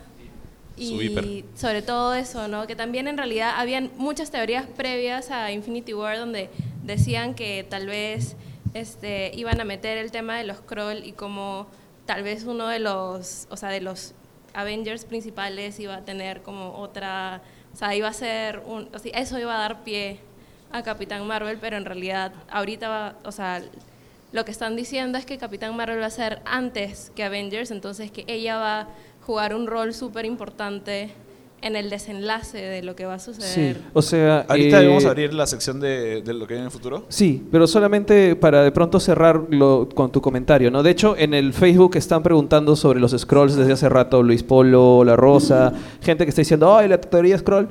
Y sobre todo eso, ¿no? Que también en realidad habían muchas teorías previas a Infinity War donde decían que tal vez iban a meter el tema de los Skrull y como tal vez uno de los Avengers principales iba a tener como otra, o sea, iba a ser eso iba a dar pie a Capitán Marvel, pero en realidad ahorita lo que están diciendo es que Capitán Marvel va a ser antes que Avengers, entonces que ella va a jugar un rol súper importante en el desenlace de lo que va a suceder. Sí, o sea... Ahorita vamos a abrir la sección de lo que viene en el futuro. Sí, pero solamente para de pronto cerrarlo con tu comentario, ¿no? De hecho, en el Facebook están preguntando sobre los Skrulls desde hace rato, Luis Polo, La Rosa, gente que está diciendo, ¡ay, la teoría Skrull!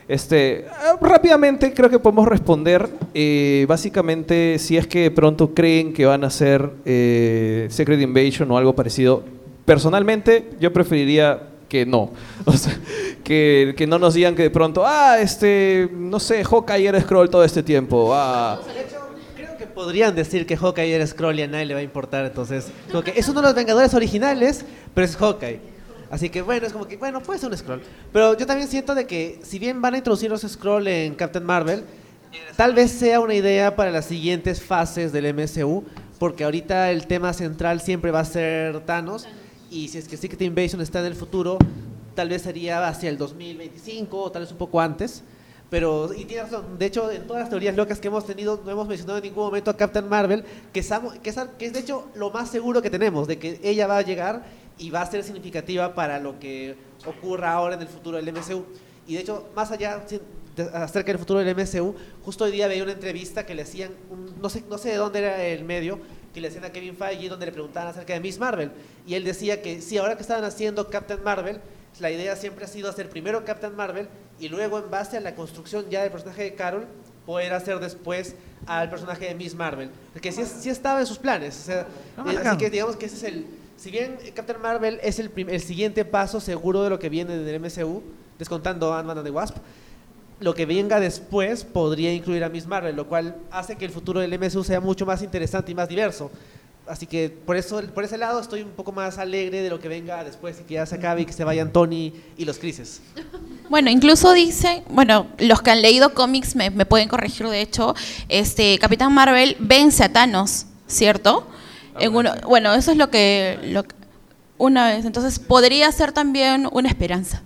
Rápidamente creo que podemos responder, básicamente, si es que de pronto creen que van a hacer Secret Invasion o algo parecido. Personalmente, yo preferiría que no, o sea, que no nos digan que de pronto, no sé, Hawkeye era Skrull todo este tiempo. De hecho, creo que podrían decir que Hawkeye era Skrull y a nadie le va a importar, entonces, como que es uno de los Vengadores originales, pero es Hawkeye. Así que bueno, es como que, bueno, puede ser un Skrull. Pero yo también siento de que, si bien van a introducir los Skrull en Captain Marvel, tal vez sea una idea para las siguientes fases del MCU, porque ahorita el tema central siempre va a ser Thanos. Y si es que Secret Invasion está en el futuro, tal vez sería hacia el 2025 o tal vez un poco antes. Pero, y tienes razón, de hecho, en todas las teorías locas que hemos tenido, no hemos mencionado en ningún momento a Captain Marvel, que es de hecho lo más seguro que tenemos, de que ella va a llegar y va a ser significativa para lo que ocurra ahora en el futuro del MCU. Y de hecho, más allá, acerca del futuro del MCU, justo hoy día veía una entrevista que le hacían, no sé de dónde era el medio, que le hacían a Kevin Feige, donde le preguntaban acerca de Miss Marvel. Y él decía que sí, ahora que estaban haciendo Captain Marvel, la idea siempre ha sido hacer primero Captain Marvel y luego, en base a la construcción ya del personaje de Carol, poder hacer después al personaje de Miss Marvel. Porque sí estaba en sus planes. O sea, así que digamos que ese es el... Si bien Captain Marvel es el siguiente paso seguro de lo que viene del MCU, descontando Ant-Man and the Wasp, lo que venga después podría incluir a Miss Marvel, lo cual hace que el futuro del MCU sea mucho más interesante y más diverso. Así que por ese lado estoy un poco más alegre de lo que venga después y que ya se acabe y que se vayan Tony y los Crises. Bueno, incluso dicen, bueno, los que han leído cómics me pueden corregir, de hecho, Capitán Marvel vence a Thanos, ¿cierto? Bueno, eso es lo que una vez, entonces podría ser también una esperanza.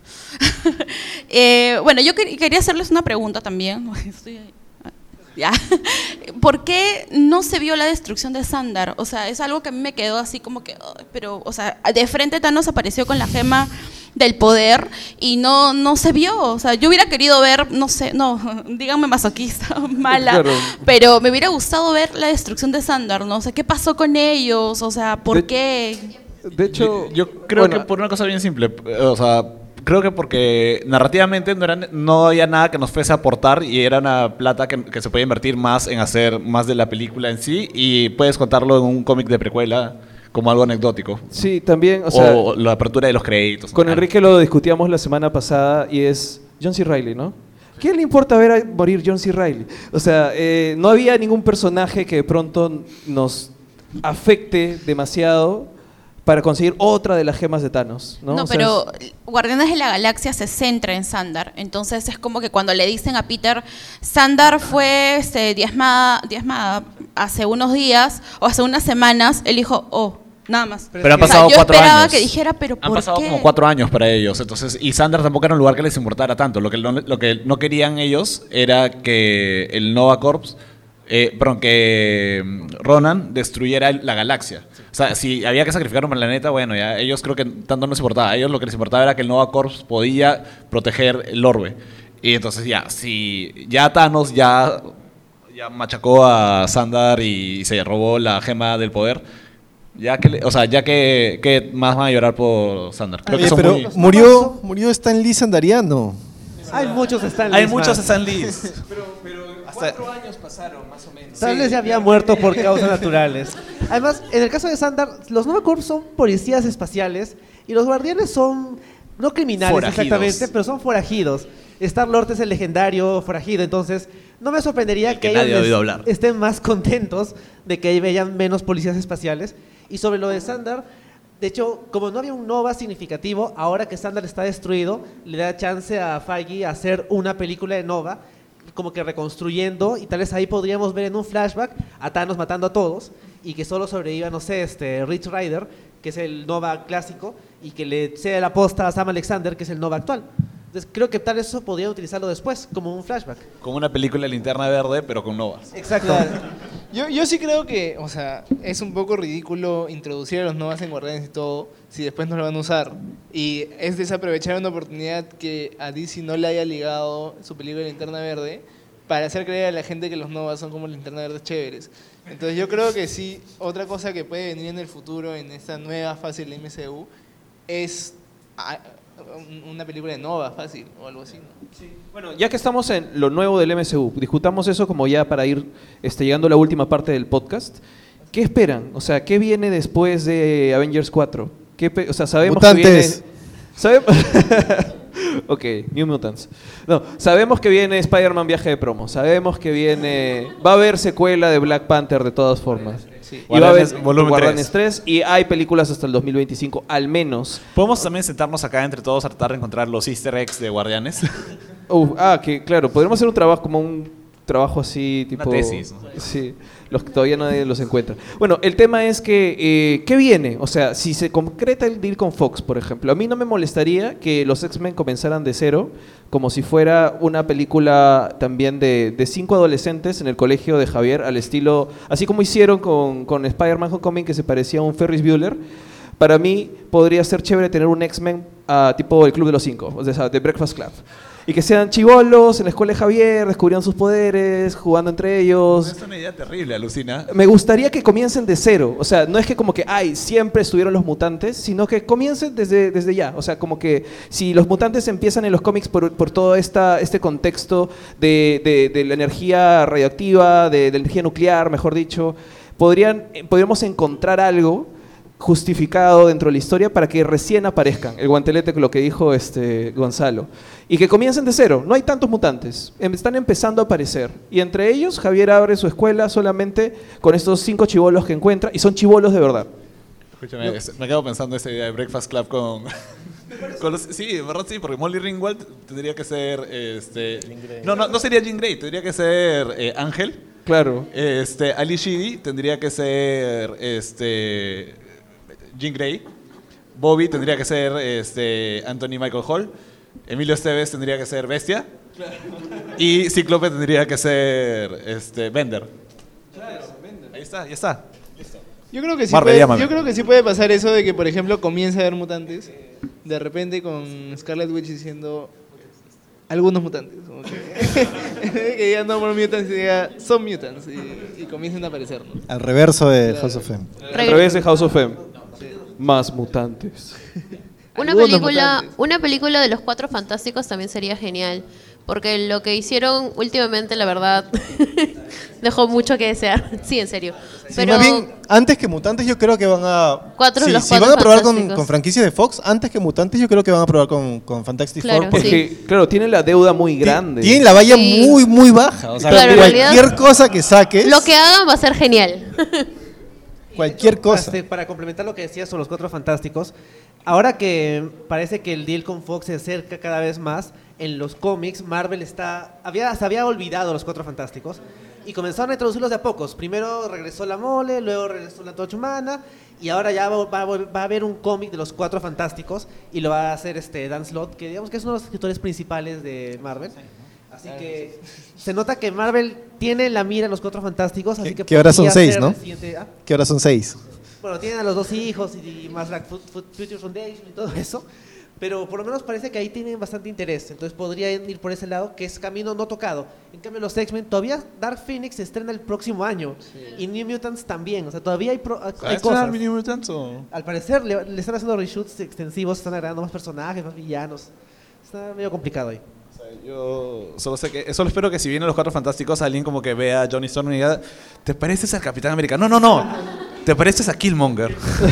Bueno, yo quería hacerles una pregunta también. Ya. ¿Por qué no se vio la destrucción de Xandar? O sea, es algo que a mí me quedó así como que, pero, o sea, de frente Thanos apareció con la gema del poder y no se vio. O sea, yo hubiera querido ver, no sé, díganme masoquista, mala, claro, pero me hubiera gustado ver la destrucción de Xandar, ¿no? O sea, ¿qué pasó con ellos? O sea, ¿por qué? De hecho, yo creo que por una cosa bien simple, o sea, creo que porque narrativamente no había nada que nos fuese a aportar y era una plata que se podía invertir más en hacer más de la película en sí y puedes contarlo en un cómic de precuela como algo anecdótico. Sí, también, o sea, la apertura de los créditos. Con Enrique lo discutíamos la semana pasada y es John C. Reilly, ¿no? ¿Quién le importa ver a morir John C. Reilly? O sea, no había ningún personaje que de pronto nos afecte demasiado para conseguir otra de las gemas de Thanos, ¿no? Pero Guardianes de la Galaxia se centra en Xandar, entonces es como que cuando le dicen a Peter, Xandar fue diezmada hace unos días o hace unas semanas, él dijo, nada más. Pero han pasado 4 años. Yo esperaba que dijera, pero ¿por qué? Han pasado como 4 años para ellos, entonces, y Xandar tampoco era un lugar que les importara tanto. Lo que no querían ellos era que el Nova Corps, que Ronan destruyera la galaxia. O sea, si había que sacrificar un planeta, bueno, ya ellos creo que tanto no les importaba. A ellos lo que les importaba era que el Nova Corps podía proteger el orbe. Y entonces si ya Thanos ya machacó a Xandar y se robó la gema del poder, que más van a llorar por Xandar. Creo que pero murió Stan Lee Xandariano. Hay muchos Stan Lee. Hay muchos Stan Lee. Pero 4 años pasaron, más o menos. Tal vez ya había muerto por causas naturales. Además, en el caso de Xandar, los Nova Corps son policías espaciales y los guardianes son, no criminales forajidos. Exactamente, pero son forajidos. Star-Lord es el legendario forajido, entonces no me sorprendería que ellos estén más contentos de que vean menos policías espaciales. Y sobre lo de Xandar, de hecho, como no había un Nova significativo, ahora que Xandar está destruido, le da chance a Feige a hacer una película de Nova, como que reconstruyendo, y tal vez ahí podríamos ver en un flashback a Thanos matando a todos y que solo sobreviva, no sé, Rich Rider, que es el Nova clásico, y que le cede la posta a Sam Alexander, que es el Nova actual. Entonces creo que tal vez eso podría utilizarlo después como un flashback. Como una película de Linterna Verde, pero con Novas. Exacto. Yo sí creo que, o sea, es un poco ridículo introducir a los Novas en Guardianes y todo si después no lo van a usar. Y es desaprovechar una oportunidad que a DC no le haya ligado su película de Linterna Verde para hacer creer a la gente que los Novas son como Linterna Verdes chéveres. Entonces yo creo que sí, otra cosa que puede venir en el futuro, en esta nueva fase del MCU, es una película de Nova fácil o algo así, ¿no? Sí. Bueno, ya que estamos en lo nuevo del MCU, discutamos eso como ya para ir llegando a la última parte del podcast. ¿Qué esperan? O sea, ¿qué viene después de Avengers 4? O sea, sabemos Mutantes. que viene... Ok, New Mutants. No, sabemos que viene Spider-Man Viaje de Promo. Sabemos que viene... Va a haber secuela de Black Panther de todas formas. Sí. Y va a haber Guardianes 3. Y hay películas hasta el 2025, al menos. ¿Podemos también sentarnos acá entre todos a tratar de encontrar los easter eggs de Guardianes? Que claro, podríamos hacer un trabajo como un trabajo así, tipo... Una tesis. Sí, los que todavía nadie los encuentra. Bueno, el tema es que, ¿qué viene? O sea, si se concreta el deal con Fox, por ejemplo, a mí no me molestaría que los X-Men comenzaran de cero, como si fuera una película también de 5 adolescentes en el colegio de Javier, al estilo, así como hicieron con Spider-Man Homecoming, que se parecía a un Ferris Bueller. Para mí podría ser chévere tener un X-Men tipo el Club de los 5, o sea, The Breakfast Club. Y que sean chibolos en la escuela de Javier, descubrían sus poderes, jugando entre ellos. Es una idea terrible, alucina. Me gustaría que comiencen de cero. O sea, no es que como que, siempre estuvieron los mutantes, sino que comiencen desde ya. O sea, como que si los mutantes empiezan en los cómics por todo este contexto de la energía radioactiva, de la energía nuclear, mejor dicho, podríamos encontrar algo justificado dentro de la historia para que recién aparezcan, el guantelete con lo que dijo Gonzalo, y que comiencen de cero. No hay tantos mutantes, están empezando a aparecer, y entre ellos Javier abre su escuela solamente con estos 5 chibolos que encuentra, y son chibolos de verdad. Escúchame, me quedo pensando esa idea de Breakfast Club con sí, en verdad sí, porque Molly Ringwald tendría que ser no sería Jean Grey, tendría que ser Ángel. Claro. Ali Sheedy tendría que ser Jean Grey. Bobby tendría que ser Anthony Michael Hall. Emilio Esteves tendría que ser Bestia. Claro. Y Cíclope tendría que ser Bender. Claro, Bender. Ahí está, ya está. Listo. Yo creo que sí Marvel, llámame. yo creo que sí puede pasar eso de que, por ejemplo, comienza a haber mutantes. De repente con Scarlet Witch diciendo algunos mutantes. Como que ya no more mutants, diga son mutants. Y comiencen a aparecer, ¿no? Al reverso de House of M. Al revés de House of M. Más mutantes. Una película de los Cuatro Fantásticos también sería genial, porque lo que hicieron últimamente, la verdad, dejó mucho que desear. Sí, en serio. Pero más bien, antes que Mutantes yo creo que van a... Si van a probar con franquicias de Fox, antes que Mutantes yo creo que van a probar con Fantastic Four. Porque, claro, tienen la deuda muy grande. Tienen la valla muy, muy baja. O sea, claro, cualquier cosa que saques... Lo que hagan va a ser genial. Cualquier cosa. Para complementar lo que decías sobre los Cuatro Fantásticos, ahora que parece que el deal con Fox se acerca cada vez más, en los cómics Marvel se había olvidado los Cuatro Fantásticos y comenzaron a introducirlos de a pocos. Primero regresó la Mole, luego regresó la Antorcha Humana y ahora ya va a haber un cómic de los Cuatro Fantásticos y lo va a hacer Dan Slott, que digamos que es uno de los escritores principales de Marvel. Así que se nota que Marvel tiene la mira en los Cuatro Fantásticos. Así que ahora son 6, ¿no? Siguiente, Que ahora son 6. Bueno, tienen a los 2 hijos y más la Future Foundation y todo eso. Pero por lo menos parece que ahí tienen bastante interés. Entonces podrían ir por ese lado, que es camino no tocado. En cambio, los X-Men, todavía Dark Phoenix se estrena el próximo año. Sí. Y New Mutants también. O sea, todavía hay cosas. New Mutants o...? Al parecer le están haciendo reshoots extensivos, están agregando más personajes, más villanos. Está medio complicado ahí. Yo solo espero que si vienen los Cuatro Fantásticos alguien como que vea a Johnny Storm y diga, ¿te pareces al Capitán América? No, te pareces a Killmonger.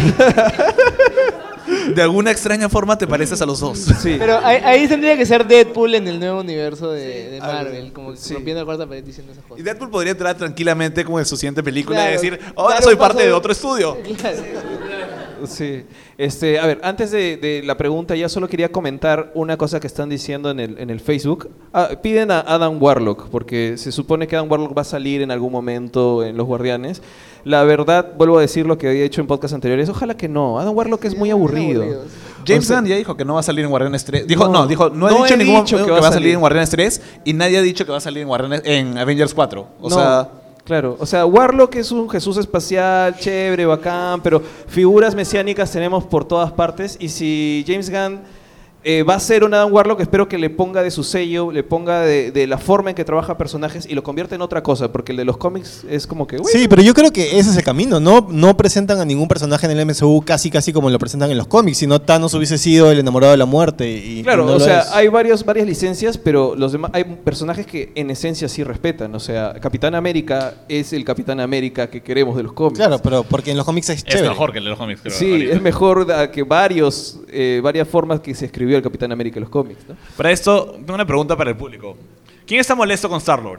De alguna extraña forma te pareces a los dos. Sí. Pero ahí tendría que ser Deadpool en el nuevo universo de Marvel, como rompiendo la cuarta pared diciendo esas cosas. Y Deadpool podría entrar tranquilamente como en su siguiente película y decir, ahora soy parte de otro estudio. Claro. Sí. A ver, antes de la pregunta, ya solo quería comentar una cosa que están diciendo en el Facebook. Piden a Adam Warlock, porque se supone que Adam Warlock va a salir en algún momento en Los Guardianes. La verdad, vuelvo a decir lo que había dicho en podcasts anteriores, ojalá que no. Adam Warlock es muy aburrido. James Gunn ya dijo que no va a salir en Guardianes 3. No ha dicho ningún momento que va a salir en Guardianes 3 y nadie ha dicho que va a salir en Avengers 4. Claro, o sea, Warlock es un Jesús espacial, chévere, bacán, pero figuras mesiánicas tenemos por todas partes y si James Gunn va a ser un Adam Warlock, espero que le ponga de su sello, le ponga de la forma en que trabaja personajes y lo convierta en otra cosa, porque el de los cómics es como que... Sí, pero yo creo que ese es el camino, no presentan a ningún personaje en el MCU casi como lo presentan en los cómics, sino Thanos hubiese sido el enamorado de la muerte. Y claro, no o sea, hay varias licencias, pero los demás hay personajes que en esencia sí respetan, o sea, Capitán América es el Capitán América que queremos de los cómics. Claro, pero porque en los cómics es chévere. Es mejor que el de los cómics. Creo, sí, es mejor que varias formas que se escribió el Capitán América en los cómics, ¿no? Para esto, tengo una pregunta para el público. ¿Quién está molesto con Star-Lord?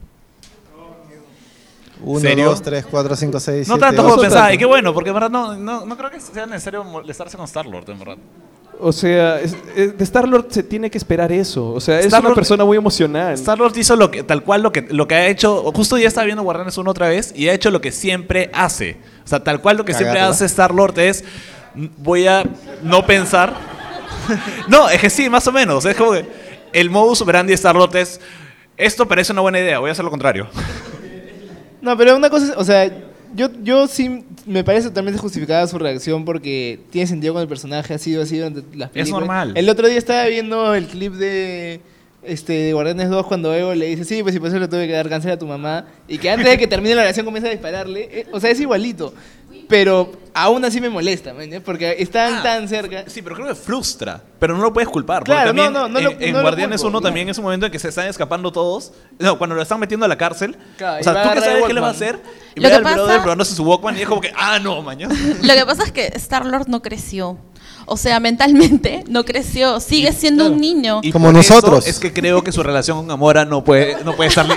1, 2, 3, 4, 5, 6, 7... No tanto como pensaba, y qué bueno, porque en verdad no creo que sea necesario molestarse con Star-Lord, en verdad. O sea, de Star-Lord se tiene que esperar eso. O sea, es Star-Lord- una persona muy emocional. Star-Lord hizo tal cual lo que ha hecho. Justo ya estaba viendo Guardianes 1 otra vez y ha hecho lo que siempre hace. O sea, tal cual lo que siempre Cagarla. hace Star-Lord es voy a no pensar. No, es que sí, más o menos. Es como que el modus operandi de Star-Lord es esto parece una buena idea, voy a hacer lo contrario. No, pero una cosa, o sea, yo sí me parece totalmente justificada su reacción porque tiene sentido con el personaje, ha sido así durante las películas. Es normal. El otro día estaba viendo el clip de Guardianes 2 cuando Ego le dice, sí, pues si por eso le tuve que dar cáncer a tu mamá, y que antes de que termine la relación comienza a dispararle, o sea, es igualito. Pero aún así me molesta, ¿me entiendes? Porque están tan cerca. Sí, pero creo que frustra. Pero no lo puedes culpar. Claro, porque también en no lo Guardianes culpo, 1 también es un momento en que se están escapando todos. No, cuando lo están metiendo a la cárcel. Claro, O y sea, va a tú que agarrar sabes el qué le va a Walkman. hacer. Y Lo ve que al pasa- brother probándose su Walkman y es como que, no, mañana. Lo que pasa es que Star-Lord no creció. O sea, mentalmente no creció. Sigue siendo un niño. Y Como por eso nosotros. es que creo que su relación con Gamora no puede estar...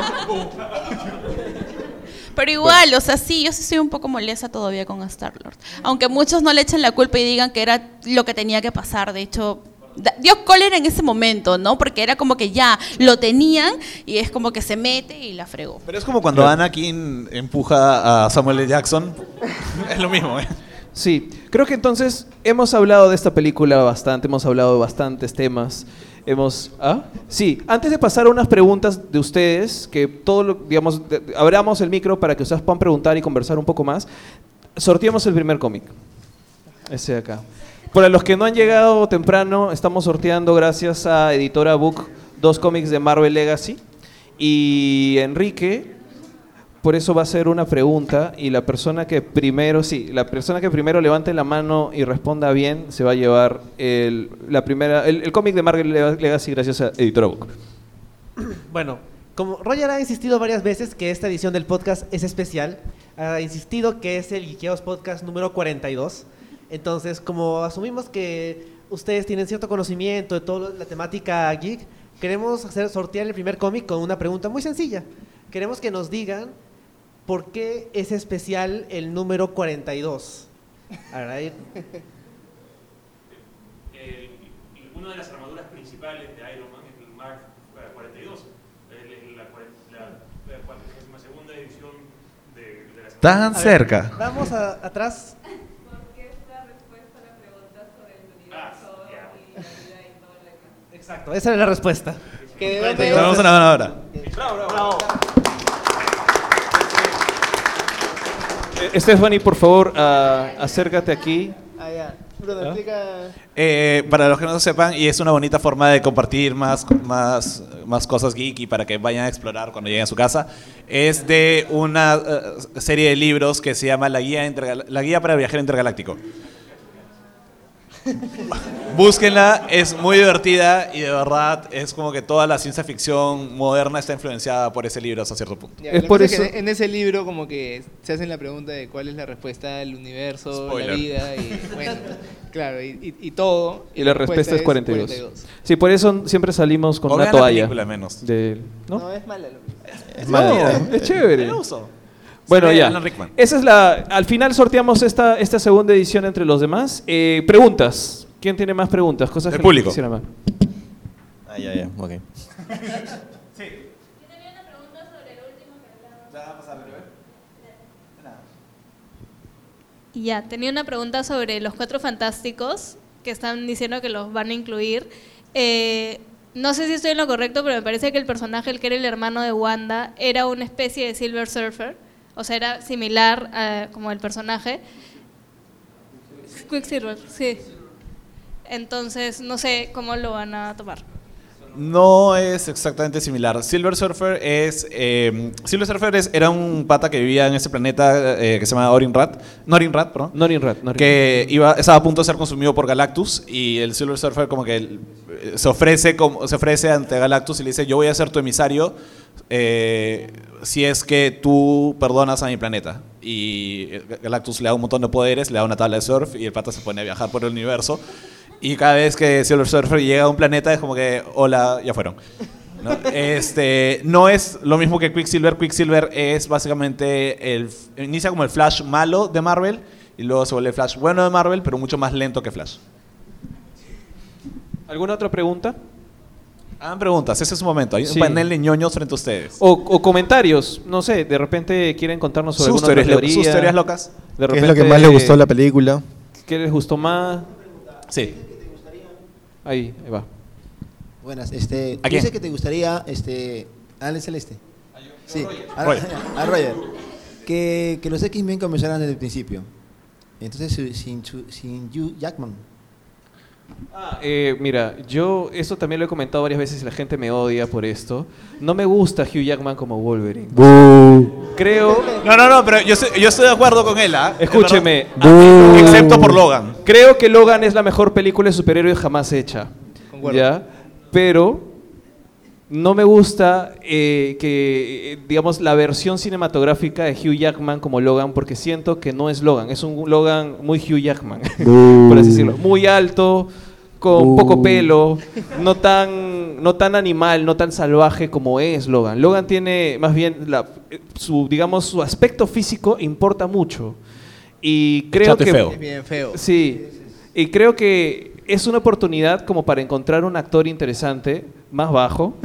Pero igual, o sea, sí, yo sí soy un poco molesta todavía con Star-Lord. Aunque muchos no le echen la culpa y digan que era lo que tenía que pasar. De hecho, dio cólera en ese momento, ¿no? Porque era como que ya lo tenían y es como que se mete y la fregó. Pero es como cuando Anakin empuja a Samuel L. Jackson. Es lo mismo, ¿eh? Sí, creo que entonces hemos hablado de esta película bastante, hemos hablado de bastantes temas. Sí, antes de pasar a unas preguntas de ustedes, que digamos, abramos el micro para que ustedes puedan preguntar y conversar un poco más, sorteamos el primer cómic. Ese de acá. Para los que no han llegado temprano, estamos sorteando gracias a Editora Book 2 cómics de Marvel Legacy. Y Enrique, por eso va a ser una pregunta y la persona que primero levante la mano y responda bien se va a llevar el cómic de Marvel Legacy gracias a Editora Book. Bueno, como Roger ha insistido varias veces que esta edición del podcast es especial, ha insistido que es el Geekeados Podcast número 42. Entonces, como asumimos que ustedes tienen cierto conocimiento de toda la temática geek, queremos sortear el primer cómic con una pregunta muy sencilla. Queremos que nos digan por qué es especial el número 42. A ver, ahí. Una de las armaduras principales de Iron Man es el Mark 42. Es la 42ª edición de la Tan A ver, cerca. Vamos atrás. Exacto, esa es la respuesta. Vamos a la hora. Stephanie, por favor, acércate aquí. Ah, ya. Bruno, explica. Para los que no sepan, y es una bonita forma de compartir más cosas geeky para que vayan a explorar cuando lleguen a su casa, es de una serie de libros que se llama La Guía para el Viajero Intergaláctico. Búsquenla, es muy divertida y de verdad es como que toda la ciencia ficción moderna está influenciada por ese libro hasta cierto punto. Ya, Es la por cosa es eso- que en ese libro como que se hacen la pregunta de cuál es la respuesta del universo, Spoiler. la vida y bueno, claro, y todo. Y la respuesta es 42. Sí, por eso siempre salimos con O una vean la toalla. película menos. ¿No? No, es mala. Es No, es chévere. Me uso. Bueno, Sale ya. Alan Rickman. Esa es al final sorteamos esta segunda edición entre los demás. Preguntas. ¿Quién tiene más preguntas? Cosas El que público. quisiera más. Ya, ok. Y ya, tenía una pregunta sobre los Cuatro Fantásticos, que están diciendo que los van a incluir. No sé si estoy en lo correcto, pero me parece que el personaje, el que era el hermano de Wanda, era una especie de Silver Surfer. O sea, era similar como el personaje. Quicksilver, sí. Entonces, no sé cómo lo van a tomar. No es exactamente similar. Silver Surfer era un pata que vivía en ese planeta que se llama Norin Rat, que estaba a punto de ser consumido por Galactus y el Silver Surfer como que se ofrece ante Galactus y le dice: yo voy a ser tu emisario si es que tú perdonas a mi planeta. Y Galactus le da un montón de poderes, le da una tabla de surf y el pata se pone a viajar por el universo. Y cada vez que Silver Surfer llega a un planeta es como que, hola, ya fueron. ¿No? No es lo mismo que Quicksilver. Quicksilver es básicamente inicia como el Flash malo de Marvel y luego se vuelve el Flash bueno de Marvel, pero mucho más lento que Flash. ¿Alguna otra pregunta? Hagan preguntas, ese es su momento. Hay Sí. un panel de ñoños frente a ustedes. O comentarios, no sé, de repente quieren contarnos sobre Sus alguna otra teorías teoría. sus teorías locas. De ¿Qué es lo que más les gustó de la película? ¿Qué les gustó más? Sí. Ahí va. Buenas, ¿A tú quién? dices que te gustaría, Ale Celeste. Sí, Roger. a Roger. Que los X-Men comenzaran desde el principio. Entonces, sin Hugh Jackman. Mira, yo eso también lo he comentado varias veces y la gente me odia por esto. No me gusta Hugh Jackman como Wolverine. Creo... No, pero yo estoy de acuerdo con él, ¿ah? Escúcheme. Excepto por Logan. Creo que Logan es la mejor película de superhéroes jamás hecha. Concuerdo. ¿Ya? Pero no me gusta digamos, la versión cinematográfica de Hugh Jackman como Logan, porque siento que no es Logan, es un Logan muy Hugh Jackman, por así decirlo. Muy alto, con poco pelo, no tan animal, no tan salvaje como es Logan. Logan tiene más bien su aspecto físico importa mucho. Y creo Chato y que feo. Es bien feo. Sí, y creo que es una oportunidad como para encontrar un actor interesante, más bajo,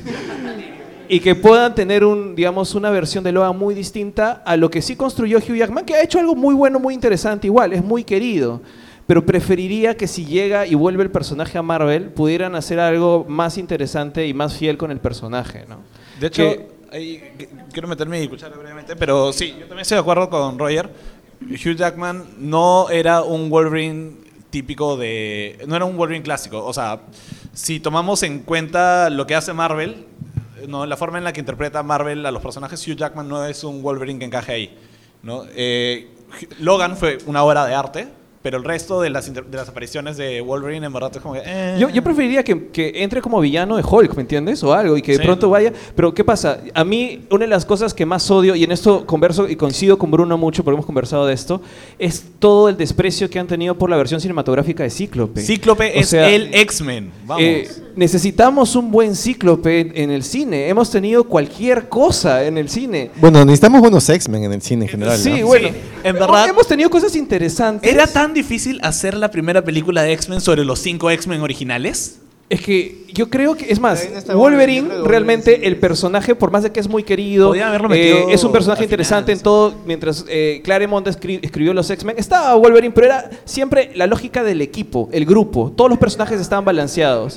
y que puedan tener una versión de Logan muy distinta a lo que sí construyó Hugh Jackman, que ha hecho algo muy bueno, muy interesante igual, es muy querido. Pero preferiría que si llega y vuelve el personaje a Marvel, pudieran hacer algo más interesante y más fiel con el personaje, ¿no? De hecho, quiero meterme y escuchar brevemente, pero sí, yo también estoy de acuerdo con Roger. Hugh Jackman no era un Wolverine típico no era un Wolverine clásico. O sea, si tomamos en cuenta lo que hace Marvel, ¿no? La forma en la que interpreta Marvel a los personajes, Hugh Jackman no es un Wolverine que encaje ahí, ¿no? Logan fue una obra de arte, pero el resto de las apariciones de Wolverine en verdad es como que... Yo preferiría que entre como villano de Hulk, ¿me entiendes? O algo, y que de pronto vaya... Pero ¿qué pasa? A mí, una de las cosas que más odio, y en esto converso y coincido con Bruno mucho, porque hemos conversado de esto, es todo el desprecio que han tenido por la versión cinematográfica de Cíclope. Cíclope es el X-Men, vamos. Necesitamos un buen Cíclope en el cine. Hemos tenido cualquier cosa en el cine. Bueno, necesitamos buenos X-Men en el cine en general. Sí, ¿no? bueno. En verdad, hemos tenido cosas interesantes. ¿Era tan difícil hacer la primera película de X-Men sobre los 5 X-Men originales? Es que yo creo que, es más, está Wolverine bueno, realmente, el personaje, por más de que es muy querido, Podían haberlo metido es un personaje al interesante final, en todo. Mientras Claremont escribió los X-Men, estaba Wolverine, pero era siempre la lógica del equipo, el grupo. Todos los personajes estaban balanceados.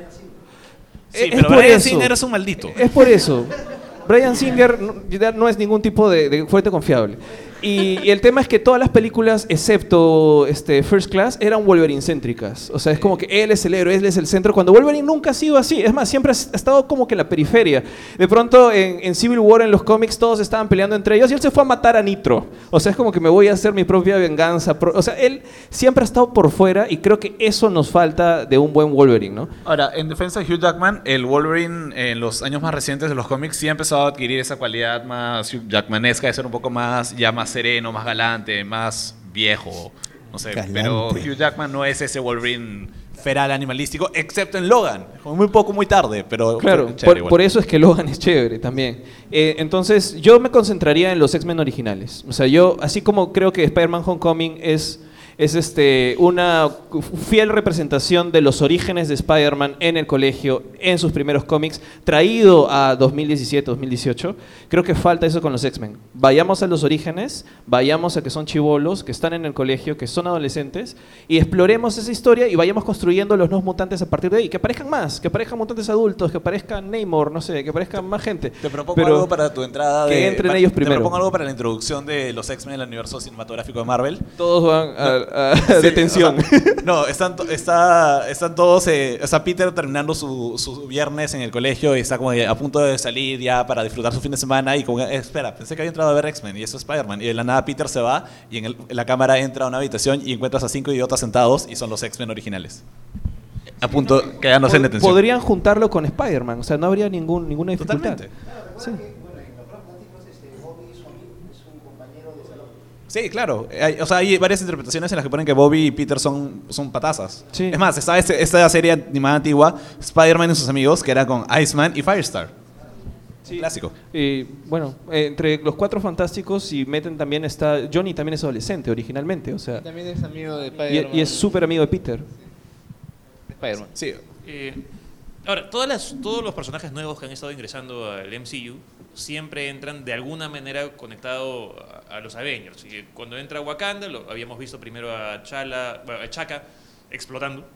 Sí, pero Bryan Singer es un maldito. Es por eso. Bryan Singer no es ningún tipo de fuente confiable. Y el tema es que todas las películas, excepto First Class, eran Wolverine-céntricas. O sea, es como que él es el héroe, él es el centro, cuando Wolverine nunca ha sido así. Es más, siempre ha estado como que en la periferia. De pronto, en Civil War, en los cómics, todos estaban peleando entre ellos y él se fue a matar a Nitro. O sea, es como que me voy a hacer mi propia venganza. O sea, él siempre ha estado por fuera y creo que eso nos falta de un buen Wolverine, ¿no? Ahora, en defensa de Hugh Jackman, el Wolverine en los años más recientes de los cómics sí ha empezado a adquirir esa cualidad más Hugh Jackmanesca de ser un poco más sereno, más galante, más viejo, no sé, Galante. pero Hugh Jackman no es ese Wolverine feral animalístico, excepto en Logan, muy poco, muy tarde, pero claro, chévere igual. por eso es que Logan es chévere también. Entonces, yo me concentraría en los X-Men originales. O sea, yo, así como creo que Spider-Man Homecoming es una fiel representación de los orígenes de Spider-Man en el colegio, en sus primeros cómics, traído a 2017, 2018. Creo que falta eso con los X-Men. Vayamos a los orígenes, vayamos a que son chibolos, que están en el colegio, que son adolescentes, y exploremos esa historia y vayamos construyendo los nuevos mutantes a partir de ahí. Que aparezcan más, que aparezcan mutantes adultos, que aparezcan Namor, no sé, que aparezcan más gente. Te propongo algo para tu entrada. Que entren ellos primero. Te propongo algo para la introducción de los X-Men al universo cinematográfico de Marvel. Todos van a Sí, detención. O sea, no, están todos, o sea, Peter terminando su viernes en el colegio y está como a punto de salir ya para disfrutar su fin de semana y como, espera, pensé que había entrado a ver X-Men y eso es Spider-Man. Y de la nada Peter se va y en la cámara entra a una habitación y encuentras a 5 idiotas sentados y son los X-Men originales. A punto, quedándose en detención. Podrían juntarlo con Spider-Man, o sea, no habría ninguna dificultad. Totalmente. Sí. Sí, claro. Hay varias interpretaciones en las que ponen que Bobby y Peter son patazas. Sí. Es más, está esta serie animada antigua, Spider-Man y sus amigos, que era con Iceman y Firestar. Sí. Clásico. Y bueno, entre los Cuatro Fantásticos, si meten también está... Johnny también es adolescente originalmente, o sea... También es amigo de Spider-Man. Y es súper amigo de Peter. Spider-Man. Sí. Ahora, todos los personajes nuevos que han estado ingresando al MCU siempre entran de alguna manera conectado a los Avengers. Y cuando entra Wakanda, lo habíamos visto primero a Chaka explotando.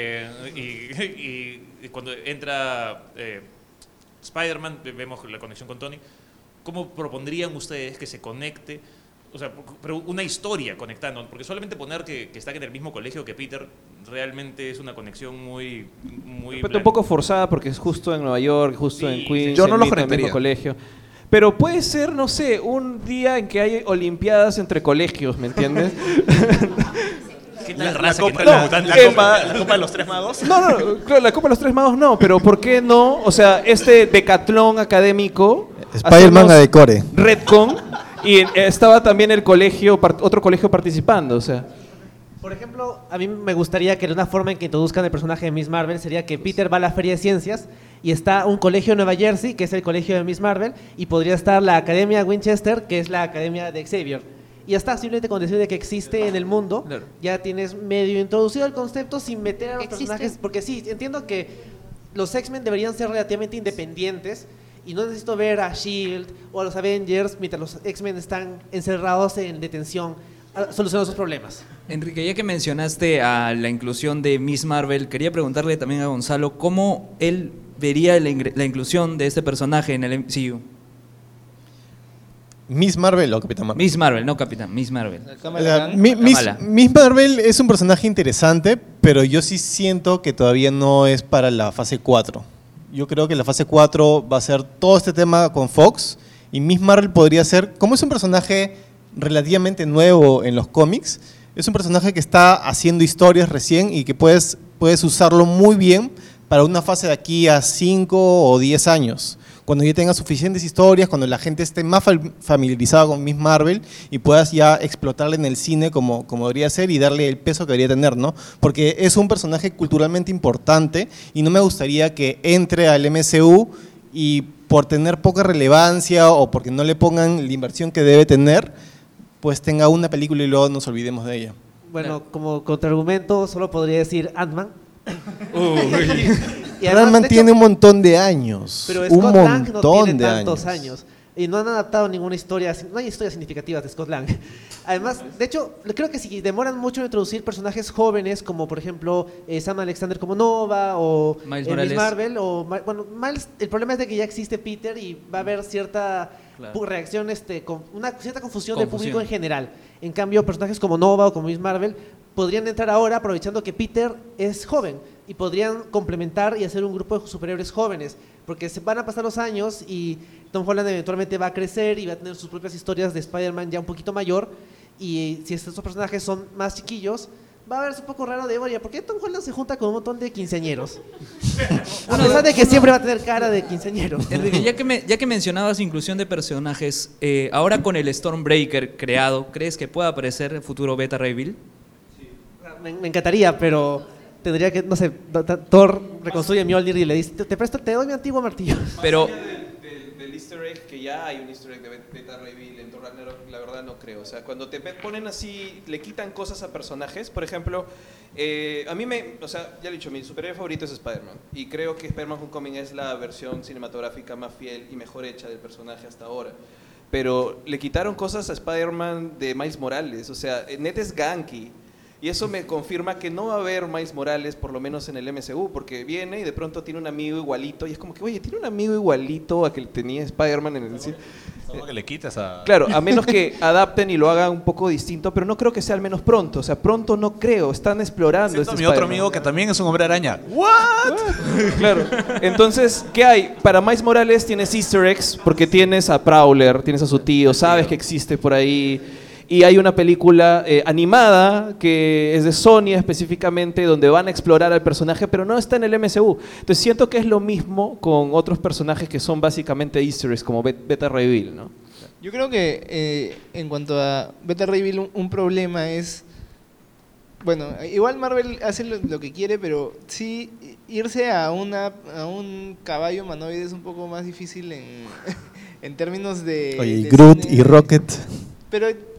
Y cuando entra Spider-Man, vemos la conexión con Tony. ¿Cómo propondrían ustedes que se conecte? O sea, pero una historia conectando, porque solamente poner que están en el mismo colegio que Peter realmente es una conexión muy un poco forzada porque es justo en Nueva York, justo en Queens, yo no el los mismo conectaría. colegio. Pero puede ser, no sé, un día en que hay olimpiadas entre colegios, ¿me entiendes? ¿Qué tal La raza copa, que no, entra la copa de los tres magos. No, claro, la Copa de los Tres Magos no, pero ¿por qué no? O sea, este decatlón académico. Spider-Man hacemos a decore. Redcon, y estaba también el colegio, otro colegio participando, o sea. Por ejemplo, a mí me gustaría que una forma en que introduzcan el personaje de Miss Marvel sería que Peter va a la Feria de Ciencias y está un colegio en Nueva Jersey, que es el colegio de Miss Marvel, y podría estar la Academia Winchester, que es la Academia de Xavier. Y ya está, simplemente con decir de que existe en el mundo, Claro. ya tienes medio introducido el concepto sin meter a los ¿Existe? personajes, porque sí, entiendo que los X-Men deberían ser relativamente independientes y no necesito ver a S.H.I.E.L.D. o a los Avengers mientras los X-Men están encerrados en detención solucionando sus problemas. Enrique, ya que mencionaste a la inclusión de Miss Marvel, quería preguntarle también a Gonzalo cómo él vería la inclusión de este personaje en el MCU. ¿Miss Marvel o Capitán Marvel? Miss Marvel, no Capitán, Miss Marvel. Miss Marvel es un personaje interesante, pero yo sí siento que todavía no es para la fase 4. Yo creo que la fase 4 va a ser todo este tema con Fox, y Miss Marvel podría ser, como es un personaje relativamente nuevo en los cómics, es un personaje que está haciendo historias recién y que puedes usarlo muy bien para una fase de aquí a 5 o 10 años. Cuando ya tengas suficientes historias, cuando la gente esté más familiarizada con Miss Marvel y puedas ya explotarla en el cine como debería ser y darle el peso que debería tener, ¿no? Porque es un personaje culturalmente importante y no me gustaría que entre al MCU y por tener poca relevancia o porque no le pongan la inversión que debe tener, pues tenga una película y luego nos olvidemos de ella. Bueno, como contraargumento solo podría decir Ant-Man. Y además, Ant-Man de hecho, tiene un montón de años. pero Un Scott Lang no montón tiene de tantos años. años. Y no han adaptado ninguna historia, no hay historias significativas de Scott Lang. Además, de hecho, creo que si demoran mucho en introducir personajes jóvenes, como por ejemplo Sam Alexander como Nova, o Miles Miss Morales. Marvel, o bueno, Miles, el problema es de que ya existe Peter y va a haber cierta reacción, con una cierta confusión del público en general. En cambio, personajes como Nova o como Miss Marvel podrían entrar ahora aprovechando que Peter es joven y podrían complementar y hacer un grupo de superhéroes jóvenes, porque se van a pasar los años y Tom Holland eventualmente va a crecer y va a tener sus propias historias de Spider-Man ya un poquito mayor, y si estos personajes son más chiquillos, va a verse un poco raro de, oye, ¿por qué Tom Holland se junta con un montón de quinceañeros? A pesar de que siempre va a tener cara de quinceañero. Enrique, ya que mencionabas inclusión de personajes, ahora con el Stormbreaker creado, ¿crees que pueda aparecer el futuro Beta Ray Bill? Me encantaría, pero tendría que, no sé, Thor reconstruye Mjolnir y le dice, te doy mi antiguo martillo. Pero Del easter egg, que ya hay un easter egg de Beta Ray Bill en Thor Ragnarok, la verdad no creo. O sea, cuando te ponen así, le quitan cosas a personajes. Por ejemplo, a mí ya he dicho, mi superhéroe favorito es Spider-Man. Y creo que Spider-Man Homecoming es la versión cinematográfica más fiel y mejor hecha del personaje hasta ahora. Pero le quitaron cosas a Spider-Man de Miles Morales. O sea, neta es ganky. Y eso me confirma que no va a haber Miles Morales, por lo menos en el MCU, porque viene y de pronto tiene un amigo igualito, y es como que, oye, tiene un amigo igualito a que tenía Spider-Man en el cine. Como que le quitas a... Claro, a menos que adapten y lo hagan un poco distinto, pero no creo que sea al menos pronto. O sea, pronto no creo, están explorando. Siento este mi otro Spider-Man. amigo que también es un hombre araña. Claro. Entonces, ¿qué hay? Para Miles Morales tienes easter eggs, porque tienes a Prowler, tienes a su tío, sabes que existe por ahí. Y hay una película animada que es de Sony específicamente, donde van a explorar al personaje, pero no está en el MCU. Entonces siento que es lo mismo con otros personajes que son básicamente easter eggs, como Beta Ray Bill, ¿no? Yo creo que en cuanto a Beta Ray Bill, un problema es... Bueno, igual Marvel hace lo que quiere, pero sí irse a un caballo humanoide es un poco más difícil en términos de... Oye, y de Groot cine. y Rocket. Pero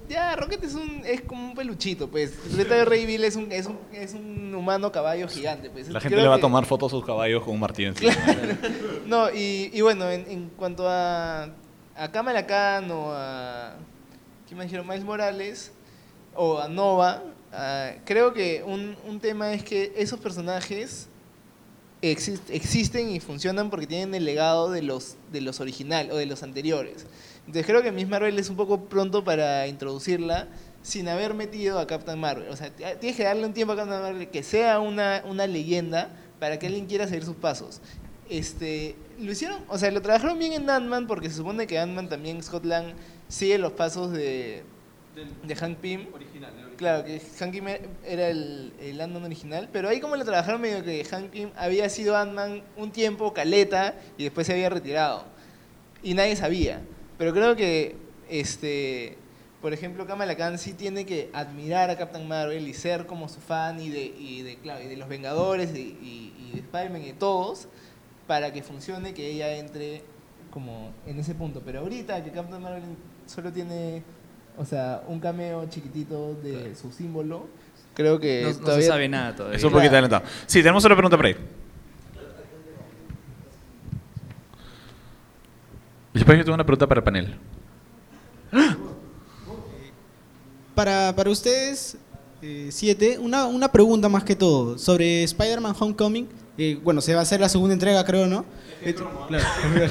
ya, Rocket es como un peluchito, pues. Interpreta a Ray Bill es un humano caballo gigante, pues. La gente Creo le va a que- tomar fotos a sus caballos con un martillo encima. No, y bueno, en cuanto a Kamala Khan o a... ¿Quién me dijeron? Miles Morales o a Nova, creo que un tema es que esos personajes existen y funcionan porque tienen el legado de los originales o de los anteriores. Entonces creo que Miss Marvel es un poco pronto para introducirla sin haber metido a Captain Marvel. O sea, tienes que darle un tiempo a Captain Marvel que sea una leyenda para que alguien quiera seguir sus pasos. Lo hicieron, o sea, lo trabajaron bien en Ant-Man porque se supone que Ant-Man también, Scott Lang, sigue los pasos de Hank Pym. Original. Claro, que Hank Pym era el Ant-Man original, pero ahí como lo trabajaron medio que Hank Pym había sido Ant-Man un tiempo, caleta, y después se había retirado. Y nadie sabía. Pero creo que, por ejemplo, Kamala Khan sí tiene que admirar a Captain Marvel y ser como su fan y de los Vengadores y de Spider-Man y de todos, para que funcione, que ella entre como en ese punto. Pero ahorita que Captain Marvel solo tiene, o sea, un cameo chiquitito de su símbolo, creo que No todavía se sabe nada todavía. Es un poquito adelantado. Sí, tenemos otra pregunta por ahí. Después yo tengo una pregunta para el panel. Para ustedes, 7, una pregunta más que todo sobre Spider-Man Homecoming. Bueno, se va a hacer la segunda entrega, creo, ¿no? Claro.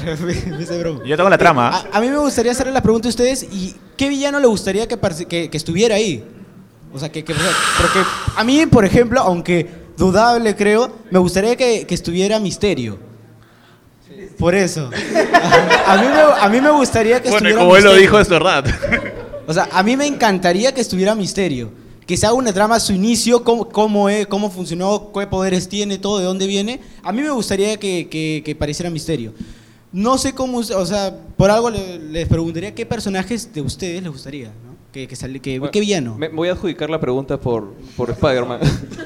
Yo tengo la trama. A mí me gustaría hacerle la pregunta a ustedes, ¿y qué villano le gustaría que estuviera ahí? O sea, porque a mí, por ejemplo, aunque dudable creo, me gustaría que estuviera Misterio. Por eso. A mí me gustaría que estuviera Como él lo Misterio. dijo, es verdad. O sea, a mí me encantaría que estuviera Misterio. Que se haga una trama a su inicio, cómo funcionó, qué poderes tiene, todo, de dónde viene. A mí me gustaría que pareciera Misterio. No sé cómo, o sea, por algo les preguntaría qué personajes de ustedes les gustaría, ¿no? ¿Qué villano? Me voy a adjudicar la pregunta por Spider-Man.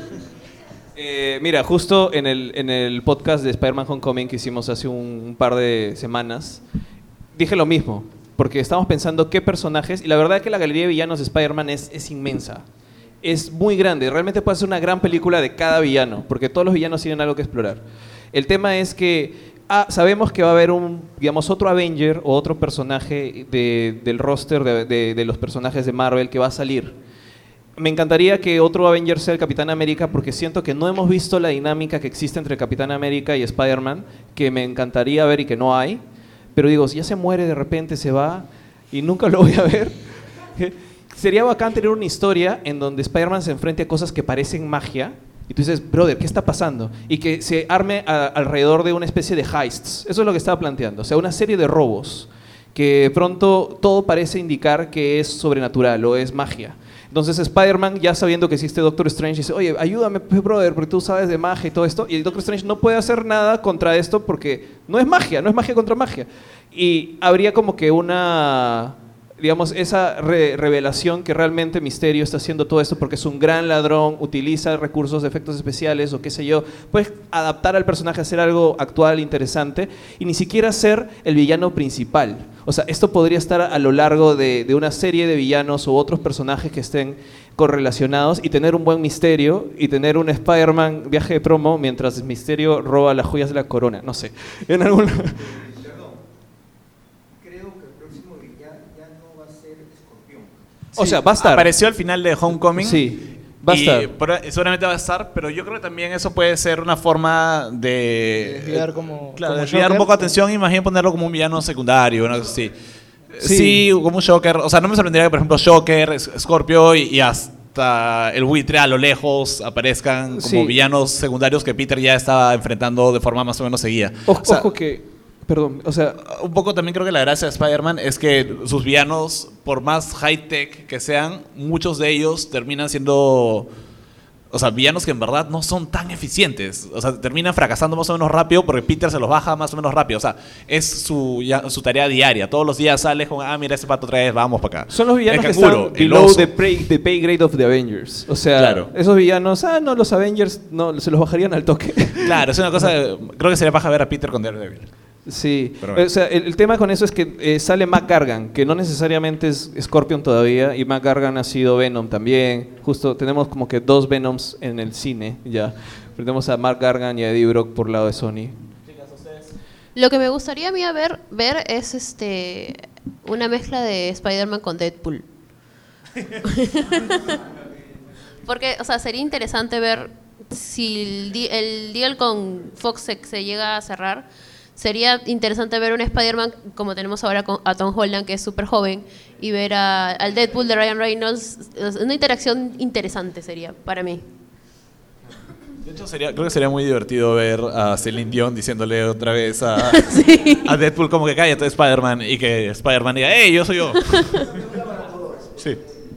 Mira, justo en el podcast de Spider-Man Homecoming que hicimos hace un par de semanas, dije lo mismo, porque estábamos pensando qué personajes, y la verdad es que la galería de villanos de Spider-Man es inmensa. Es muy grande, realmente puede ser una gran película de cada villano, porque todos los villanos tienen algo que explorar. El tema es que sabemos que va a haber otro Avenger o otro personaje del roster de los personajes de Marvel que va a salir. Me encantaría que otro Avenger sea el Capitán América, porque siento que no hemos visto la dinámica que existe entre Capitán América y Spider-Man, que me encantaría ver y que no hay. Pero digo, si ya se muere de repente, se va y nunca lo voy a ver. Sería bacán tener una historia en donde Spider-Man se enfrente a cosas que parecen magia y tú dices, brother, ¿qué está pasando? Y que se arme alrededor de una especie de heists. Eso es lo que estaba planteando. O sea, una serie de robos que de pronto todo parece indicar que es sobrenatural o es magia. Entonces Spider-Man, ya sabiendo que existe Doctor Strange, dice, oye, ayúdame, brother, porque tú sabes de magia y todo esto. Y el Doctor Strange no puede hacer nada contra esto porque no es magia contra magia. Y habría como que una, digamos, esa revelación que realmente Misterio está haciendo todo esto porque es un gran ladrón, utiliza recursos de efectos especiales o qué sé yo. Puedes adaptar al personaje a hacer algo actual, interesante, y ni siquiera ser el villano principal. O sea, esto podría estar a lo largo de una serie de villanos u otros personajes que estén correlacionados y tener un buen Misterio y tener un Spider-Man viaje de promo mientras Misterio roba las joyas de la corona. No sé. En algún... Creo que el próximo villano ya no va a ser Escorpión. O sea, va a estar. Apareció al final de Homecoming. Sí. Va a estar. Seguramente va a estar, pero yo creo que también eso puede ser una forma de desviar como desviar un Joker. poco de atención y más bien ponerlo como un villano secundario, ¿no? Sí, como un Joker. O sea, no me sorprendería que, por ejemplo, Joker, Scorpio y hasta el buitre a lo lejos aparezcan como villanos secundarios que Peter ya estaba enfrentando de forma más o menos seguida. Ojo que... Perdón, o sea... Un poco también creo que la gracia de Spider-Man es que sus villanos, por más high-tech que sean, muchos de ellos terminan siendo... O sea, villanos que en verdad no son tan eficientes. O sea, terminan fracasando más o menos rápido porque Peter se los baja más o menos rápido. O sea, es su tarea diaria. Todos los días sale con, mira ese pato otra vez, vamos para acá. Son los villanos el que canguro, están el below oso. the pay grade of the Avengers. O sea, Claro. esos villanos, no, los Avengers no, se los bajarían al toque. Claro, es una cosa, creo que sería paja ver a Peter con Daredevil. Sí, Pero bueno. o sea, el tema con eso es que sale McGargan, que no necesariamente es Scorpion todavía, y McGargan ha sido Venom también. Justo tenemos como que 2 Venoms en el cine ya. Tenemos a McGargan y a Eddie Brock por lado de Sony. Lo que me gustaría a mí ver es una mezcla de Spider-Man con Deadpool. Porque, o sea, sería interesante ver si el deal con Fox se llega a cerrar. Sería interesante ver un Spider-Man como tenemos ahora a Tom Holland, que es súper joven, y ver al Deadpool de Ryan Reynolds. Una interacción interesante sería para mí. De hecho, creo que sería muy divertido ver a Celine Dion diciéndole otra vez a Deadpool como que cállate, Spider-Man, y que Spider-Man diga, ¡hey, yo soy yo! Sí.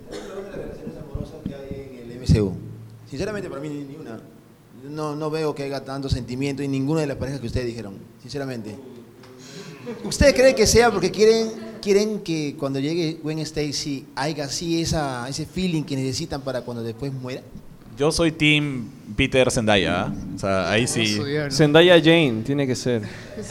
El MCU. Sinceramente, para mí, ni una. No veo que haya tanto sentimiento en ninguna de las parejas que ustedes dijeron. Sinceramente. ¿Ustedes creen que sea porque quieren que cuando llegue Gwen Stacy haya así ese feeling que necesitan para cuando después muera? Yo soy Team Peter Zendaya, o sea, ahí sí. Zendaya Jane, tiene que ser.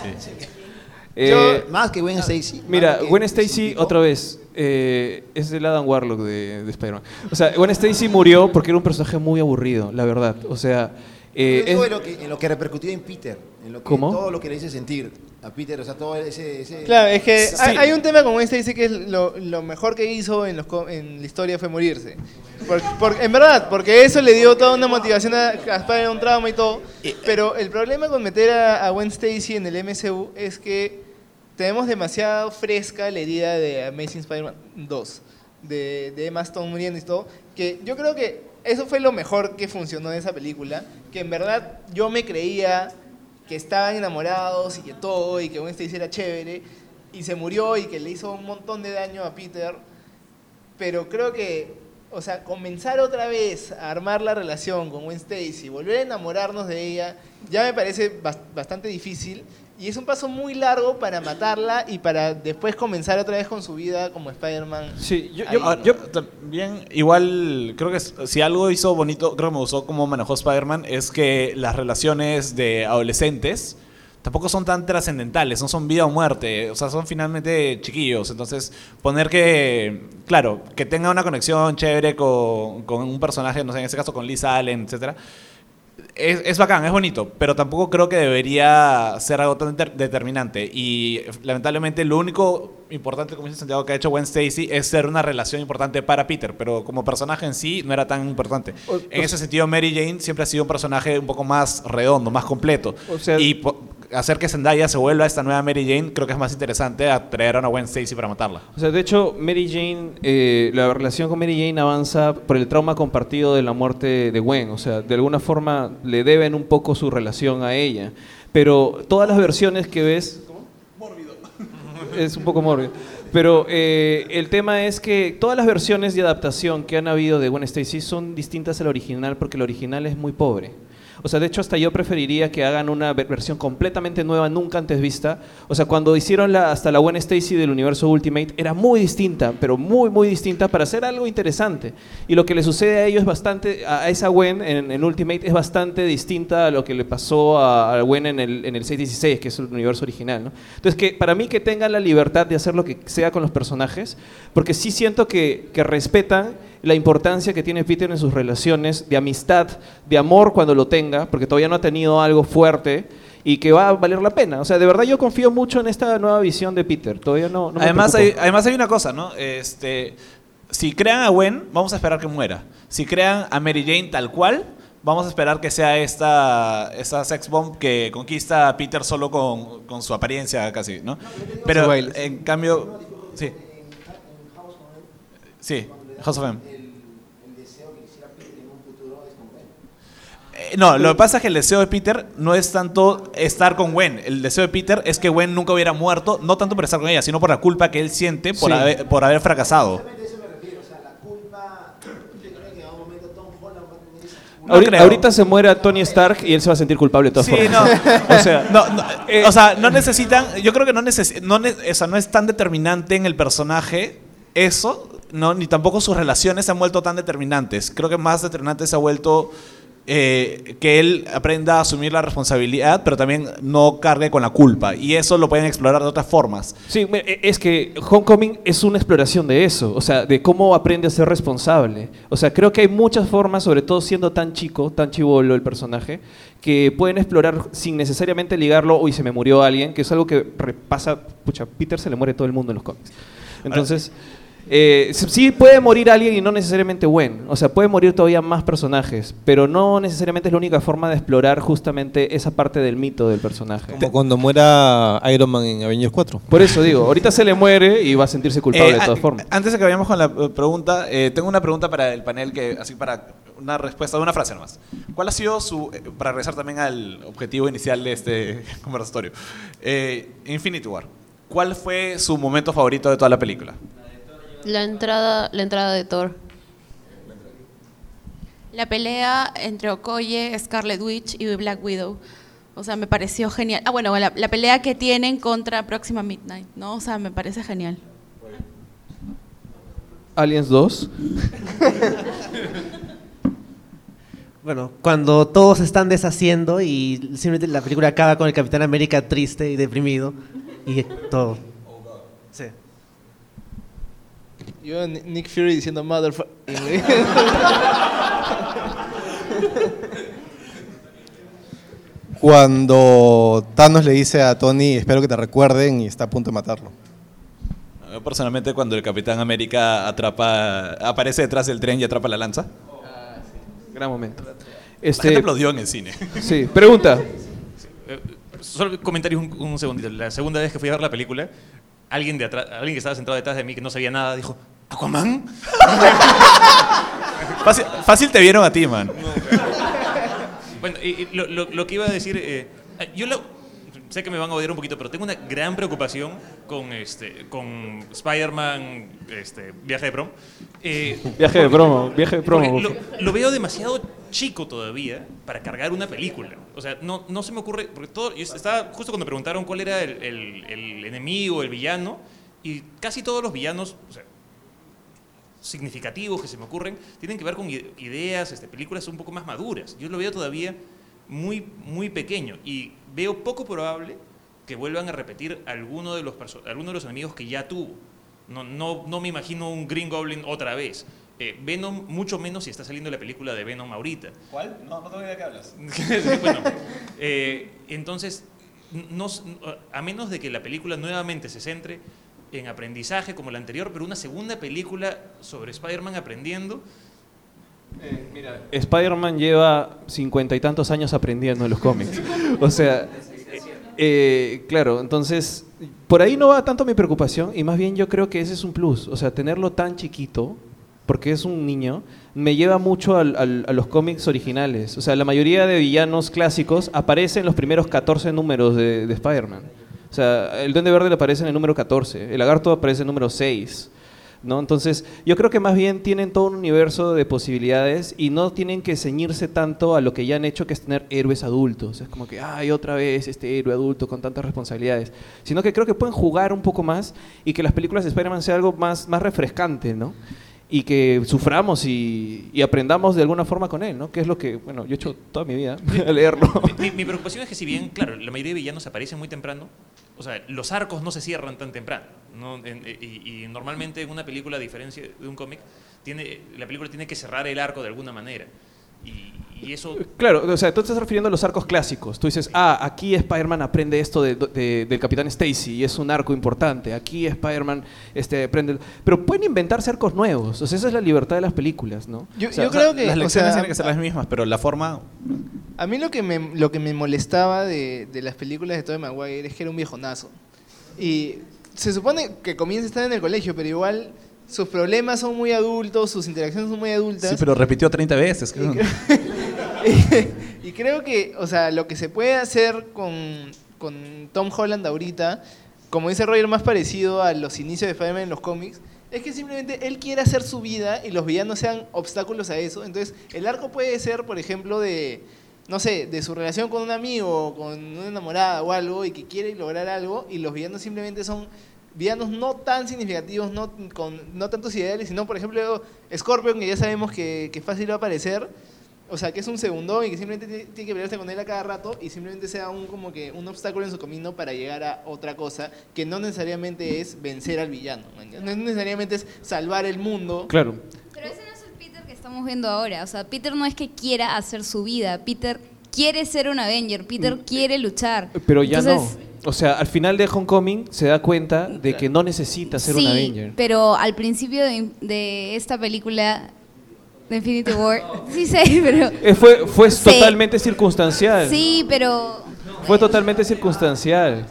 Más que Gwen Stacy. Mira, Gwen Stacy, otra vez, es el Adam Warlock de Spider-Man. O sea, Gwen Stacy murió porque era un personaje muy aburrido, la verdad. O sea... en lo que repercutió en Peter, en lo que, ¿Cómo? todo lo que le hice sentir a Peter, o sea, todo ese... Claro, es que Sí. hay un tema con Gwen Stacy que es lo mejor que hizo en la historia fue morirse. En verdad, porque eso le dio toda una motivación a Spider-Man, un trauma y todo. Pero el problema con meter a Gwen Stacy en el MCU es que tenemos demasiado fresca la herida de Amazing Spider-Man 2, de Emma Stone muriendo y todo, que yo creo que eso fue lo mejor que funcionó en esa película, que en verdad yo me creía que estaban enamorados y que todo, y que Gwen Stacy era chévere, y se murió y que le hizo un montón de daño a Peter, pero creo que, o sea, comenzar otra vez a armar la relación con Gwen Stacy, volver a enamorarnos de ella, ya me parece bastante difícil, y es un paso muy largo para matarla y para después comenzar otra vez con su vida como Spider-Man. Sí, yo también, igual, creo que si algo hizo bonito, creo que me gustó cómo manejó Spider-Man, es que las relaciones de adolescentes tampoco son tan trascendentales, no son vida o muerte, o sea, son finalmente chiquillos. Entonces, poner que, claro, que tenga una conexión chévere con un personaje, no sé, en este caso con Lisa Allen, etcétera. Es bacán, es bonito, pero tampoco creo que debería ser algo tan determinante. Y lamentablemente lo único importante, como dice Santiago, que ha hecho Gwen Stacy es ser una relación importante para Peter, pero como personaje en sí no era tan importante. En ese sentido, Mary Jane siempre ha sido un personaje un poco más redondo, más completo. O sea, y hacer que Zendaya se vuelva esta nueva Mary Jane creo que es más interesante a traer a una Gwen Stacy para matarla. O sea, de hecho, Mary Jane, la relación con Mary Jane avanza por el trauma compartido de la muerte de Gwen. O sea, de alguna forma le deben un poco su relación a ella. Pero todas las versiones que ves... ¿Cómo? Mórbido. Es un poco mórbido. Pero el tema es que todas las versiones de adaptación que han habido de Gwen Stacy son distintas al original porque el original es muy pobre. O sea, de hecho, hasta yo preferiría que hagan una versión completamente nueva, nunca antes vista. O sea, cuando hicieron hasta la Gwen Stacy del universo Ultimate, era muy distinta, pero muy, muy distinta para hacer algo interesante. Y lo que le sucede a ellos es bastante, a esa Gwen en Ultimate es bastante distinta a lo que le pasó a Gwen en el 616, que es el universo original, ¿no? Entonces, para mí que tengan la libertad de hacer lo que sea con los personajes, porque sí siento que respetan la importancia que tiene Peter en sus relaciones de amistad, de amor cuando lo tenga, porque todavía no ha tenido algo fuerte y que va a valer la pena. O sea, de verdad yo confío mucho en esta nueva visión de Peter. Todavía no me además preocupa. hay una cosa, ¿no? Si crean a Gwen, vamos a esperar que muera. Si crean a Mary Jane tal cual, vamos a esperar que sea esta sex bomb que conquista a Peter solo con su apariencia casi, ¿no? Pero en cambio... Sí. Sí, House of M. No, lo que pasa es que el deseo de Peter no es tanto estar con Gwen. El deseo de Peter es que Gwen nunca hubiera muerto, no tanto por estar con ella, sino por la culpa que él siente por, Sí. por haber fracasado. Ahorita se muera Tony Stark y él se va a sentir culpable de todas Sí, formas. no. O sea, o sea, no necesitan, yo creo que no es tan determinante en el personaje eso, no, ni tampoco sus relaciones se han vuelto tan determinantes. Creo que más determinante se ha vuelto que él aprenda a asumir la responsabilidad, pero también no cargue con la culpa. Y eso lo pueden explorar de otras formas. Sí, es que Homecoming es una exploración de eso, o sea, de cómo aprende a ser responsable. O sea, creo que hay muchas formas, sobre todo siendo tan chico, tan chibolo el personaje, que pueden explorar sin necesariamente ligarlo, uy, se me murió alguien, que es algo que repasa, pucha, Peter se le muere todo el mundo en los cómics. Entonces... sí puede morir alguien y no necesariamente Gwen, o sea, puede morir todavía más personajes, pero no necesariamente es la única forma de explorar justamente esa parte del mito del personaje. Como cuando muera Iron Man en Avengers 4. Por eso digo, ahorita se le muere y va a sentirse culpable de todas formas. Antes de que vayamos con la pregunta, tengo una pregunta para el panel, que así para una respuesta de una frase nomás. ¿Cuál ha sido para regresar también al objetivo inicial de este conversatorio, Infinity War? ¿Cuál fue su momento favorito de toda la película? La entrada de Thor. La pelea entre Okoye, Scarlet Witch y Black Widow. O sea, me pareció genial. Ah, bueno, la pelea que tienen contra Proxima Midnight, ¿no? O sea, me parece genial. Aliens 2. Bueno, cuando todos se están deshaciendo y simplemente la película acaba con el Capitán América triste y deprimido y todo. Sí. Yo, Nick Fury diciendo motherfucker. Cuando Thanos le dice a Tony, espero que te recuerden, y está a punto de matarlo. Personalmente, cuando el Capitán América aparece detrás del tren y atrapa la lanza. Gran momento. La gente aplaudió en el cine. Sí, pregunta. Solo comentario un segundito. La segunda vez que fui a ver la película, alguien que estaba sentado detrás de mí que no sabía nada dijo, ¿Aquaman? Fácil te vieron a ti, man. Bueno, y lo que iba a decir, sé que me van a odiar un poquito, pero tengo una gran preocupación con Spider-Man, viaje de promo. Viaje de promo. Lo veo demasiado chico todavía para cargar una película. O sea, no se me ocurre, porque yo estaba justo cuando preguntaron cuál era el enemigo, el villano, y casi todos los villanos, o sea, significativos que se me ocurren, tienen que ver con ideas, películas un poco más maduras. Yo lo veo todavía muy, muy pequeño y veo poco probable que vuelvan a repetir alguno de los enemigos que ya tuvo. No me imagino un Green Goblin otra vez. Venom, mucho menos si está saliendo la película de Venom ahorita. ¿Cuál? No tengo idea de qué hablas. Bueno, entonces, a menos de que la película nuevamente se centre en aprendizaje como la anterior, pero una segunda película sobre Spider-Man aprendiendo. Mira, Spider-Man lleva 50 y tantos años aprendiendo en los cómics. O sea, claro, entonces, por ahí no va tanto mi preocupación y más bien yo creo que ese es un plus. O sea, tenerlo tan chiquito, porque es un niño, me lleva mucho a los cómics originales. O sea, la mayoría de villanos clásicos aparecen en los primeros 14 números de Spider-Man. O sea, el Duende Verde le aparece en el número 14, el Lagarto aparece en el número 6, ¿no? Entonces, yo creo que más bien tienen todo un universo de posibilidades y no tienen que ceñirse tanto a lo que ya han hecho, que es tener héroes adultos. Es como que, ay, otra vez este héroe adulto con tantas responsabilidades. Sino que creo que pueden jugar un poco más y que las películas de Spider-Man sea algo más refrescante, ¿no? Y que suframos y aprendamos de alguna forma con él, ¿no? Que es lo que, bueno, yo he hecho toda mi vida a leerlo. Mi preocupación es que si bien, claro, la mayoría de villanos aparecen muy temprano, o sea, los arcos no se cierran tan temprano, ¿no? Y normalmente en una película, a diferencia de un cómic, la película tiene que cerrar el arco de alguna manera. Y eso... Claro, o sea, tú te estás refiriendo a los arcos clásicos. Tú dices, aquí Spider-Man aprende esto del Capitán Stacy y es un arco importante. Aquí Spider-Man aprende... Pero pueden inventarse arcos nuevos. O sea, esa es la libertad de las películas, ¿no? Yo creo que... Las lecciones tienen que ser las mismas, pero la forma... A mí lo que me molestaba de las películas de Tobey Maguire es que era un viejonazo. Y se supone que comienza a estar en el colegio, pero igual... Sus problemas son muy adultos, sus interacciones son muy adultas. Sí, pero repitió 30 veces. Y creo que, o sea, lo que se puede hacer con Tom Holland ahorita, como dice Roger, más parecido a los inicios de Spider-Man en los cómics, es que simplemente él quiere hacer su vida y los villanos sean obstáculos a eso. Entonces, el arco puede ser, por ejemplo, no sé, de su relación con un amigo, con una enamorada o algo, y que quiere lograr algo, y los villanos simplemente son... villanos no tan significativos, no tantos ideales, sino, por ejemplo, Scorpion, que ya sabemos que fácil va a aparecer. o sea, que es un segundón y que simplemente tiene que pelearse con él a cada rato y simplemente sea como que un obstáculo en su camino para llegar a otra cosa que no necesariamente es vencer al villano, ¿me entiendes? No necesariamente es salvar el mundo. Claro. Pero ese no es el Peter que estamos viendo ahora. O sea, Peter no es que quiera hacer su vida. Peter quiere ser un Avenger. Peter quiere luchar. Pero ya Entonces, no. O sea, al final de Homecoming se da cuenta de que no necesita ser un sí, Avenger. pero al principio de esta película de Infinity War, sí sé, pero... Fue Sí. totalmente circunstancial. Sí, pero... Fue totalmente circunstancial.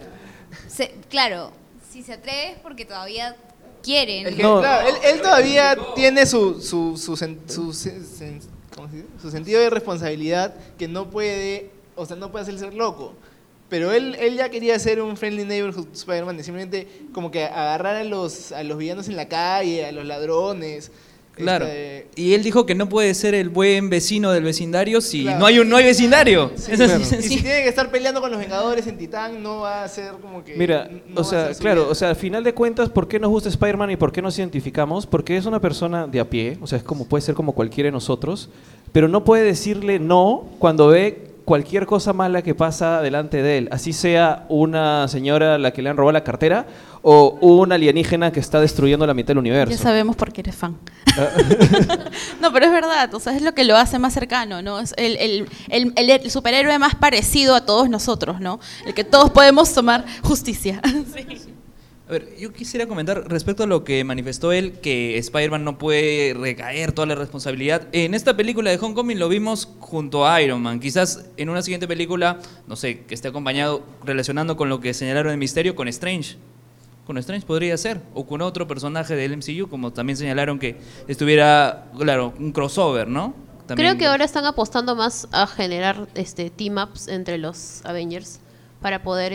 Claro, si se atreve es porque todavía quieren. Es que, claro, él todavía tiene su ¿cómo se dice? Su sentido de responsabilidad que no puede, o sea, no puede hacer ser loco. Pero él ya quería ser un friendly neighborhood Spider-Man, de simplemente como que agarrar a los villanos en la calle, a los ladrones. Claro. Y él dijo que no puede ser el buen vecino del vecindario si Claro. no hay vecindario. Sí, Es así, claro. Y sencillo. si tiene que estar peleando con los Vengadores en Titán, no va a ser como que... Mira, no o va a sea, ser su claro, vida. o sea, al final de cuentas, ¿por qué nos gusta Spider-Man y por qué nos identificamos? Porque es una persona de a pie, o sea, es como puede ser como cualquiera de nosotros, pero no puede decirle no cuando ve cualquier cosa mala que pasa delante de él, así sea una señora a la que le han robado la cartera o un alienígena que está destruyendo la mitad del universo. Ya sabemos por qué eres fan. No, pero es verdad, o sea, es lo que lo hace más cercano, ¿no? Es el superhéroe más parecido a todos nosotros, ¿no? El que todos podemos tomar justicia. Sí. A ver, yo quisiera comentar respecto a lo que manifestó él, que Spider-Man no puede recaer toda la responsabilidad. En esta película de Homecoming lo vimos junto a Iron Man. Quizás en una siguiente película, no sé, que esté acompañado, relacionando con lo que señalaron en Misterio, con Strange. Con Strange podría ser, o con otro personaje del MCU, como también señalaron que estuviera, claro, un crossover, ¿no? También, Creo que ahora están apostando más a generar team-ups entre los Avengers para poder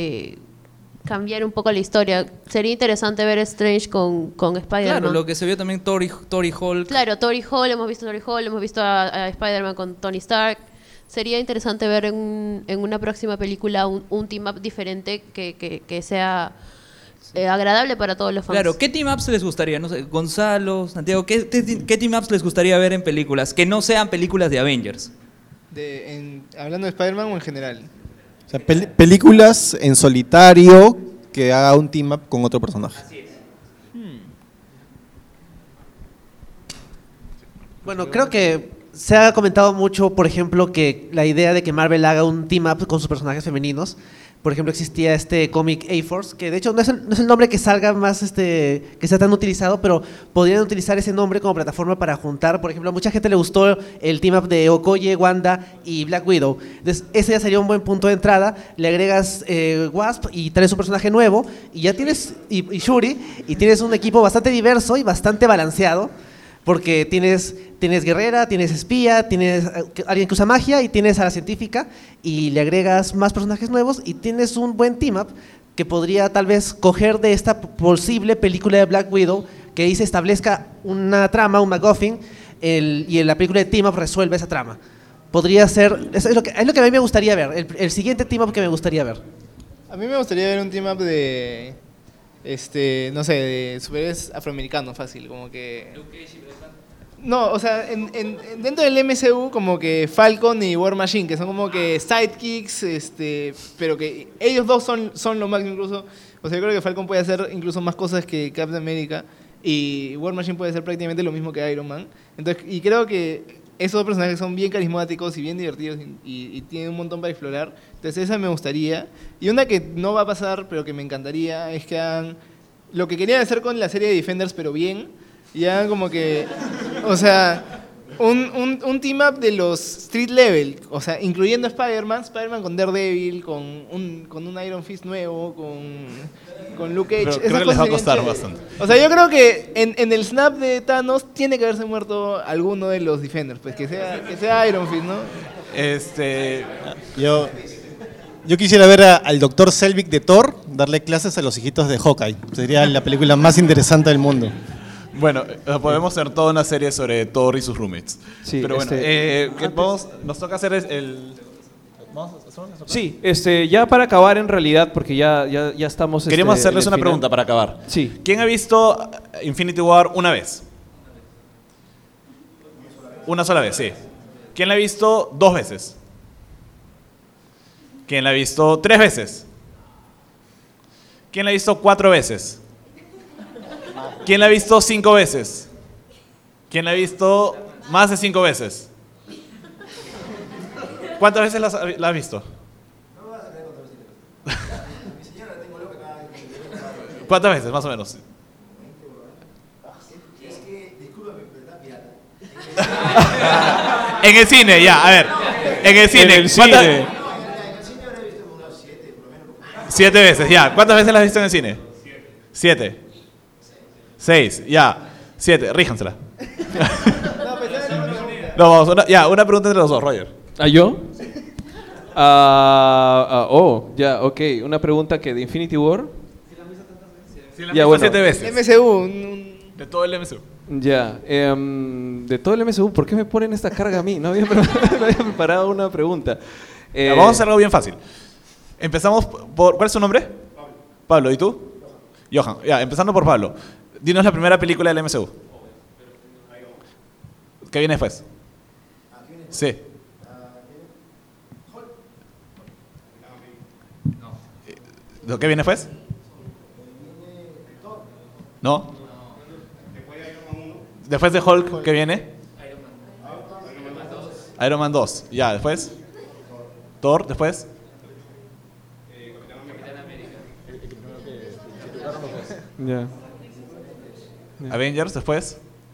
cambiar un poco la historia. Sería interesante ver Strange con Spider-Man. Claro, lo que se vio también Thor y Hulk. Claro, Tori Hall, hemos visto a Spider-Man con Tony Stark. Sería interesante ver en una próxima película un team-up diferente que sea agradable para todos los fans. Claro, ¿qué team-ups les gustaría? No sé, Gonzalo, Santiago, ¿qué team-ups les gustaría ver en películas? Que no sean películas de Avengers. ¿Hablando de Spider-Man o en general? O sea, películas en solitario que haga un team up con otro personaje. Bueno, creo que se ha comentado mucho, por ejemplo, que la idea de que Marvel haga un team up con sus personajes femeninos. Por ejemplo, existía este cómic A-Force, que de hecho no es el nombre que salga más, que sea tan utilizado, pero podrían utilizar ese nombre como plataforma para juntar. Por ejemplo, a mucha gente le gustó el team up de Okoye, Wanda y Black Widow. Entonces, ese ya sería un buen punto de entrada. Le agregas Wasp y traes un personaje nuevo, y ya tienes, y Shuri, y tienes un equipo bastante diverso y bastante balanceado. Porque tienes guerrera, tienes espía, tienes alguien que usa magia y tienes a la científica y le agregas más personajes nuevos y tienes un buen team-up que podría tal vez coger de esta posible película de Black Widow que ahí se establezca una trama, un MacGuffin, y en la película de team-up resuelve esa trama. Podría ser, es lo que a mí me gustaría ver, el siguiente team-up que me gustaría ver. A mí me gustaría ver un team-up de, no sé, de superhéroes afroamericanos, fácil, como que... No, o sea, dentro del MCU como que Falcon y War Machine, que son como que sidekicks, pero que ellos dos son lo máximo incluso. O sea, yo creo que Falcon puede hacer incluso más cosas que Captain America y War Machine puede hacer prácticamente lo mismo que Iron Man. Entonces, y creo que esos dos personajes son bien carismáticos y bien divertidos y tienen un montón para explorar. Entonces, esa me gustaría. Y una que no va a pasar, pero que me encantaría, es que hagan lo que querían hacer con la serie de Defenders, pero bien. Y hagan como que, o sea, un team up de los street level, o sea, incluyendo a Spider-Man con Daredevil, con un Iron Fist nuevo, con Luke Cage. Pero creo que les va a costar bastante. O sea, yo creo que en el snap de Thanos tiene que haberse muerto alguno de los Defenders, pues que sea Iron Fist, ¿no? Yo quisiera ver al Dr. Selvig de Thor darle clases a los hijitos de Hawkeye. Sería la película más interesante del mundo. Bueno, podemos hacer toda una serie sobre Thor y sus roommates. Sí, pero bueno, nos toca hacer ¿Vamos a hacer una sorpresa? Sí, ya para acabar en realidad, porque ya estamos... Queríamos hacerles en el una final. pregunta para acabar. Sí. ¿Quién ha visto Infinity War una vez? Una sola vez, sí. ¿Quién la ha visto 2 veces? ¿Quién la ha visto 3 veces? ¿Quién la ha visto 4 veces? ¿Quién la ha visto 5 veces? ¿Quién la ha visto más de 5 veces? ¿Cuántas veces la has visto? ¿Cuántas veces, más o menos? En el cine, ya, a ver. En el cine. En el cine. 7 veces, ya. ¿Cuántas veces la has visto en el cine? 7. 6, ya. 7, ríjansela. No, vamos, una pregunta entre los dos, Roger. ¿Ah, yo? Ya, ok. Una pregunta que de Infinity War. Ya, bueno. 7 veces. MCU. De todo el MCU. Ya, de todo el MSU, ¿por qué me ponen esta carga a mí? No había preparado una pregunta. Ya, vamos a hacer algo bien fácil. Empezamos por... ¿Cuál es su nombre? Pablo, ¿y tú? Johan. Ya, empezando por Pablo. Dinos la primera película del MCU. ¿Qué viene después? Sí. ¿Qué viene después? ¿No? Después de Hulk, ¿qué viene? Iron Man 2. Ya, después. Thor, después. Ya. Avengers, después.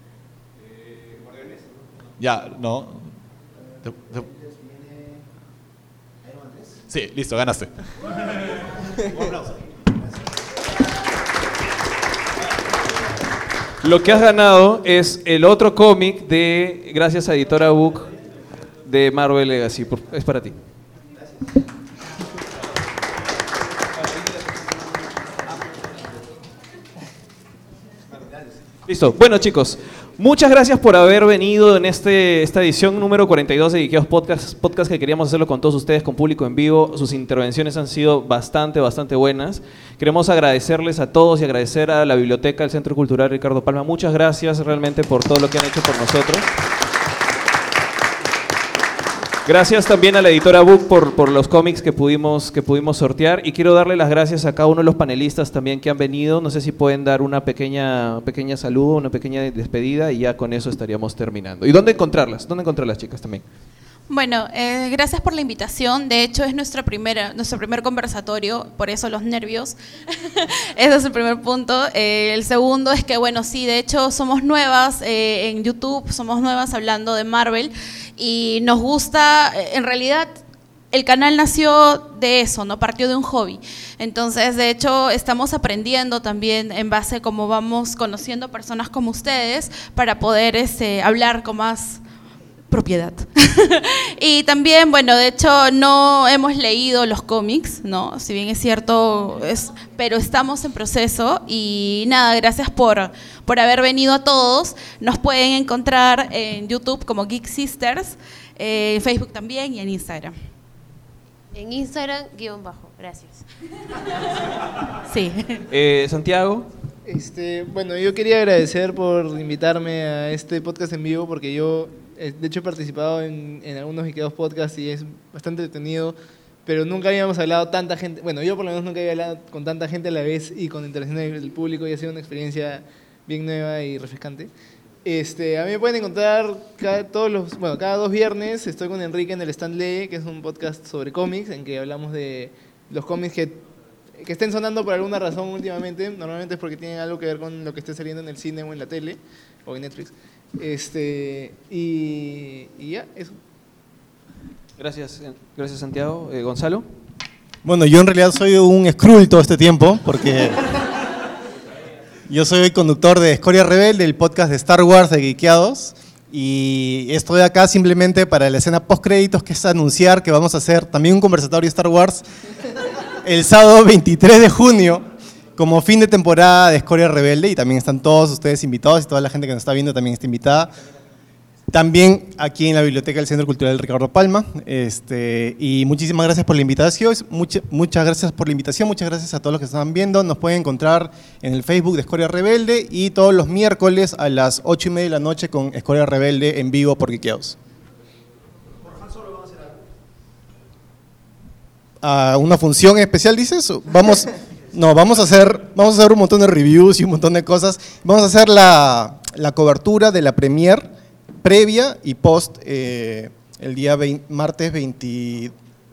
Ya, no. Sí, listo, ganaste. Un aplauso. Lo que has ganado es el otro cómic de, gracias a Editora Book, de Marvel Legacy. Es para ti. Listo. Bueno, chicos, muchas gracias por haber venido en esta edición número 42 de Geekeados Podcast que queríamos hacerlo con todos ustedes, con público en vivo. Sus intervenciones han sido bastante buenas. Queremos agradecerles a todos y agradecer a la biblioteca del Centro Cultural Ricardo Palma. Muchas gracias realmente por todo lo que han hecho por nosotros. Gracias también a la editora Book por los cómics que pudimos sortear, y quiero darle las gracias a cada uno de los panelistas también que han venido. No sé si pueden dar una pequeña saludo, una pequeña despedida, y ya con eso estaríamos terminando. ¿Y dónde encontrarlas? ¿Dónde encontrar chicas también? Bueno, gracias por la invitación. De hecho, es nuestro primer conversatorio, por eso los nervios. Ese es el primer punto. El segundo es que, bueno, sí, de hecho somos nuevas en YouTube, somos nuevas hablando de Marvel, y nos gusta, en realidad, el canal nació de eso, ¿no? Partió de un hobby. Entonces, de hecho, estamos aprendiendo también en base a cómo vamos conociendo personas como ustedes para poder hablar con más propiedad. Y también, bueno, de hecho no hemos leído los cómics, ¿no? Si bien es cierto, pero estamos en proceso. Y nada, gracias por haber venido a todos. Nos pueden encontrar en YouTube como Geek Sisters, en Facebook también y en Instagram. En Instagram, _ gracias. Sí. Santiago. Bueno, yo quería agradecer por invitarme a este podcast en vivo, porque yo, de hecho, he participado en algunos Geekeados Podcasts y es bastante entretenido, pero nunca habíamos hablado tanta gente, bueno, yo por lo menos nunca había hablado con tanta gente a la vez y con interacción del público, y ha sido una experiencia bien nueva y refrescante. A mí me pueden encontrar cada 2 viernes, estoy con Enrique en el Stand Lee, que es un podcast sobre cómics, en que hablamos de los cómics que estén sonando por alguna razón últimamente. Normalmente es porque tienen algo que ver con lo que esté saliendo en el cine o en la tele o en Netflix. Y ya, eso. Gracias Santiago. Gonzalo. Bueno, yo en realidad soy un Skrull todo este tiempo, porque yo soy conductor de Escoria Rebelde, el podcast de Star Wars de Geekeados, y estoy acá simplemente para la escena post-créditos, que es anunciar que vamos a hacer también un conversatorio Star Wars el sábado 23 de junio, como fin de temporada de Escoria Rebelde, y también están todos ustedes invitados, y toda la gente que nos está viendo también está invitada. También aquí en la Biblioteca del Centro Cultural Ricardo Palma. Y muchísimas gracias por la invitación. Muchas gracias por la invitación. Muchas gracias a todos los que están viendo. Nos pueden encontrar en el Facebook de Escoria Rebelde, y todos los miércoles a las 8:30 de la noche con Escoria Rebelde en vivo por Geekeados. ¿A una función especial, dices? Vamos a hacer un montón de reviews y un montón de cosas. Vamos a hacer la cobertura de la premier previa y post el día martes 21,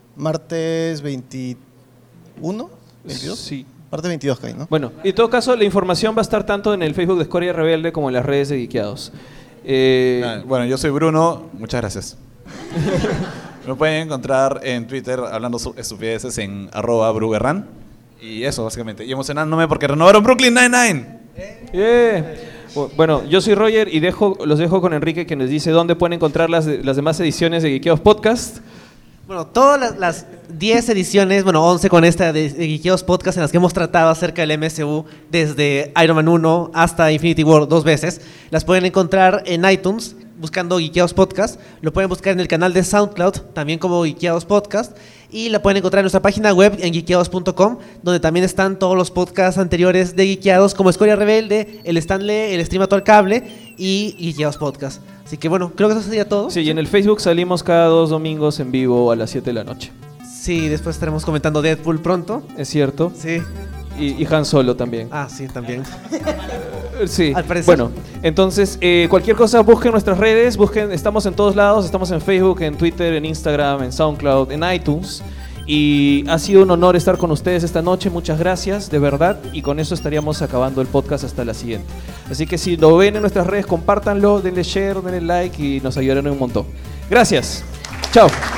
¿22? Sí. Martes 22, ¿no? Bueno, en todo caso, la información va a estar tanto en el Facebook de Escoria Rebelde como en las redes de Geekeados. Bueno, yo soy Bruno, muchas gracias. Me pueden encontrar en Twitter hablando estupideces en @bruguerran. Y eso, básicamente. Y emocionándome porque renovaron Brooklyn Nine-Nine. Bueno, yo soy Roger y los dejo con Enrique, que nos dice dónde pueden encontrar las demás ediciones de Geekeados Podcast. Bueno, todas las 10 ediciones, 11 con esta de Geekeados Podcast, en las que hemos tratado acerca del MCU desde Iron Man 1 hasta Infinity War 2 veces, las pueden encontrar en iTunes buscando Geekeados Podcast. Lo pueden buscar en el canal de SoundCloud también como Geekeados Podcast, y la pueden encontrar en nuestra página web en geekeados.com, donde también están todos los podcasts anteriores de Geekeados, como Escoria Rebelde, el Stanley, el Streamato al Cable y Geekeados Podcast. Así que bueno, creo que eso sería todo. Sí, y en el Facebook salimos cada 2 domingos en vivo a las 7 de la noche. Sí, después estaremos comentando Deadpool pronto. Es cierto. Sí. Y Han Solo también. Ah, sí, también. Sí. Al parecer. Bueno, entonces, cualquier cosa, busquen nuestras redes, estamos en todos lados, estamos en Facebook, en Twitter, en Instagram, en SoundCloud, en iTunes. Y ha sido un honor estar con ustedes esta noche, muchas gracias, de verdad. Y con eso estaríamos acabando el podcast hasta la siguiente. Así que si lo ven en nuestras redes, compártanlo, denle share, denle like y nos ayudarán un montón. Gracias. Chao.